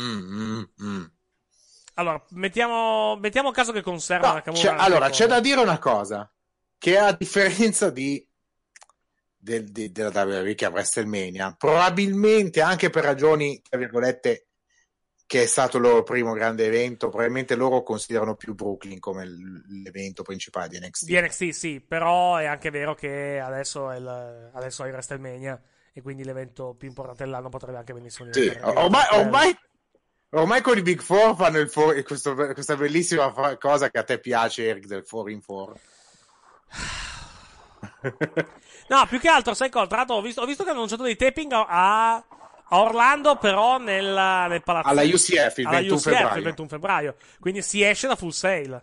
Allora, mettiamo caso che conserva Nakamura. Allora, c'è da dire una cosa, che a differenza della WWE che a WrestleMania, probabilmente anche per ragioni, tra virgolette, che è stato il loro primo grande evento, probabilmente loro considerano più Brooklyn come l'evento principale di NXT. Di NXT, sì, però è anche vero che adesso è WrestleMania e quindi l'evento più importante dell'anno potrebbe anche benissimo diventare. Ormai con i Big Four fanno questa bellissima cosa che a te piace, Eric, del 4-in-4. No, più che altro, sai cosa? Tra l'altro ho visto che hanno annunciato dei taping a Orlando, però nel palazzo. Alla UCF il 21 febbraio. Quindi si esce da Full Sail.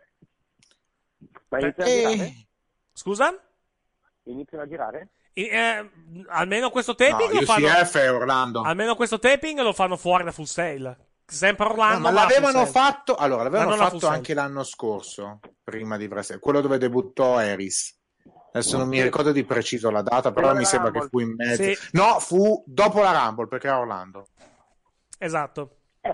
Ma iniziano a girare? Scusa? Iniziano a girare? Almeno questo taping lo fanno. UCF è Orlando. Almeno questo taping lo fanno fuori da Full Sail. Sempre Orlando. Ma l'avevano fatto. Allora, l'avevano fatto anche l'anno scorso, prima di Wrestle, quello dove debuttò Harris. Adesso non mi ricordo di preciso la data, però mi sembra che fu in mezzo. Sì. No, fu dopo la Rumble, perché era Orlando. Esatto.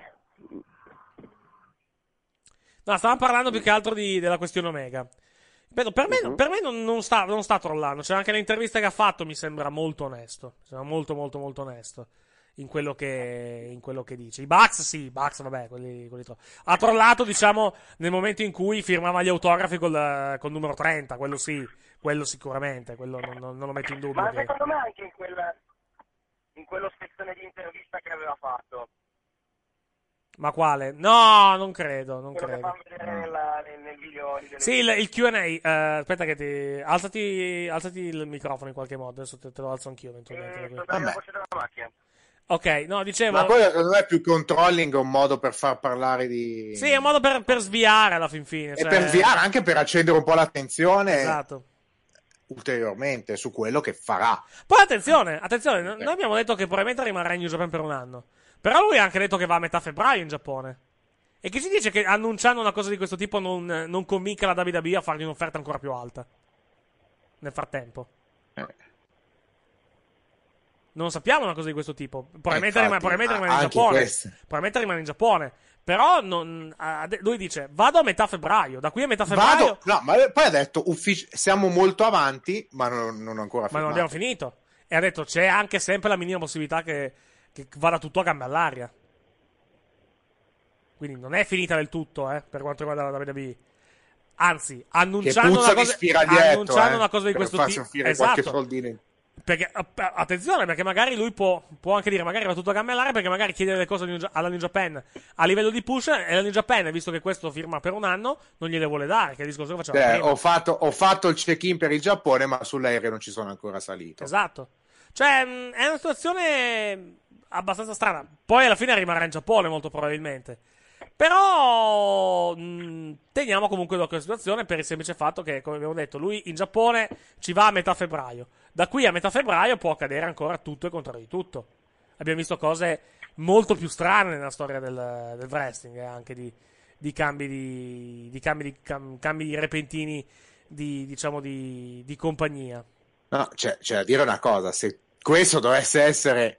No, stavamo parlando più che altro della questione Omega. Per me non sta trollando. C'è anche l'intervista che ha fatto, mi sembra molto onesto. Sembra molto, molto, molto onesto in quello che dice. I Bucks, vabbè, quelli ha trollato, diciamo, nel momento in cui firmava gli autografi col numero 30, quello sì. Quello sicuramente, quello non lo metto in dubbio. Ma secondo me anche in quello sezione di intervista che aveva fatto. Ma quale? No, non credo. Che fanno vedere nel video. Sì, il Q&A. Aspetta che alzati il microfono in qualche modo. Adesso te lo alzo anch'io eventualmente. La voce della macchina. Ok, no, dicevo. Ma quello secondo me è più controlling, è un modo per far parlare di. Sì, è un modo per sviare alla fin fine. E per sviare, anche per accendere un po' l'attenzione. Esatto. Ulteriormente su quello che farà. Poi attenzione, noi abbiamo detto che probabilmente rimarrà in New Japan per un anno. Però lui ha anche detto che va a metà febbraio in Giappone. E che si dice che annunciando una cosa di questo tipo non convinca la WWE a fargli un'offerta ancora più alta nel frattempo. Non sappiamo una cosa di questo tipo. Probabilmente rimane in Giappone. Probabilmente rimane in Giappone. Però lui dice vado a metà febbraio. Da qui a metà febbraio. No, ma poi ha detto siamo molto avanti, ma non ancora finito. Ma non abbiamo finito. E ha detto c'è anche sempre la minima possibilità che vada tutto a gambe all'aria. Quindi non è finita del tutto, per quanto riguarda la WWE. Anzi, annunciando una cosa di questo tipo. Esatto. Perché, attenzione, perché magari lui può anche dire, magari va tutto a gambe all'aria, perché magari chiede delle cose alla New Japan a livello di push, e la New Japan, visto che questo firma per un anno, non gliele vuole dare, che è il discorso che facciamo prima. Ho fatto il check-in per il Giappone, ma sull'aereo non ci sono ancora salito. Esatto. Cioè, è una situazione abbastanza strana. Poi alla fine rimarrà in Giappone, molto probabilmente. Però teniamo comunque d'occhio la situazione, per il semplice fatto che, come abbiamo detto, lui in Giappone ci va a metà febbraio. Da qui a metà febbraio può accadere ancora tutto e contrario di tutto. Abbiamo visto cose molto più strane nella storia del wrestling, anche di cambi repentini di compagnia. No, c'è da dire una cosa: se questo dovesse essere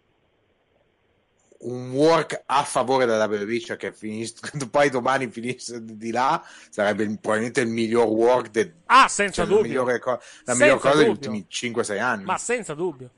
un work a favore della WWE, cioè che poi domani finisce di là, sarebbe probabilmente il miglior work senza dubbio. La miglior cosa degli ultimi 5-6 anni. Ma senza dubbio.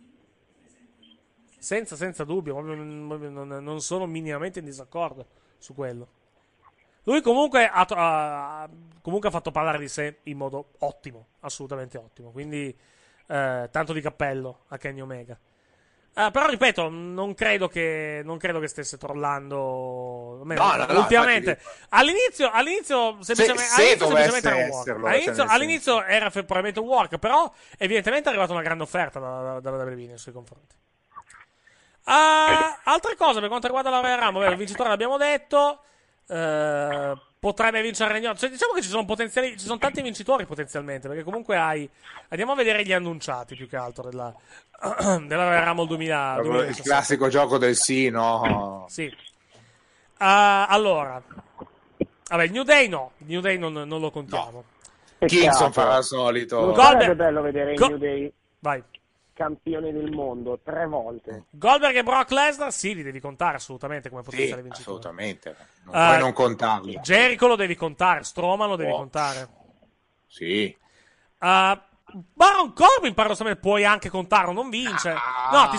Senza dubbio. Non sono minimamente in disaccordo su quello. Lui comunque ha fatto parlare di sé in modo ottimo, assolutamente ottimo. Quindi tanto di cappello a Kenny Omega. Però ripeto, non credo che stesse trollando ultimamente. All'inizio semplicemente era un work. All'inizio era probabilmente un work, però evidentemente è arrivata una grande offerta dalla WWE nei suoi confronti. Altre cose per quanto riguarda la Royal Rumble, il vincitore l'abbiamo detto. Potrebbe vincere Regno. Cioè, diciamo che ci sono tanti vincitori potenzialmente, perché comunque andiamo a vedere gli annunciati più che altro della Royal Rumble 2017. Il classico gioco del sì, no? Sì. Allora, vabbè, New Day non lo contiamo. No. Kingston farà il solito. Non sarebbe bello vedere New Day. Vai. campione del mondo 3 volte. Goldberg e Brock Lesnar, sì, li devi contare assolutamente come potenziali vincitori. Assolutamente. Non puoi non contarli. Jericho lo devi contare, Strowman lo devi contare. Sì. Baron Corbin paradossalmente puoi anche contarlo, non vince. No,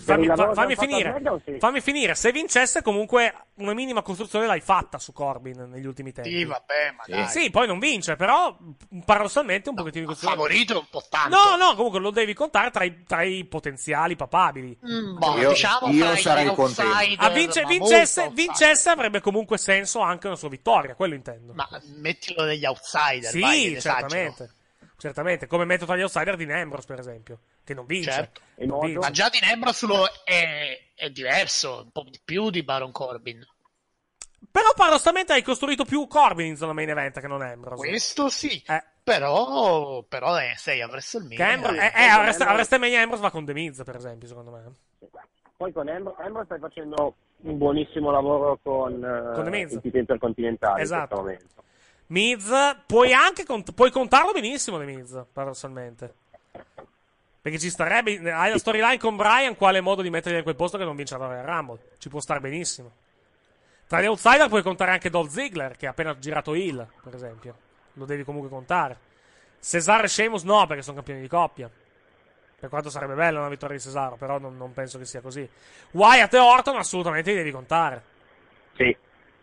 fammi finire. Se vincesse comunque una minima costruzione l'hai fatta su Corbin negli ultimi tempi. Sì, vabbè, ma dai. Sì, poi non vince, però paradossalmente un pochettino di costruzione. Favorito è un po' tanto. No, comunque lo devi contare tra i potenziali papabili. Io sarei contento. Vincesse avrebbe comunque senso anche una sua vittoria, quello intendo. Ma mettilo negli outsider, sì, certamente, come metto tra gli outsider Dean Ambrose, per esempio, che non vince. Certo. Ma già Dean Ambrose è diverso, un po' di più di Baron Corbin. Però paradossalmente hai costruito più Corbin in zona main event che non Ambrose. Questo sì, però sei a WrestleMania. Avreste meglio Ambrose va con The Miz, per esempio, secondo me. Poi con Ambrose stai facendo un buonissimo lavoro con The Miz. il titolo intercontinentale. Esatto. In questo momento. Miz, puoi contarlo benissimo The Miz, paradossalmente. Perché ci starebbe, hai la storyline con Bryan, quale modo di metterli in quel posto che non vince la Royal Rumble. Ci può stare benissimo. Tra gli outsider puoi contare anche Dolph Ziggler, che ha appena girato heel, per esempio. Lo devi comunque contare. Cesaro e Sheamus no, perché sono campioni di coppia. Per quanto sarebbe bella una vittoria di Cesaro, però non penso che sia così. Wyatt e Orton assolutamente li devi contare. Sì.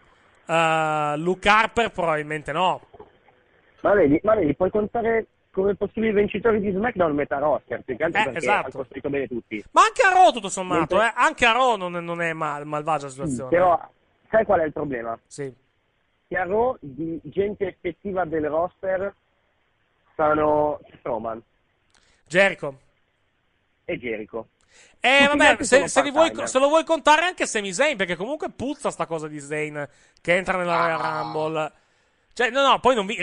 Luke Harper probabilmente no. Ma vedi, puoi contare come possibili vincitori di SmackDown metà roster, più che altro perché hanno costruito bene tutti. Ma anche a Raw tutto sommato, anche a Raw non è malvagia la situazione. Però sai qual è il problema? Sì. Che a Raw di gente effettiva del roster sono Strowman, Jericho e Jericho. Vabbè, se lo vuoi contare anche Sami Zayn, perché comunque puzza sta cosa di Zayn che entra nella Royal Rumble. Cioè, no, poi non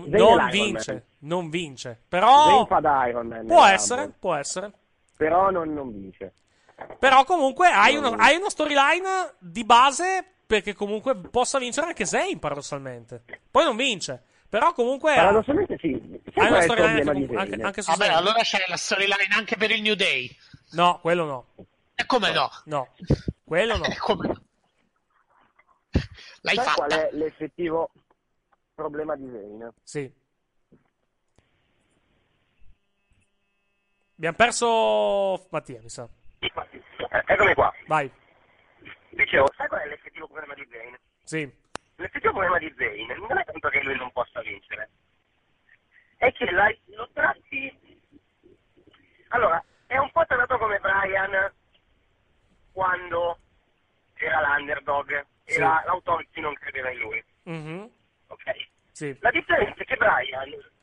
vince. Però Zayn fa da Iron Man. Può essere. Però non vince. Però comunque hai una storyline di base perché comunque possa vincere anche Zayn, paradossalmente. Poi non vince. Però comunque paradossalmente sì. Hai una storyline anche su Vabbè, Zayn. allora c'è la storyline anche per il New Day. No, quello no. E come no? No, quello no. Come no? L'hai fatta? Qual è l'effettivo problema di Zayn? Sì. Abbiamo perso Mattia, mi sa. Eccomi qua. Vai. Dicevo, sai qual è l'effettivo problema di Zayn? Sì. L'effettivo problema di Zayn non è tanto che lui non possa vincere, è che lo tratti. Allora, è un po' trattato come Bryan quando era l'underdog e l'autority non credeva in lui. Mm-hmm. Ok? Sì. La differenza è che Bryan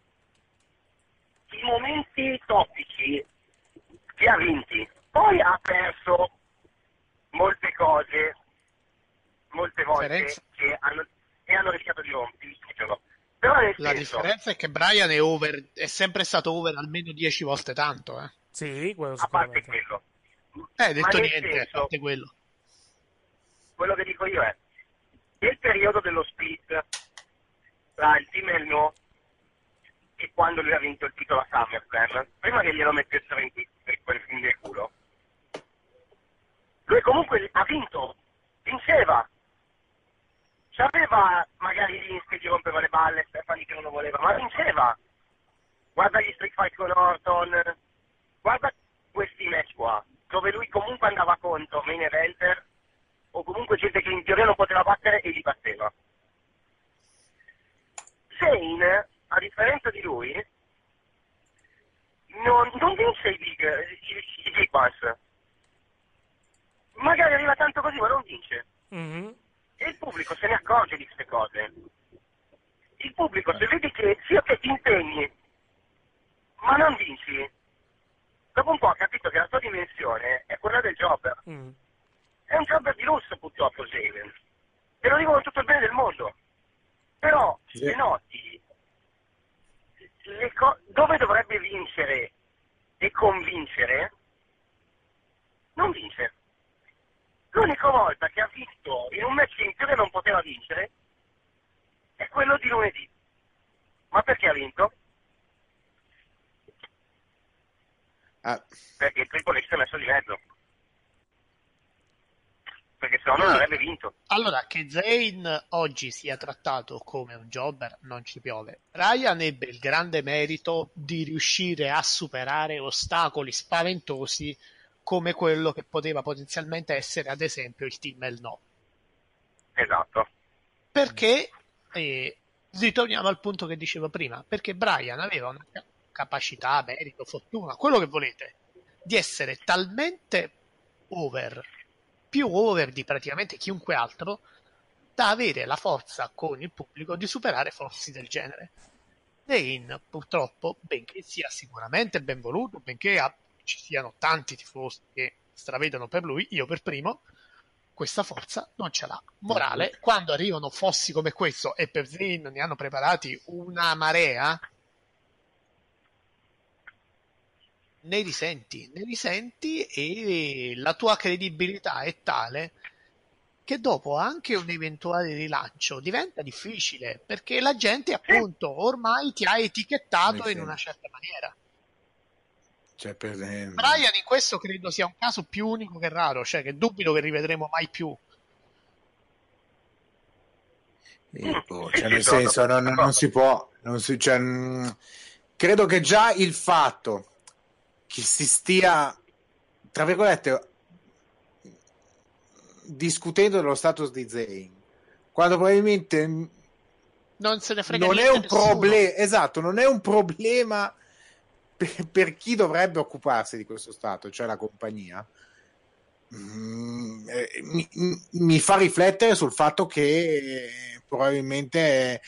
i momenti topici li ha vinti, poi ha perso molte cose, molte volte che hanno rischiato di romperlo. Però la differenza è che Bryan è sempre stato over almeno 10 volte tanto, eh. Sì, quello a parte quello. Hai detto Ma niente, a parte quello. Quello che dico io è nel periodo dello split tra il team e il no e quando lui ha vinto il titolo a SummerSlam, prima che glielo mettessero in quel film del culo, lui comunque ha vinto, vinceva. C'aveva magari Vince che gli rompeva le balle, Stephanie che non lo voleva, ma vinceva. Guarda gli street fight con Orton, guarda questi match qua, dove lui comunque andava contro main eventer o comunque gente che in teoria non poteva battere e li batteva. Zayn, a differenza di lui, non vince i big ones. Magari arriva tanto così, ma non vince. Mm-hmm. E il pubblico se ne accorge di queste cose. Il pubblico, se vedi che sì, ok, ti impegni, ma non vinci, dopo un po' ha capito che la tua dimensione è quella del jobber. È un jobber di lusso, purtroppo, Zayn. E lo dico con tutto il bene del mondo. Però, se noti, dove dovrebbe vincere e convincere, non vince. L'unica volta che ha vinto in un match in cui non poteva vincere è quello di lunedì. Ma perché ha vinto? perché Triple H si è messo di mezzo, perché se no non avrebbe vinto. Allora, che Zayn oggi sia trattato come un jobber non ci piove. Ryan ebbe il grande merito di riuscire a superare ostacoli spaventosi come quello che poteva potenzialmente essere, ad esempio, il Team El No. Esatto. Perché, ritorniamo al punto che dicevo prima, perché Bryan aveva una capacità, merito, fortuna, quello che volete, di essere talmente più over di praticamente chiunque altro, da avere la forza con il pubblico di superare forze del genere. Zayn, purtroppo, benché sia sicuramente ben voluto, benché ci siano tanti tifosi che stravedono per lui, io per primo, questa forza non ce l'ha. Morale, quando arrivano fossi come questo, e per Zayn ne hanno preparati una marea, ne risenti e la tua credibilità è tale che dopo anche un eventuale rilancio diventa difficile, perché la gente appunto ormai ti ha etichettato in una certa maniera. Cioè, Brian in questo credo sia un caso più unico che raro, cioè che dubito che rivedremo mai più. Cioè, nel senso, non si può, credo che già il fatto che si stia, tra virgolette, discutendo dello status di Zayn, quando probabilmente non se ne frega non è un problema, esatto, non è un problema per chi dovrebbe occuparsi di questo stato, cioè la compagnia. Mi fa riflettere sul fatto che probabilmente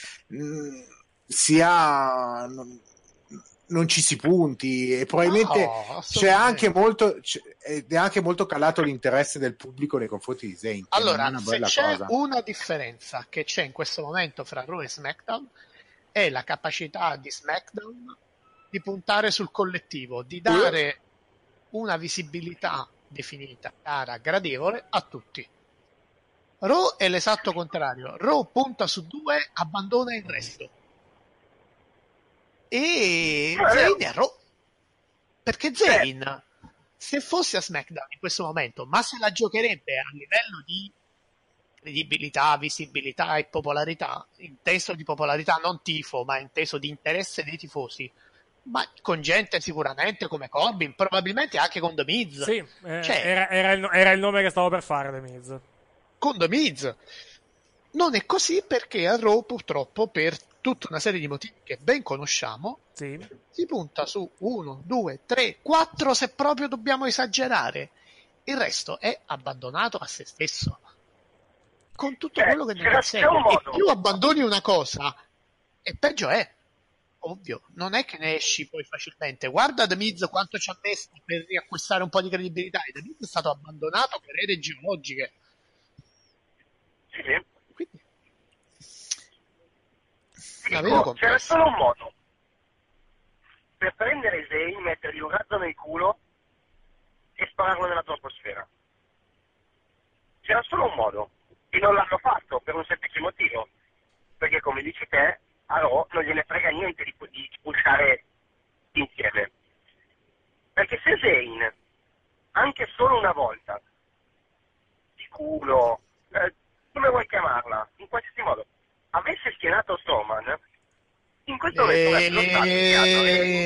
non ci si punti, e probabilmente c'è anche molto, è anche molto calato l'interesse del pubblico nei confronti di Zayn. Allora, se c'è una differenza che c'è in questo momento fra Raw e SmackDown, è la capacità di SmackDown di puntare sul collettivo, di dare una visibilità definita, chiara, gradevole a tutti. Raw è l'esatto contrario. Raw punta su due, abbandona il resto. E Zayn è Raw, perché Zayn, se fosse a SmackDown in questo momento, ma se la giocherebbe a livello di credibilità, visibilità e popolarità, inteso di popolarità non tifo, ma inteso di interesse dei tifosi, ma con gente sicuramente come Corbin, probabilmente anche con The Miz. Sì, era il nome che stavo per fare, The Miz. Con The Miz. Non è così, perché a Raw, purtroppo, per tutta una serie di motivi che ben conosciamo, si punta su 1, 2, 3, 4 se proprio dobbiamo esagerare. Il resto è abbandonato a se stesso, con tutto quello che ne consegue. E più abbandoni una cosa, e peggio è. Ovvio, non è che ne esci poi facilmente. Guarda The Miz quanto ci ha messo per riacquistare un po' di credibilità. The Miz è stato abbandonato per ere geologiche. Quindi c'era solo un modo per prendere Zayn, mettergli un razzo nel culo e spararlo nella troposfera. C'era solo un modo, e non l'hanno fatto per un semplice motivo, perché come dici te, a Raw non gliene frega niente di pushare insieme. Perché se Zayn, anche solo una volta, di culo, come vuoi chiamarla, in qualsiasi modo, avesse schienato Strowman, in questo momento non sta schienato.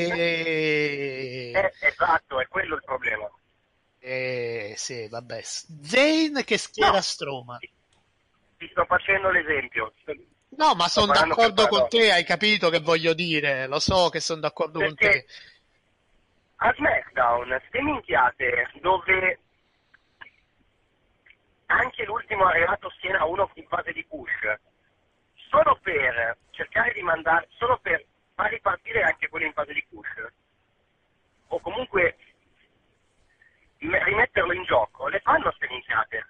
Esatto, è quello il problema. Sì, vabbè. Zayn che schiera Strowman. Ti sto facendo l'esempio. No, ma sono d'accordo con te, hai capito che voglio dire, lo so che sono d'accordo con te. A SmackDown, ste minchiate dove anche l'ultimo arrivato schiena uno in fase di push, solo per cercare di mandare, solo per far ripartire anche quello in fase di push, o comunque rimetterlo in gioco, le fanno ste minchiate.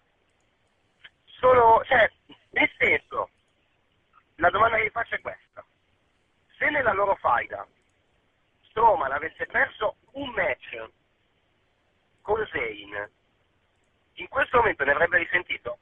Solo, cioè, nel senso, la domanda che vi faccio è questa: se nella loro faida Strowman avesse perso un match con Zayn, in questo momento ne avrebbe risentito?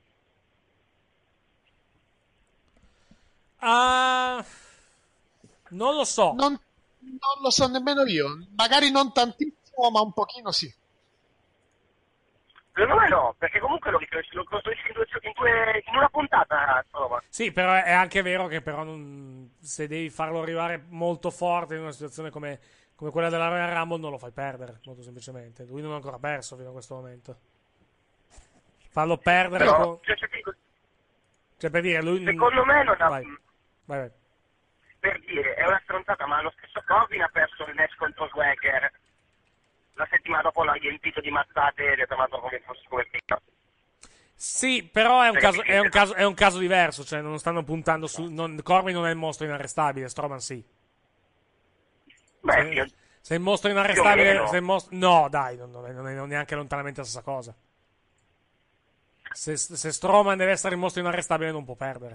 Non lo so. Non lo so nemmeno io. Magari non tantissimo, po', ma un pochino sì. Secondo me no, perché comunque lo costruisci in una puntata. Sì, però è anche vero che però se devi farlo arrivare molto forte in una situazione come quella della Royal Rumble non lo fai perdere, molto semplicemente. Lui non ha ancora perso fino a questo momento. Farlo perdere però, cioè per dire, lui... Secondo me non ha... Vai. Per dire, è una stronzata, ma lo stesso Corbin ha perso il match contro Swagger. La settimana dopo l'ha riempito di mazzate e gli ha chiamato come fosse come prima. Sì, però è un caso diverso, cioè non stanno puntando su... Corbin non è il mostro inarrestabile, Strowman sì. Beh, se il mostro inarrestabile... no, dai, non è neanche lontanamente la stessa cosa. Se Strowman deve essere il mostro inarrestabile non può perdere.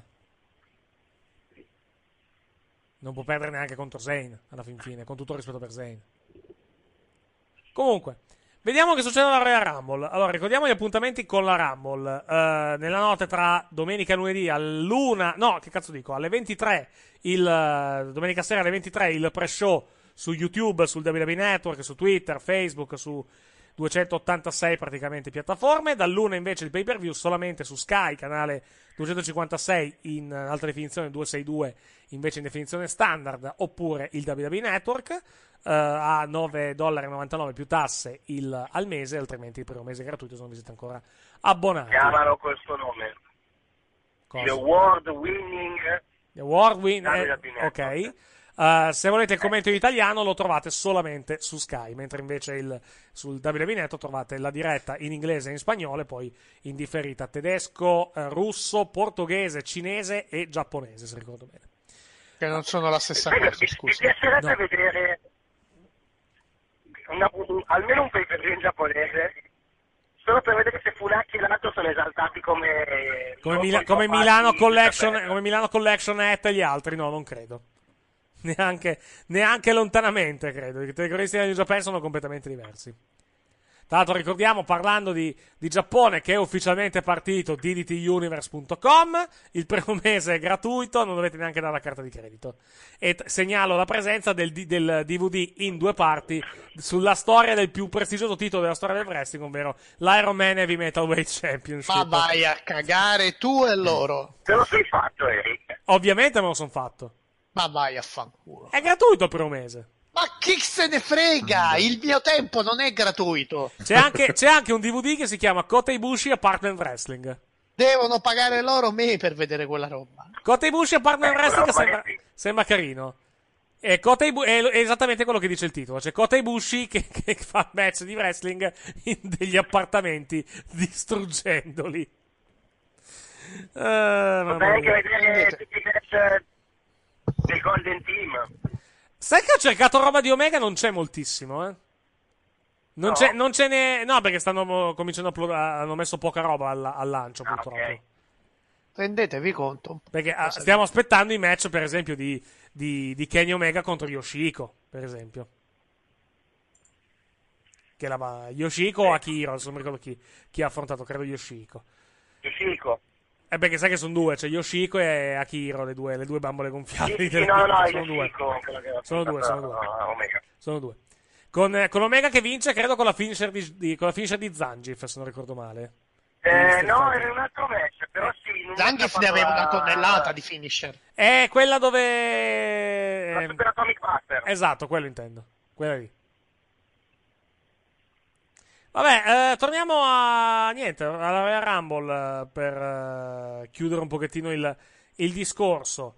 Non può perdere neanche contro Zayn, alla fin fine, con tutto il rispetto per Zayn. Comunque, vediamo che succede alla Royal Rumble. Allora, ricordiamo gli appuntamenti con la Rumble. Nella notte tra domenica e lunedì alle 23, domenica sera alle 23, il pre-show su YouTube, sul WWE Network, su Twitter, Facebook, su 286 praticamente piattaforme. Dall'1 invece il pay-per-view solamente su Sky, canale 256 in alta definizione, 262 invece in definizione standard, oppure il WWE Network a $9,99 più tasse al mese, altrimenti il primo mese è gratuito se non vi siete ancora abbonati. Chiamalo col suo nome. Cosa? The Award Winning ok. Se volete il commento in italiano lo trovate solamente su Sky, mentre invece sul WWE Network trovate la diretta in inglese e in spagnolo, e poi in differita tedesco, russo, portoghese, cinese e giapponese, se ricordo bene. Che non sono la stessa cosa, scusa. Mi piacerebbe vedere almeno un pay-per-view in giapponese, solo per vedere se Funaki e Lato sono esaltati come Milano Collection e gli altri. No, non credo. Neanche lontanamente, credo. I categoristi di New Japan sono completamente diversi. Tra l'altro ricordiamo, parlando di Giappone, che è ufficialmente partito DDTUniverse.com, il primo mese è gratuito, non dovete neanche dare la carta di credito. E segnalo la presenza del DVD in 2 parti sulla storia del più prestigioso titolo della storia del wrestling, ovvero l'Iron Man Heavy Metalweight Championship. Ma vai a cagare tu e loro. Te lo sei fatto, Eric? Ovviamente me lo sono fatto. Ma vai a fanculo. È gratuito il primo mese. Ma chi se ne frega? Il mio tempo non è gratuito. C'è anche un DVD che si chiama Kota Ibushi Apartment Wrestling. Devono pagare loro me per vedere quella roba. Kota Ibushi Apartment Wrestling sembra carino. È esattamente quello che dice il titolo. C'è Kota Ibushi che fa match di wrestling in degli appartamenti distruggendoli. Potrei anche vedere tutti i match del Golden Team. Sai che ho cercato roba di Omega, non c'è moltissimo, Non c'è ne... No, perché stanno cominciando hanno messo poca roba al lancio, purtroppo. Okay. Rendetevi conto. Perché stiamo aspettando i match, per esempio, di Kenny Omega contro Yoshiko, per esempio. Che Yoshiko o Akira, non mi ricordo chi ha affrontato, credo Yoshiko. Yoshiko. Perché sai che sono 2, c'è Yoshiko e Akira, le due bambole gonfiate. Sì, no, sono Yoshiko, 2. Sono 2. Con Omega che vince, credo, con la finisher di Zangief, se non ricordo male. No, è un altro match, però sì. Zangief ne aveva una tonnellata di finisher. È quella dove... La Super Atomic Buster. Esatto, quello intendo. Quella lì. Vabbè, torniamo alla Royal Rumble per chiudere un pochettino il discorso.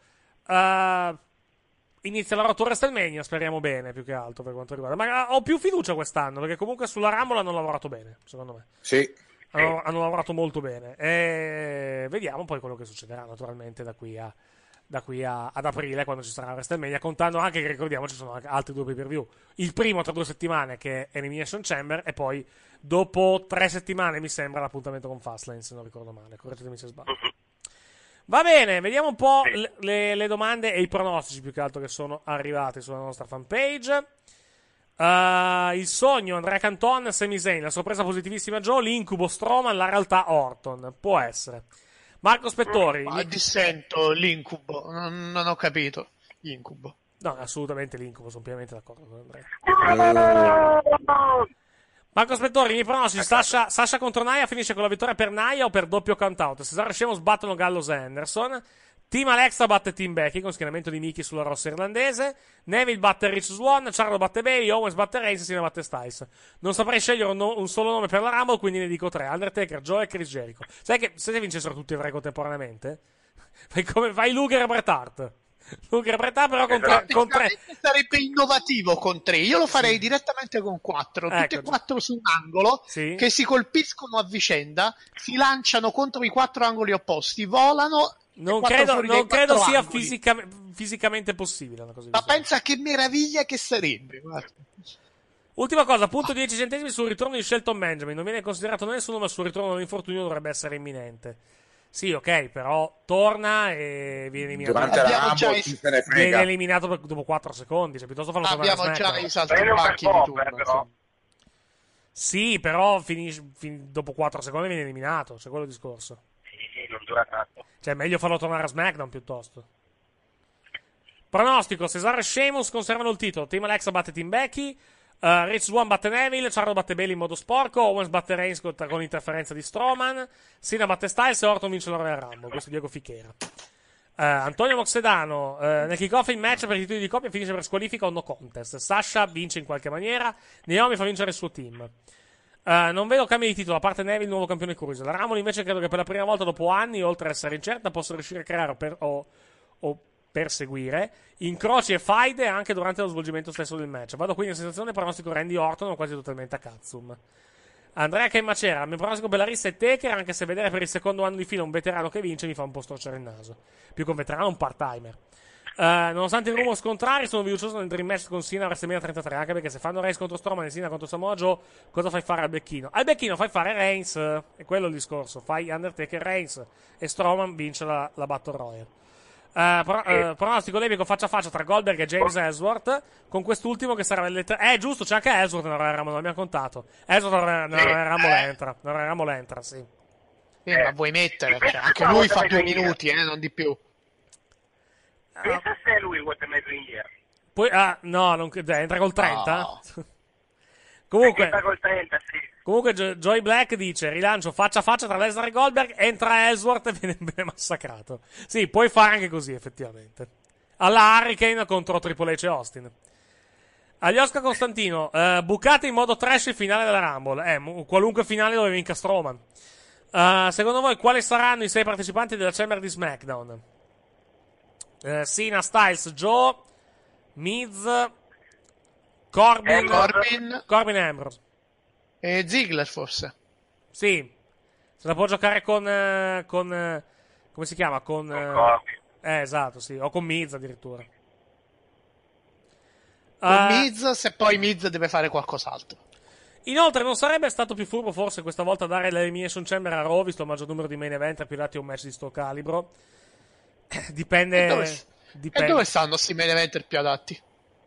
Inizia la rottura WrestleMania, speriamo bene, più che altro per quanto riguarda. Ma ho più fiducia quest'anno, perché comunque sulla Rumble hanno lavorato bene, secondo me. Sì. Hanno lavorato molto bene. E vediamo poi quello che succederà, naturalmente, da qui ad aprile, quando ci sarà WrestleMania, contando anche che, ricordiamo, ci sono altri 2 pay-per-view. Il primo tra 2 settimane, che è Elimination Chamber, e poi dopo 3 settimane, mi sembra, l'appuntamento con Fastlane, se non ricordo male. Correggetemi se sbaglio. Va bene, vediamo un po' le domande e i pronostici, più che altro, che sono arrivati sulla nostra fanpage. Il sogno, Andrea Canton, Sami Zayn, la sorpresa positivissima Joe, l'incubo Strowman, la realtà Orton. Può essere. Marco Spettori. Ma dissento l'incubo, non ho capito. L'incubo. No, assolutamente l'incubo, sono pienamente d'accordo con Andrea. Marco Spettori, mi pronostici, Sasha contro Nia finisce con la vittoria per Nia o per doppio count-out? Cesaro e Sheamus battono Gallows e Anderson. Team Alexa batte Team Becky con schieramento di Miki sulla rossa irlandese. Neville batte Rich Swann, Charlo batte Bayley, Owens batte Reigns e Cena batte Styles. Non saprei scegliere un solo nome per la Rumble, quindi ne dico 3: Undertaker, Joe e Chris Jericho. Sai che se vincessero tutti e 3 contemporaneamente, fai Luger e Bret Hart. Luger e Bret Hart però con 3. Sarebbe innovativo con 3. Io lo farei direttamente con 4. Tutti e 4 su un angolo che si colpiscono a vicenda, si lanciano contro i 4 angoli opposti, volano. Non credo sia fisicamente possibile una cosa ma pensa che meraviglia che sarebbe. Guarda. Ultima cosa, punto 10 centesimi sul ritorno di Shelton Benjamin. Non viene considerato da nessuno, ma il suo ritorno dall'infortunio dovrebbe essere imminente. Sì, ok, però torna e viene eliminato. Durante la Rumble chi se ne frega. Viene eliminato dopo 4 secondi, cioè piuttosto farlo tornare a SmackDown. Abbiamo già i saltimbanchi di turno. Sì, però dopo 4 secondi viene eliminato, c'è quello discorso. Sì, non dura tanto. Cioè, è meglio farlo tornare a SmackDown piuttosto. Pronostico: Cesaro e Sheamus conservano il titolo. Team Alexa batte Team Becky. Rich Swann batte Neville. Charlo batte Bayley in modo sporco. Owens batte Reigns con interferenza di Strowman. Cena batte Styles e Orton vince la Royal Rumble. Questo è Diego Fichera. Antonio Moxedano. Nel kick-off il match per i titoli di coppia finisce per squalifica o no contest. Sasha vince in qualche maniera. Naomi fa vincere il suo team. Non vedo cambi di titolo, a parte Neville, nuovo campione cruiser. La Rumble invece credo che per la prima volta dopo anni, oltre ad essere incerta, possa riuscire a creare o perseguire incroci e faide anche durante lo svolgimento stesso del match. Vado quindi in sensazione pronostico Randy Orton o quasi totalmente a Katsum. Andrea che macera, il mio pronostico Bellarissa e Taker, anche se vedere per il secondo anno di fila un veterano che vince mi fa un po' storcere il naso. Più che un veterano, un part-timer. Nonostante i rumors contrari, sono fiducioso nel Dream Match con Cena a WrestleMania 33, anche perché se fanno Reigns contro Strowman e Cena contro Samoa Joe, cosa fai fare al becchino? Al becchino fai fare Reigns, è quello il discorso, fai Undertaker Reigns e Strowman vince la Battle Royale. Pronostico levico faccia a faccia tra Goldberg e James Ellsworth, con quest'ultimo che sarà giusto, c'è anche Ellsworth nella Royal Rumble, non abbiamo contato. Ellsworth nella Royal Rumble entra, sì. Ma vuoi mettere? Cioè, anche lui fa 2 minuti, non di più. Pensa se lui vuole mettere in year. Poi, entra col 30? Oh. Comunque, entra col 30, sì. Comunque Joy Black dice, rilancio faccia a faccia tra Lesnar e Goldberg, entra Ellsworth e viene massacrato. Sì, puoi fare anche così, effettivamente. Alla Hurricane contro Triple H e Austin. Agli Oscar Costantino, bucate in modo trash il finale della Rumble. Qualunque finale dove vinca Strowman. Secondo voi quali saranno i 6 partecipanti della Chamber di SmackDown? Cena, Styles, Joe, Miz, Corbin e Ambrose. E Ziggler forse. Sì. Se la può giocare con come si chiama? Con esatto, sì. O con Miz addirittura. Con Miz, se poi Miz deve fare qualcos'altro. Inoltre non sarebbe stato più furbo forse questa volta dare l'Elimination Chamber a Raw, visto il maggior numero di main event più dati a un match di sto calibro? Dipende. E dove stanno sti main eventer più adatti?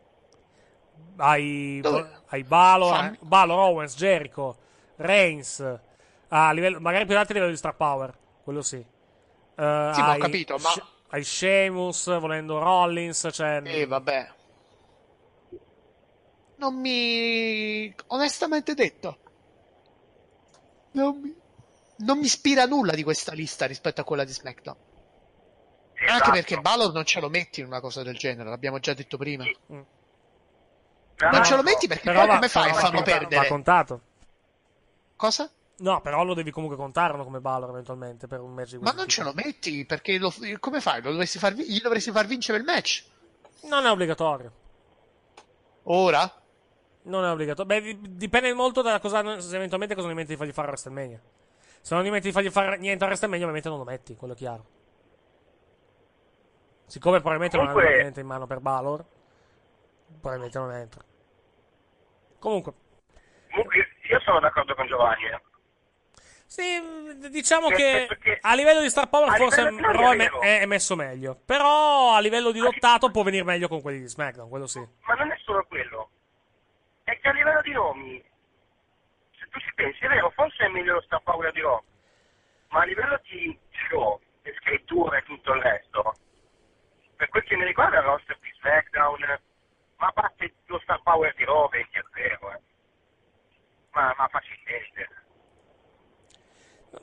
Hai Balor, Owens, Jericho, Reigns. Magari più adatti a livello di star power. Quello sì. Ma ho capito, ma hai Sheamus, volendo Rollins. Cioè... vabbè. Onestamente detto, non mi ispira nulla di questa lista rispetto a quella di SmackDown. Esatto. Anche perché Balor non ce lo metti in una cosa del genere, l'abbiamo già detto prima. Non ce lo metti perché poi come fai a farlo perdere? Va contato. Cosa? No, però lo devi comunque contare come Balor eventualmente per un match di ma non ce lo metti perché come fai? Gli dovresti far vincere il match. Non è obbligatorio. Ora? Non è obbligatorio. Beh, dipende molto da eventualmente cosa ne metti di fargli fare a WrestleMania. Se non gli metti di fargli fare niente a WrestleMania, ovviamente non lo metti, quello è chiaro. Siccome probabilmente non hanno niente in mano per Balor, probabilmente non entra. Comunque io sono d'accordo con Giovanni. Sì, diciamo che a livello di star power forse Raw è messo meglio. Però a livello di lottato può venire meglio con quelli di SmackDown, quello sì. Ma non è solo quello. È che a livello di nomi, se tu ci pensi, è vero, forse è meglio lo star power di Raw. Ma a livello di show, e scrittura e tutto il resto, per quel che mi riguarda il roster di SmackDown, ma batte lo star power di Raw 20-0, Ma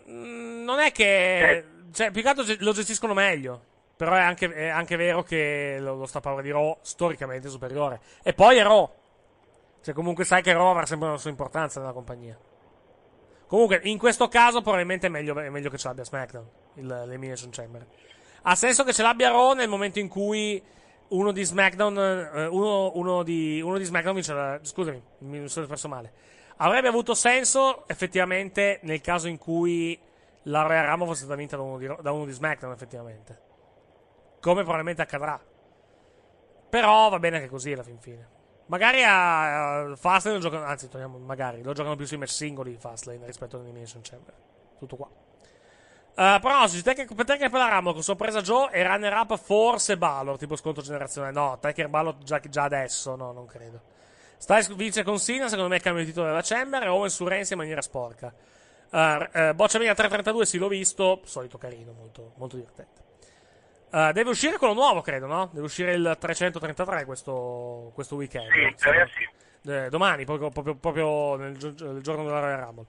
Non è che... Cioè, più che altro lo gestiscono meglio. Però è anche vero che lo sta power di Raw storicamente è superiore. E poi è Raw. Cioè, comunque sai che Raw avrà sempre una sua importanza nella compagnia. Comunque, in questo caso probabilmente è meglio che ce l'abbia SmackDown, l'Elimination Chamber. Ha senso che ce l'abbia Raw nel momento in cui uno di SmackDown vince scusami, mi sono espresso male. Avrebbe avuto senso effettivamente nel caso in cui la Royal Rumble fosse stata vinta da uno di SmackDown, effettivamente. Come probabilmente accadrà. Però va bene anche così alla fin fine. Magari a Fastlane lo giocano, anzi, magari lo giocano più sui match singoli Fastlane rispetto all'Elimination Chamber. Tutto qua. Pronostici, Taker per la Rumble con sorpresa Joe e runner up forse Balor, tipo scontro generazionale. No, Taker Balor già adesso, no, non credo. Styles vince con Cena, secondo me cambia il titolo della Chamber, e Owens su Reigns in maniera sporca. Bocciamania 332, sì, l'ho visto, solito carino, molto, molto divertente. Deve uscire quello nuovo, credo, no? Deve uscire il 333 questo weekend. Sì. Domani, proprio nel giorno della Royal Rumble.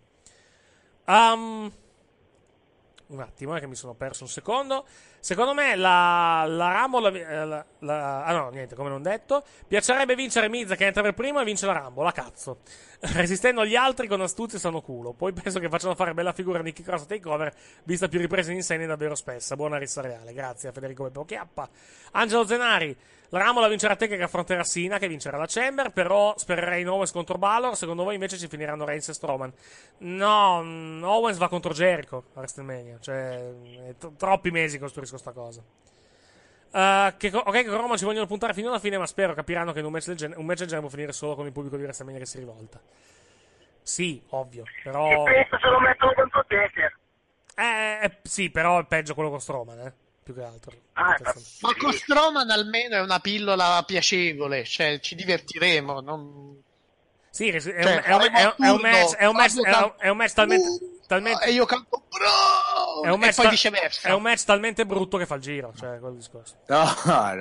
Un attimo, che mi sono perso un secondo. Secondo me la Rumble... no, niente, come non detto. Piacerebbe vincere Miz che entra per primo e vince la Rumble, la cazzo. Resistendo agli altri con astuzia e sano culo. Poi penso che facciano fare bella figura a Nikki Cross a takeover, vista più riprese in Insane davvero spessa. Buona rissa reale, grazie a Federico Beppo Chiappa. Angelo Zenari, la Rumble la vincerà Taker che affronterà Cena, che vincerà la Chamber, però spererei in Owens contro Balor. Secondo voi invece ci finiranno Reigns e Strowman? No, Owens va contro Jericho a WrestleMania, cioè troppi mesi costruisco sta cosa. Che Roman ci vogliono puntare fino alla fine, ma spero capiranno che in un match del genere può finire solo con il pubblico di WrestleMania che si rivolta. Sì, ovvio, però... Io penso se lo mettono contro Taker. Sì, però è peggio quello con Strowman, più che altro. Ma con Strowman almeno è una pillola piacevole, cioè ci divertiremo, non... Sì, è un match talmente... E io canto bro! E poi viceversa. È un match talmente brutto che fa il giro, cioè quel discorso. No,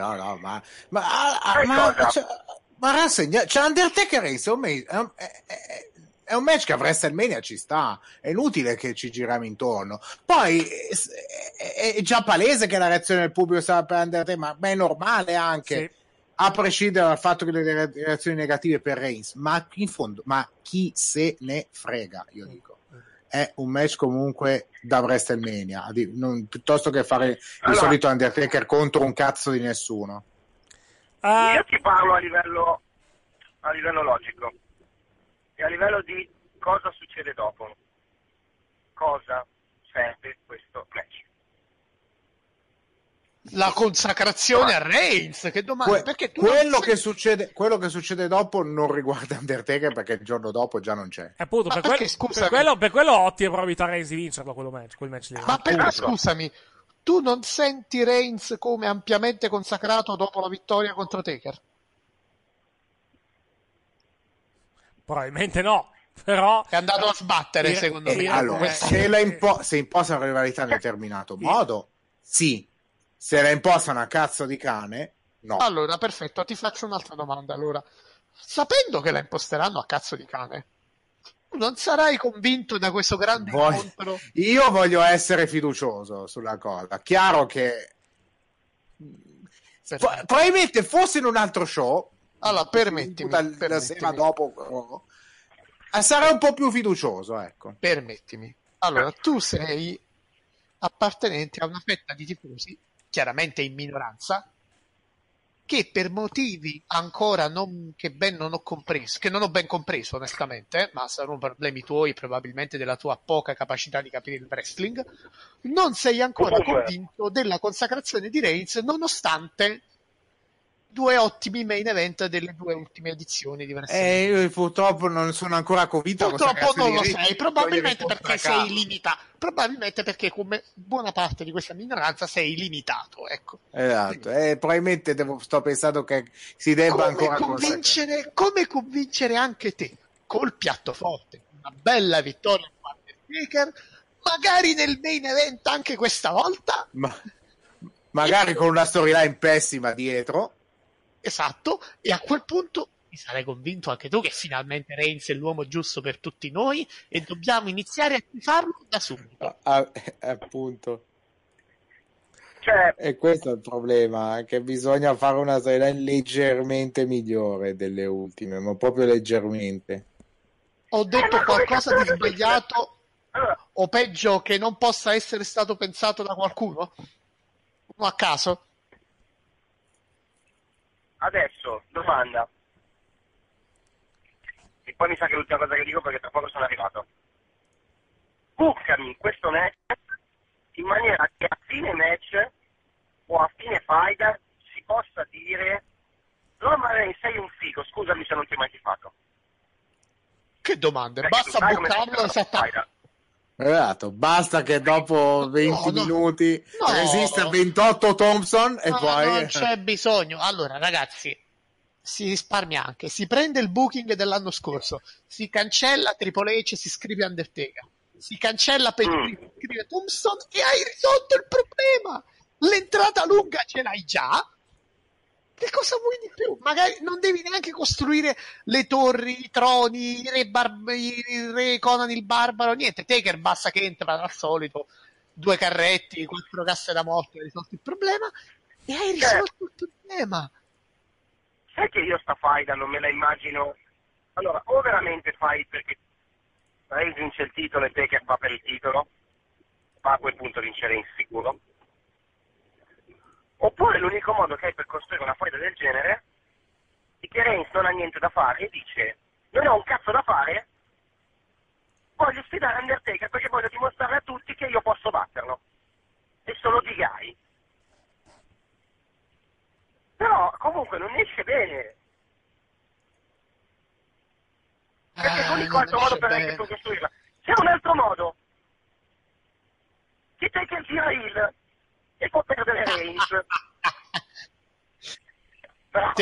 ma rassegna, cioè Undertaker è un match che a WrestleMania ci sta, è inutile che ci giriamo intorno. Poi è già palese che la reazione del pubblico sarà per Undertaker, ma è normale anche, sì, a prescindere dal fatto che le reazioni negative per Reigns, ma in fondo, ma chi se ne frega, io dico. È un match comunque da WrestleMania, piuttosto che fare il solito Undertaker contro un cazzo di nessuno. Io ti parlo a livello logico e a livello di cosa succede dopo. Cosa serve questo match? La consacrazione a Reigns, che domani perché quello che succede dopo non riguarda Undertaker, perché il giorno dopo già non c'è. Appunto, per quello ho ottime probabilità Reigns di vincerlo quel match lì. Ma perché, scusami, tu non senti Reigns come ampiamente consacrato dopo la vittoria contro Taker? Probabilmente no, però è andato a sbattere, secondo me. Allora, se imposta una rivalità in determinato modo, sì. Se la impostano a cazzo di cane, no. Allora, perfetto, ti faccio un'altra domanda. Allora, sapendo che la imposteranno a cazzo di cane, non sarai convinto da questo grande incontro? Io voglio essere fiducioso sulla cosa. Chiaro che probabilmente fosse in un altro show. Allora, permettimi. La sera dopo sarei un po' più fiducioso, ecco. Permettimi. Allora, tu sei appartenente a una fetta di tifosi, chiaramente in minoranza, che per motivi ancora non ho ben compreso onestamente, ma saranno problemi tuoi, probabilmente della tua poca capacità di capire il wrestling, non sei ancora convinto della consacrazione di Reigns, nonostante due ottimi main event delle due ultime edizioni di WrestleMania. Io purtroppo non sono ancora convinto. Purtroppo non lo sei, probabilmente perché sei limitato. Probabilmente perché, come buona parte di questa minoranza, sei limitato, ecco. Esatto, probabilmente sto pensando che si debba ancora come convincere anche te col piatto forte, una bella vittoria con Undertaker, magari nel main event anche questa volta. Magari con una storyline pessima dietro. Esatto, e a quel punto mi sarai convinto anche tu che finalmente Reigns è l'uomo giusto per tutti noi e dobbiamo iniziare a farlo da subito. Appunto. E questo è il problema, che bisogna fare una storyline leggermente migliore delle ultime, ma proprio leggermente. Ho detto qualcosa di sbagliato o peggio che non possa essere stato pensato da qualcuno? Uno a caso? Adesso, domanda. E poi mi sa che è l'ultima cosa che dico perché tra poco sono arrivato. Bucami questo match in maniera che a fine match o a fine fight si possa dire Roman Reigns sei un figo, scusami se non ti ho mai tifato. Che domande? Basta bucarlo esattamente. Esatto, basta che dopo 20 minuti resista 28 Thompson e poi non c'è bisogno. Allora ragazzi, si risparmia anche, si prende il booking dell'anno scorso, si cancella Triple H, si scrive Undertaker, si cancella Page, si scrive Thompson e hai risolto il problema. L'entrata lunga ce l'hai già. Che cosa vuoi di più? Magari non devi neanche costruire le torri, i troni, il re Conan il barbaro, niente. Taker basta che entra al solito, 2 carretti, 4 casse da morte, hai risolto il problema e hai risolto il problema. Sai che io sta fight non me la immagino. Allora, o veramente fight perché Reigns vince il titolo e Taker va per il titolo, ma a quel punto vincere in sicuro. Oppure l'unico modo che hai per costruire una fight del genere è che Reigns non ha niente da fare e dice non ho un cazzo da fare, voglio sfidare Undertaker perché voglio dimostrare a tutti che io posso batterlo e sono di Guy. Però comunque non esce bene, perché l'unico altro modo per Reigns costruirla. C'è un altro modo, che Taker tira il e può perdere Reigns. Però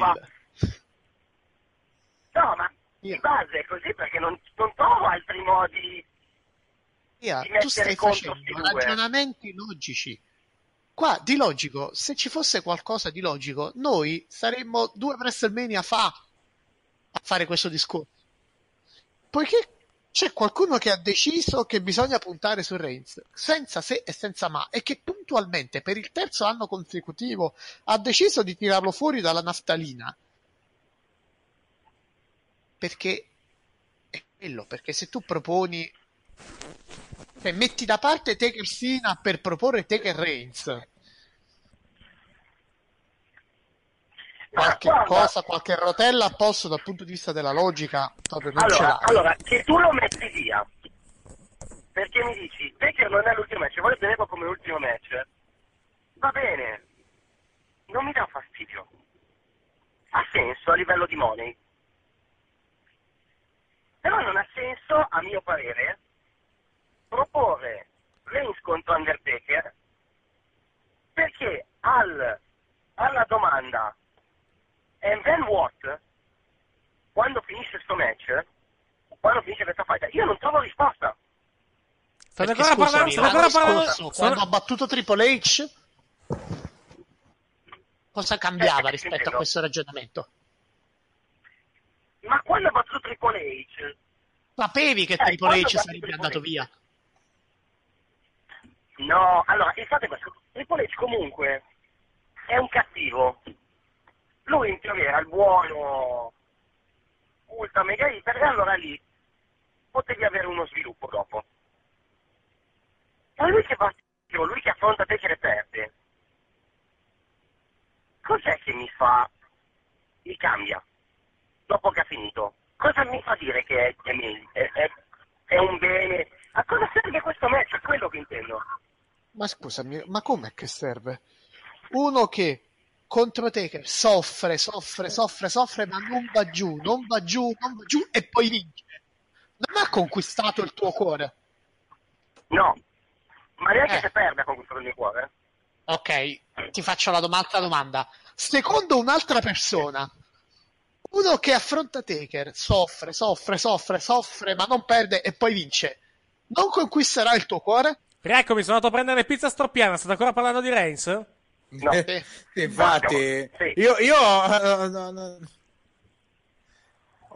no, ma di base è così perché non trovo altri modi di mettere tu stai contro facendo ragionamenti logici. Qua di logico, se ci fosse qualcosa di logico, noi saremmo 2 WrestleMania fa a fare questo discorso. Poiché c'è qualcuno che ha deciso che bisogna puntare su Reigns, senza se e senza ma, e che puntualmente per il 3º anno consecutivo ha deciso di tirarlo fuori dalla naftalina. Perché è quello, perché se tu proponi, cioè metti da parte Taker Cena per proporre Taker Reigns, qualche rotella a posto dal punto di vista della logica proprio non ce l'ha. Allora, che tu lo metti via perché mi dici Taker non è l'ultimo match, voglio tenerlo come l'ultimo match, va bene, non mi dà fastidio, ha senso a livello di money, però non ha senso a mio parere proporre Reigns contro Undertaker, perché alla domanda and then what? Quando finisce sto match, quando finisce questa fight, io non trovo risposta. State ancora parlando? Quando ha battuto Triple H, cosa cambiava rispetto a questo ragionamento? Ma quando ha battuto Triple H, sapevi che Triple H sarebbe andato via? No, allora il fatto è questo: Triple H comunque è un cattivo. Lui in teoria era il buono ultra mega iper, e allora lì potevi avere uno sviluppo dopo. Ma lui che va, lui che affronta Taker e perde, cos'è che mi cambia dopo che ha finito? Cosa mi fa dire che è un bene? A cosa serve questo match? È quello che intendo. Ma scusami, ma com'è che serve? Uno che contro Taker soffre, ma non va giù e poi vince. Non ha conquistato il tuo cuore. No, ma neanche se perde ha conquistato il mio cuore. Ok, ti faccio l'altra domanda. Secondo un'altra persona, uno che affronta Taker soffre, ma non perde e poi vince, non conquisterà il tuo cuore? Eccomi, sono andato a prendere pizza storpiana. State ancora parlando di Reigns? No. Infatti, sì. io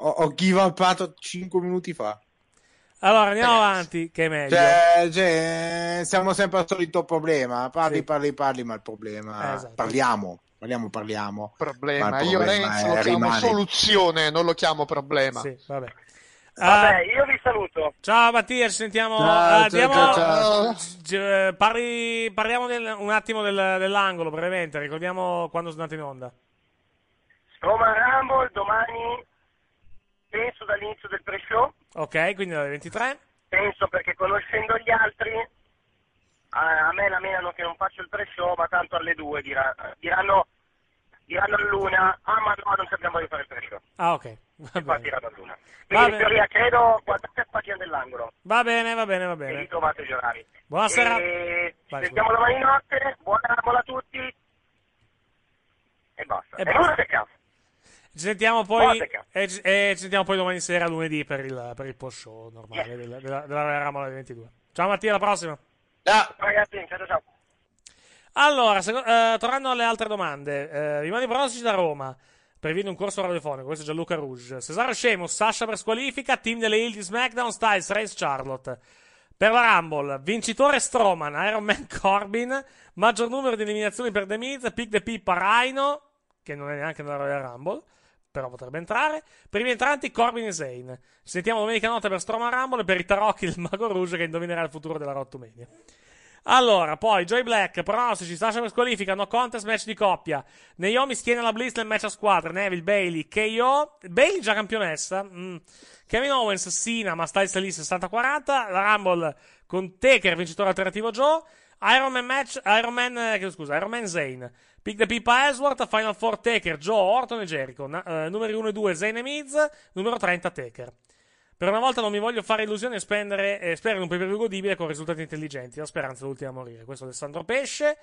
Ho give upato 5 minuti fa. Allora, andiamo avanti, che è meglio. Cioè, siamo sempre al solito problema. Parli, ma il problema... Esatto. Parliamo. Problema. Io Renzo lo chiamo soluzione, non lo chiamo problema. Sì, vabbè. Vabbè, io vi saluto. Ciao Mattia, ci sentiamo. Ciao. Parliamo un attimo dell'angolo, brevemente. Ricordiamo quando sono andato in onda. Roma Rumble domani, penso dall'inizio del pre-show. Ok, quindi dalle 23. Penso, perché conoscendo gli altri, a me la menano che non faccio il pre-show, ma tanto alle 2 diranno all'una, ma no, non sappiamo di fare il pre-show. Ah, ok. Infatti diranno all'una. Quindi in teoria credo, guardate la pagina dell'angolo. Va bene. E lì trovate gli orari. Buonasera. Ci sentiamo domani notte, buona Rumble a tutti. E basta. E ora che cazzo. Ci sentiamo poi ci sentiamo poi domani sera, lunedì, per il post show normale della Rumble alle 22. Ciao Mattia, alla prossima. Ciao ragazzi, ciao. Allora, tornando alle altre domande, rimane pronostici da Roma per vinto un corso radiofonico. Questo è Gianluca Rouge. Cesaro Sheamus, Sasha per squalifica, team delle Hill di SmackDown, Styles, Reigns, Charlotte. Per la Rumble, vincitore Strowman, Iron Man Corbin, maggior numero di eliminazioni per The Miz, Pick the Pippa Rhino, che non è neanche nella Royal Rumble, però potrebbe entrare. Per i entranti Corbin e Zayn. Ci sentiamo domenica notte per Strowman Rumble e per i tarocchi del Mago Rouge che indovinerà il futuro della Rottumania. Allora, poi Joy Black, pronostici, Sasha per squalifica, no contest, match di coppia. Naomi schiena la Bliss nel match a squadre, Neville, Bayley, KO, Bayley già campionessa, Kevin Owens, Cena, ma Styles lì 60-40, la Rumble con Taker, vincitore alternativo Joe, Iron Man Zayn, Pick the Pippa Ellsworth, Final Four Taker, Joe, Orton e Jericho, numeri 1 e 2 Zayn e Miz, numero 30 Taker. Per una volta non mi voglio fare illusioni e spendere in un pay-per-view godibile con risultati intelligenti. La speranza è l'ultima a morire. Questo è Alessandro Pesce.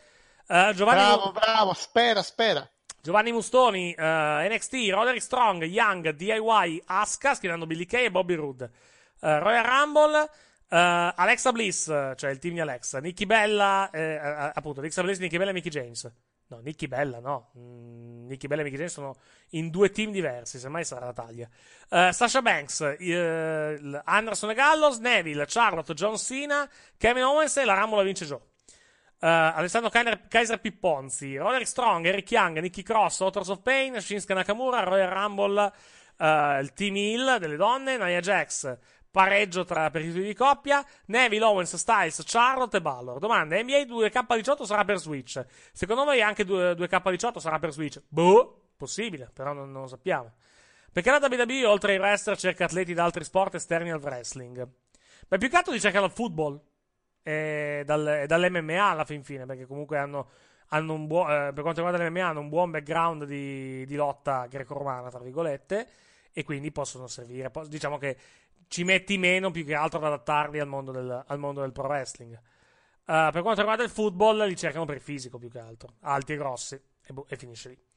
Bravo, spera. Giovanni Mustoni, NXT, Roderick Strong, Young, DIY, Asuka, schierando Billy Kay e Bobby Roode. Royal Rumble, Alexa Bliss, cioè il team di Alexa, Nikki Bella, appunto, Alexa Bliss, Nikki Bella e Mickie James. No, Nikki Bella no. Nikki Bella e Mickie James sono in 2 team diversi, semmai sarà la taglia. Sasha Banks, Anderson e Gallows, Neville, Charlotte, John Cena, Kevin Owens e la Rumble vince Joe. Alessandro Kaiser Pipponzi, Roderick Strong, Eric Young, Nikki Cross, Authors of Pain, Shinsuke Nakamura, Royal Rumble, il Team Hill delle donne, Nia Jax, pareggio per i titoli di coppia, Neville, Owens, Styles, Charlotte e Balor. Domanda: NBA 2K18 sarà per Switch? Secondo voi anche 2K18 sarà per Switch? Boh, possibile, però non lo sappiamo. Perché la WWE oltre ai wrestler cerca atleti da altri sport esterni al wrestling? Beh, più che altro li cerca dal football e dall'MMA alla fin fine, perché comunque hanno un buon, per quanto riguarda l'MMA, hanno un buon background di lotta greco-romana, tra virgolette, e quindi possono servire. Diciamo che ci metti meno più che altro ad adattarli al mondo del pro wrestling. Per quanto riguarda il football, li cercano per il fisico più che altro, alti e grossi, e finisce lì.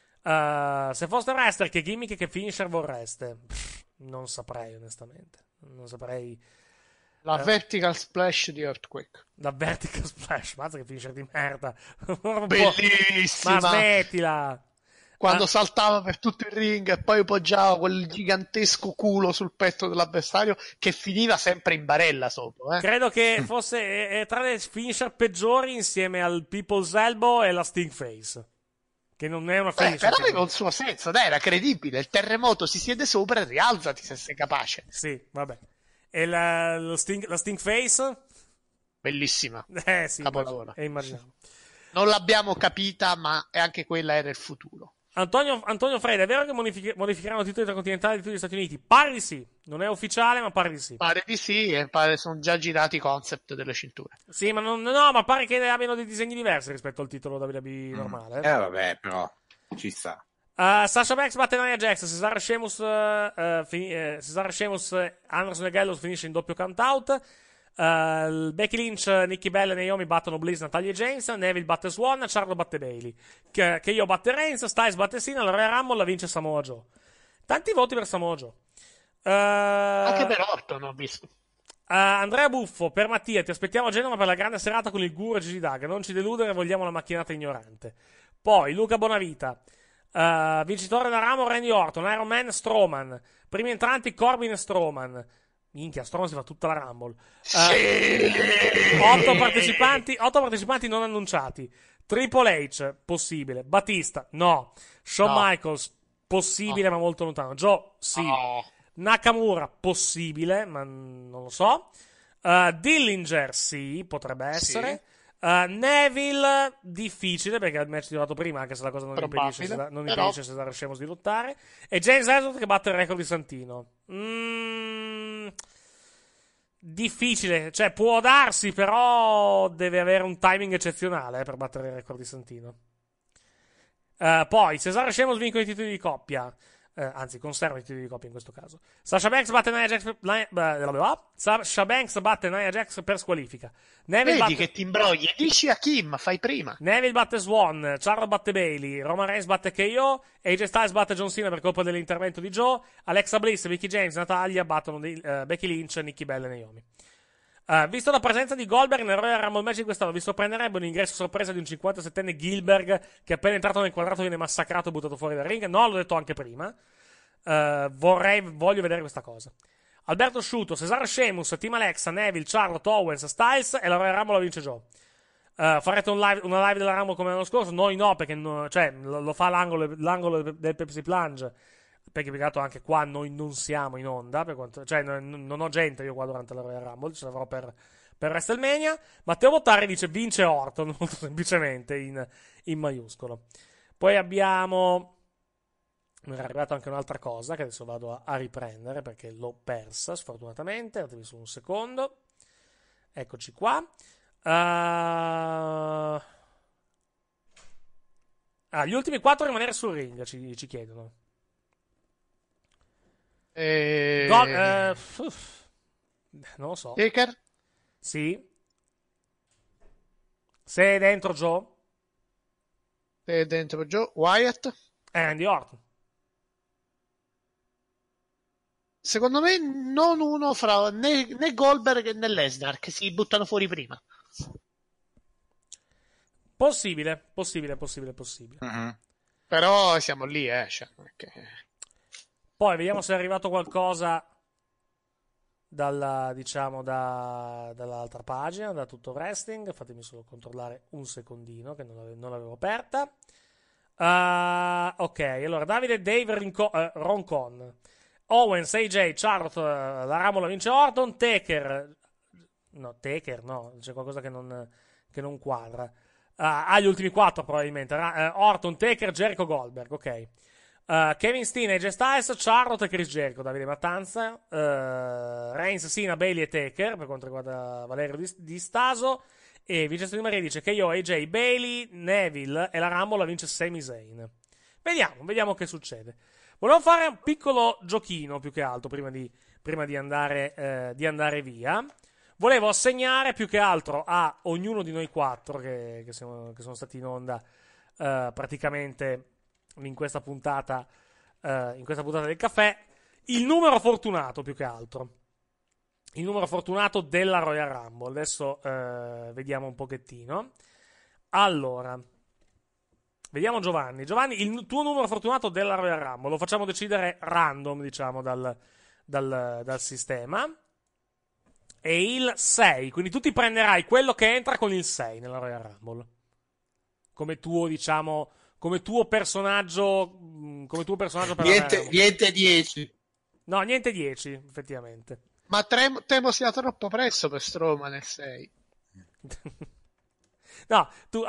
Se foste wrestler, che gimmick e che finisher vorreste? Non saprei, onestamente. Non saprei. La vertical splash di Earthquake. La vertical splash, mazza che finisher di merda. Bellissima. Ma smettila. Quando saltava per tutto il ring e poi poggiava quel gigantesco culo sul petto dell'avversario che finiva sempre in barella sopra. Credo che fosse tra le finisher peggiori insieme al People's Elbow e la Sting Face. Che non è una finisher. Però aveva un suo senso, dai, era credibile. Il terremoto si siede sopra e rialzati se sei capace. Sì, vabbè. E la Sting Face? Bellissima. Sì, capolavoro. Immaginavo. Non l'abbiamo capita, ma anche quella era il futuro. Antonio Freda, è vero che modificheranno il titolo intercontinentale di tutti gli Stati Uniti? Pare di sì. Non è ufficiale, ma pare di sì. Pare di sì, e sono già girati i concept delle cinture. Sì, ma ma pare che abbiano dei disegni diversi rispetto al titolo WWE normale. Vabbè, però ci sta. Sasha Banks batte Nia Jax, Cesaro Sheamus, Anderson e Gallows finisce in doppio count-out. Becky Lynch, Nikki Bella e Naomi battono Bliss, Natalia e James. Neville batte Swan, Charlo batte Bayley, che io batte Reigns, Styles batte Cena, la Royal Rumble la vince Samoa Joe. Tanti voti per Samoa Joe. Anche per Orton ho visto. Andrea Buffo, per Mattia, ti aspettiamo a Genova per la grande serata con il guru e Gigi Dag. Non ci deludere, vogliamo la macchinata ignorante. Poi Luca Bonavita, Vincitore della Rumble Randy Orton, Iron Man Strowman, primi entranti Corbin e Strowman. Minchia, Strowman si fa tutta la Rumble. 8 partecipanti non annunciati. Triple H, possibile. Batista, no. Shawn Michaels, possibile, ma molto lontano. Joe, sì. Nakamura, possibile, ma non lo so. Dillinger, sì, potrebbe essere. Neville, difficile, perché il match è durato prima, anche se la cosa non impedisce Cesaro Sheamus di lottare. E James Ellsworth che batte il record di Santino. Difficile, cioè può darsi, però deve avere un timing eccezionale per battere il record di Santino. Poi Cesaro Sheamus vincono i titoli di coppia. Anzi, conserva i titoli di coppia in questo caso. Sasha Banks batte Nia Jax per squalifica. Vedi che ti imbrogli. Dici a Kim, fai prima. Neville batte Swan, Charlotte batte Bayley, Roman Reigns batte KO, AJ Styles batte John Cena per colpa dell'intervento di Joe, Alexa Bliss, Mickie James, Natalia battono Becky Lynch, Nikki Bella e Naomi. Visto la presenza di Goldberg nel Royal Rumble match di quest'anno, vi sorprenderebbe un ingresso sorpresa di un 57enne Gilbert che appena entrato nel quadrato viene massacrato e buttato fuori dal ring? No, l'ho detto anche prima. Voglio vedere questa cosa. Alberto Sciuto, Cesaro Sheamus, Team Alexa, Neville, Charlotte, Owens, Styles e la Royal Rumble la vince Joe. Farete una live della Rumble come l'anno scorso? Noi no, perché lo fa l'angolo del Pepsi Plunge, perché peccato anche qua noi non siamo in onda, non ho gente io qua durante la Royal Rumble, ce l'avrò per WrestleMania. Matteo Bottari dice vince Orton, molto semplicemente in maiuscolo. Poi abbiamo... Mi era arrivata anche un'altra cosa che adesso vado a riprendere perché l'ho persa sfortunatamente. Datemi solo un secondo. Eccoci qua. Gli ultimi 4 a rimanere sul ring ci chiedono. Non lo so. Taker? Sì. Se è dentro Joe? Se è dentro Joe. Wyatt? Randy Orton. Secondo me non uno fra né Goldberg né Lesnar, che si buttano fuori prima. Possibile. Uh-huh. Però siamo lì, cioè, okay. Poi vediamo se è arrivato qualcosa dall'altra pagina, da Tutto Wrestling. Fatemi solo controllare un secondino, che non l'avevo aperta. Ok, allora Davide Dave Roncon, Owens, AJ, Charlotte, la Rumble la vince Orton, Taker no, c'è qualcosa che non quadra. Gli ultimi 4 probabilmente, Orton, Taker, Jericho, Goldberg, ok. Kevin Steen, AJ Styles, Charlotte e Chris Jericho, Davide Mattanza, Reigns, Cena, Bayley e Taker per quanto riguarda Valerio Di Staso, e Vincenzo Di Maria dice che io, AJ, Bayley, Neville e la Rumble la vince Sami Zayn. Vediamo che succede. Volevo fare un piccolo giochino più che altro prima di andare via. Volevo assegnare più che altro a ognuno di noi 4 che sono stati in onda praticamente in questa puntata del caffè, il numero fortunato più che altro. Il numero fortunato della Royal Rumble. Adesso vediamo un pochettino. Allora, vediamo Giovanni. Giovanni, il tuo numero fortunato della Royal Rumble lo facciamo decidere random, diciamo, dal sistema. E il 6, quindi tu ti prenderai quello che entra con il 6 nella Royal Rumble. Come tuo, diciamo, come tuo personaggio per niente 10. No, niente 10, effettivamente. Ma temo sia troppo presto per Strowman e 6. No, tu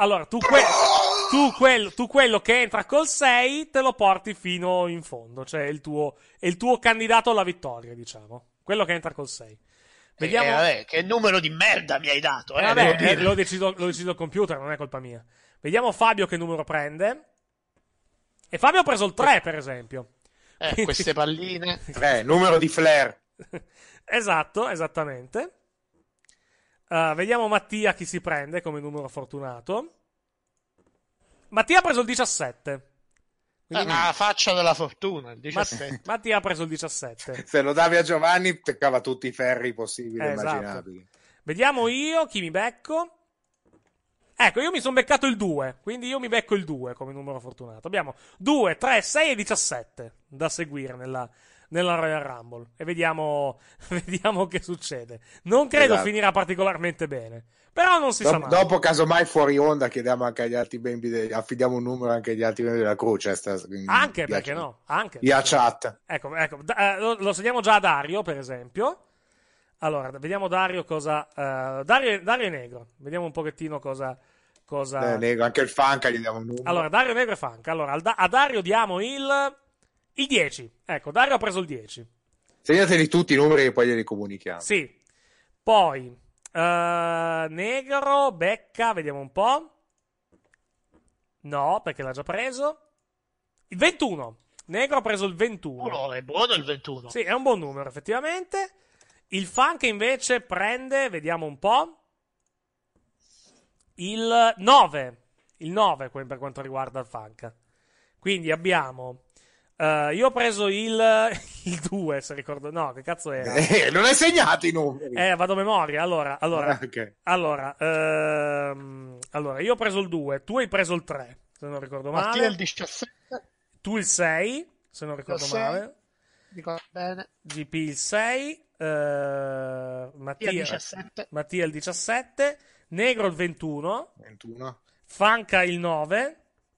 quello che entra col 6 te lo porti fino in fondo, cioè è il tuo candidato alla vittoria, diciamo. Quello che entra col 6. Vediamo. Vabbè, che numero di merda mi hai dato, lo decido il computer, non è colpa mia. Vediamo Fabio che numero prende. E Fabio ha preso il 3, per esempio. Queste palline. Numero di Flair. Esatto, esattamente. Vediamo Mattia chi si prende come numero fortunato. Mattia ha preso il 17. La faccia della fortuna, il 17. Mattia ha preso il 17. Se lo davi a Giovanni, toccava tutti i ferri possibili e esatto. immaginabili. Vediamo io chi mi becco. Ecco, io mi sono beccato il 2, quindi io mi becco il 2 come numero fortunato. Abbiamo 2, 3, 6 e 17 da seguire nella Royal Rumble e vediamo che succede. Non credo finirà particolarmente bene, però non si sa mai. Dopo, casomai, fuori onda chiediamo anche agli altri membri, affidiamo un numero anche agli altri membri della Croce. Anche, perché no? Anche. Via chat. Ecco, lo segniamo già a Dario, per esempio. Allora, vediamo Dario cosa... Dario è negro. Vediamo un pochettino cosa... Negro, anche il Fanca gli diamo un numero. Allora, Dario negro e Fanca. Allora, a Dario diamo il 10. Ecco, Dario ha preso il 10. Segnateli tutti i numeri che poi glieli comunichiamo. Sì. Poi, negro, becca, vediamo un po'. No, perché l'ha già preso. Il 21. Negro ha preso il 21. Oh, è buono il 21. Sì, è un buon numero, effettivamente. Il Funk invece prende, vediamo un po', il 9. Il 9 per quanto riguarda il Funk. Quindi abbiamo... io ho preso il 2, se ricordo... No, che cazzo era? Non hai segnato i numeri. Vado a memoria. Allora, okay. allora, io ho preso il 2, tu hai preso il 3, se non ricordo male. Mattia il 17. Tu il 6, se non ricordo male. Ricordo bene. GP il 6. Mattia il 17, Negro il 21, Fanca il 9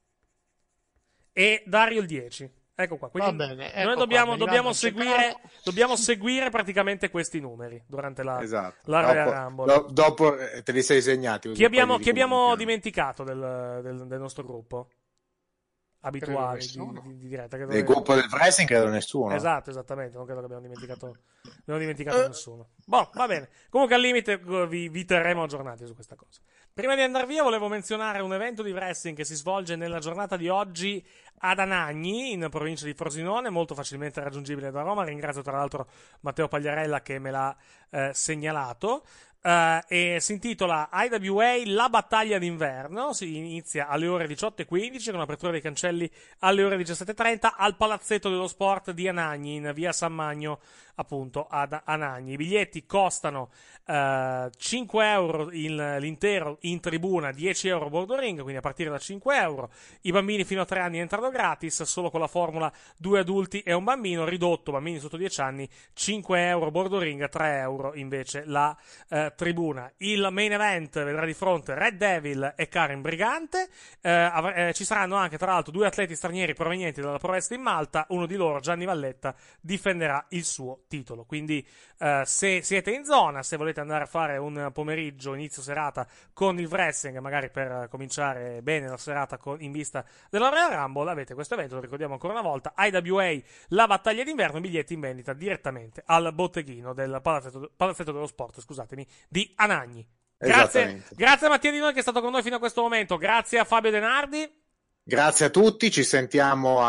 e Dario il 10. Ecco qua. Quindi va bene, noi dobbiamo seguire praticamente questi numeri durante la Royal Rumble. Dopo te li sei segnati. Chi abbiamo dimenticato del nostro gruppo abituali di diretta? Del gruppo del wrestling credo nessuno. Esatto, esattamente, non credo che abbiamo dimenticato nessuno. Boh, va bene. Comunque al limite vi terremo aggiornati su questa cosa. Prima di andare via volevo menzionare un evento di wrestling che si svolge nella giornata di oggi ad Anagni, in provincia di Frosinone, molto facilmente raggiungibile da Roma. Ringrazio tra l'altro Matteo Pagliarella che me l'ha segnalato. E si intitola IWA La battaglia d'inverno. Si inizia alle ore 18:15 con apertura dei cancelli alle ore 17:30 al Palazzetto dello Sport di Anagni, in via San Magno, appunto ad Anagni. I biglietti costano 5 euro l'intero in tribuna, 10 euro bordo ring, quindi a partire da 5 euro. I bambini fino a 3 anni entrano gratis, solo con la formula 2 adulti e un bambino, ridotto bambini sotto 10 anni 5 euro bordo ring, 3 euro invece la tribuna. Il main event vedrà di fronte Red Devil e Karen Brigante. Ci saranno anche tra l'altro 2 atleti stranieri provenienti dalla Pro Wrestling Malta. Uno di loro, Gianni Valletta, difenderà il suo titolo. Quindi se siete in zona, se volete andare a fare un pomeriggio, inizio serata con il wrestling, magari per cominciare bene la serata in vista della Royal Rumble, avete questo evento, lo ricordiamo ancora una volta, IWA La battaglia d'inverno, biglietti in vendita direttamente al botteghino del Palazzetto dello Sport, scusatemi, di Anagni. Grazie a Mattia Di Noi che è stato con noi fino a questo momento, grazie a Fabio Denardi. Grazie a tutti, ci sentiamo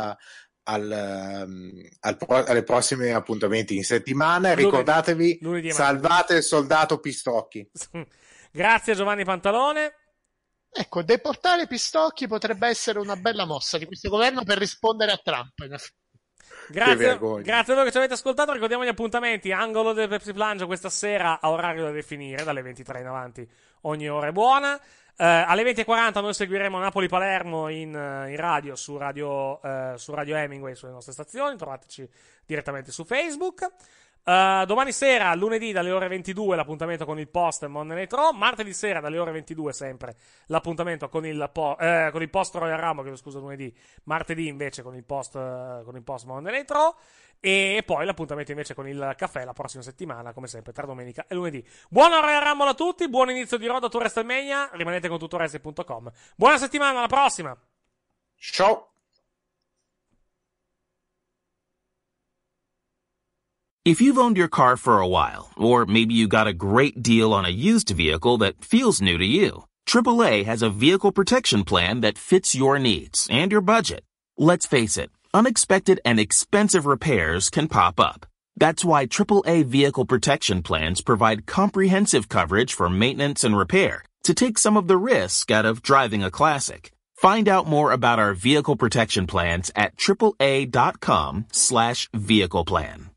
alle prossime appuntamenti in settimana. Ricordatevi, salvate il soldato Pistocchi. Grazie a Giovanni Pantalone. Ecco, deportare Pistocchi potrebbe essere una bella mossa di questo governo per rispondere a Trump. Grazie a voi che ci avete ascoltato. Ricordiamo gli appuntamenti: angolo del Pepsi Plunge questa sera a orario da definire, dalle 23 in avanti ogni ora è buona. Alle 20:40 noi seguiremo Napoli-Palermo in radio su Radio Hemingway, sulle nostre stazioni. Trovateci direttamente su Facebook. Domani sera, lunedì, dalle ore 22, l'appuntamento con il post Monday Night Raw. Martedì sera, dalle ore 22, sempre l'appuntamento con il post Royal Rumble, scusa, lunedì. Martedì, invece, con il post Monday Night Raw. E poi l'appuntamento invece con il caffè la prossima settimana, come sempre, tra domenica e lunedì. Buona Royal Rumble a tutti, buon inizio di Road to WrestleMania. Rimanete con tuttoWrestling.com. Buona settimana, alla prossima! Ciao! If you've owned your car for a while, or maybe you got a great deal on a used vehicle that feels new to you, AAA has a vehicle protection plan that fits your needs and your budget. Let's face it, unexpected and expensive repairs can pop up. That's why AAA vehicle protection plans provide comprehensive coverage for maintenance and repair to take some of the risk out of driving a classic. Find out more about our vehicle protection plans at AAA.com/vehicle plan.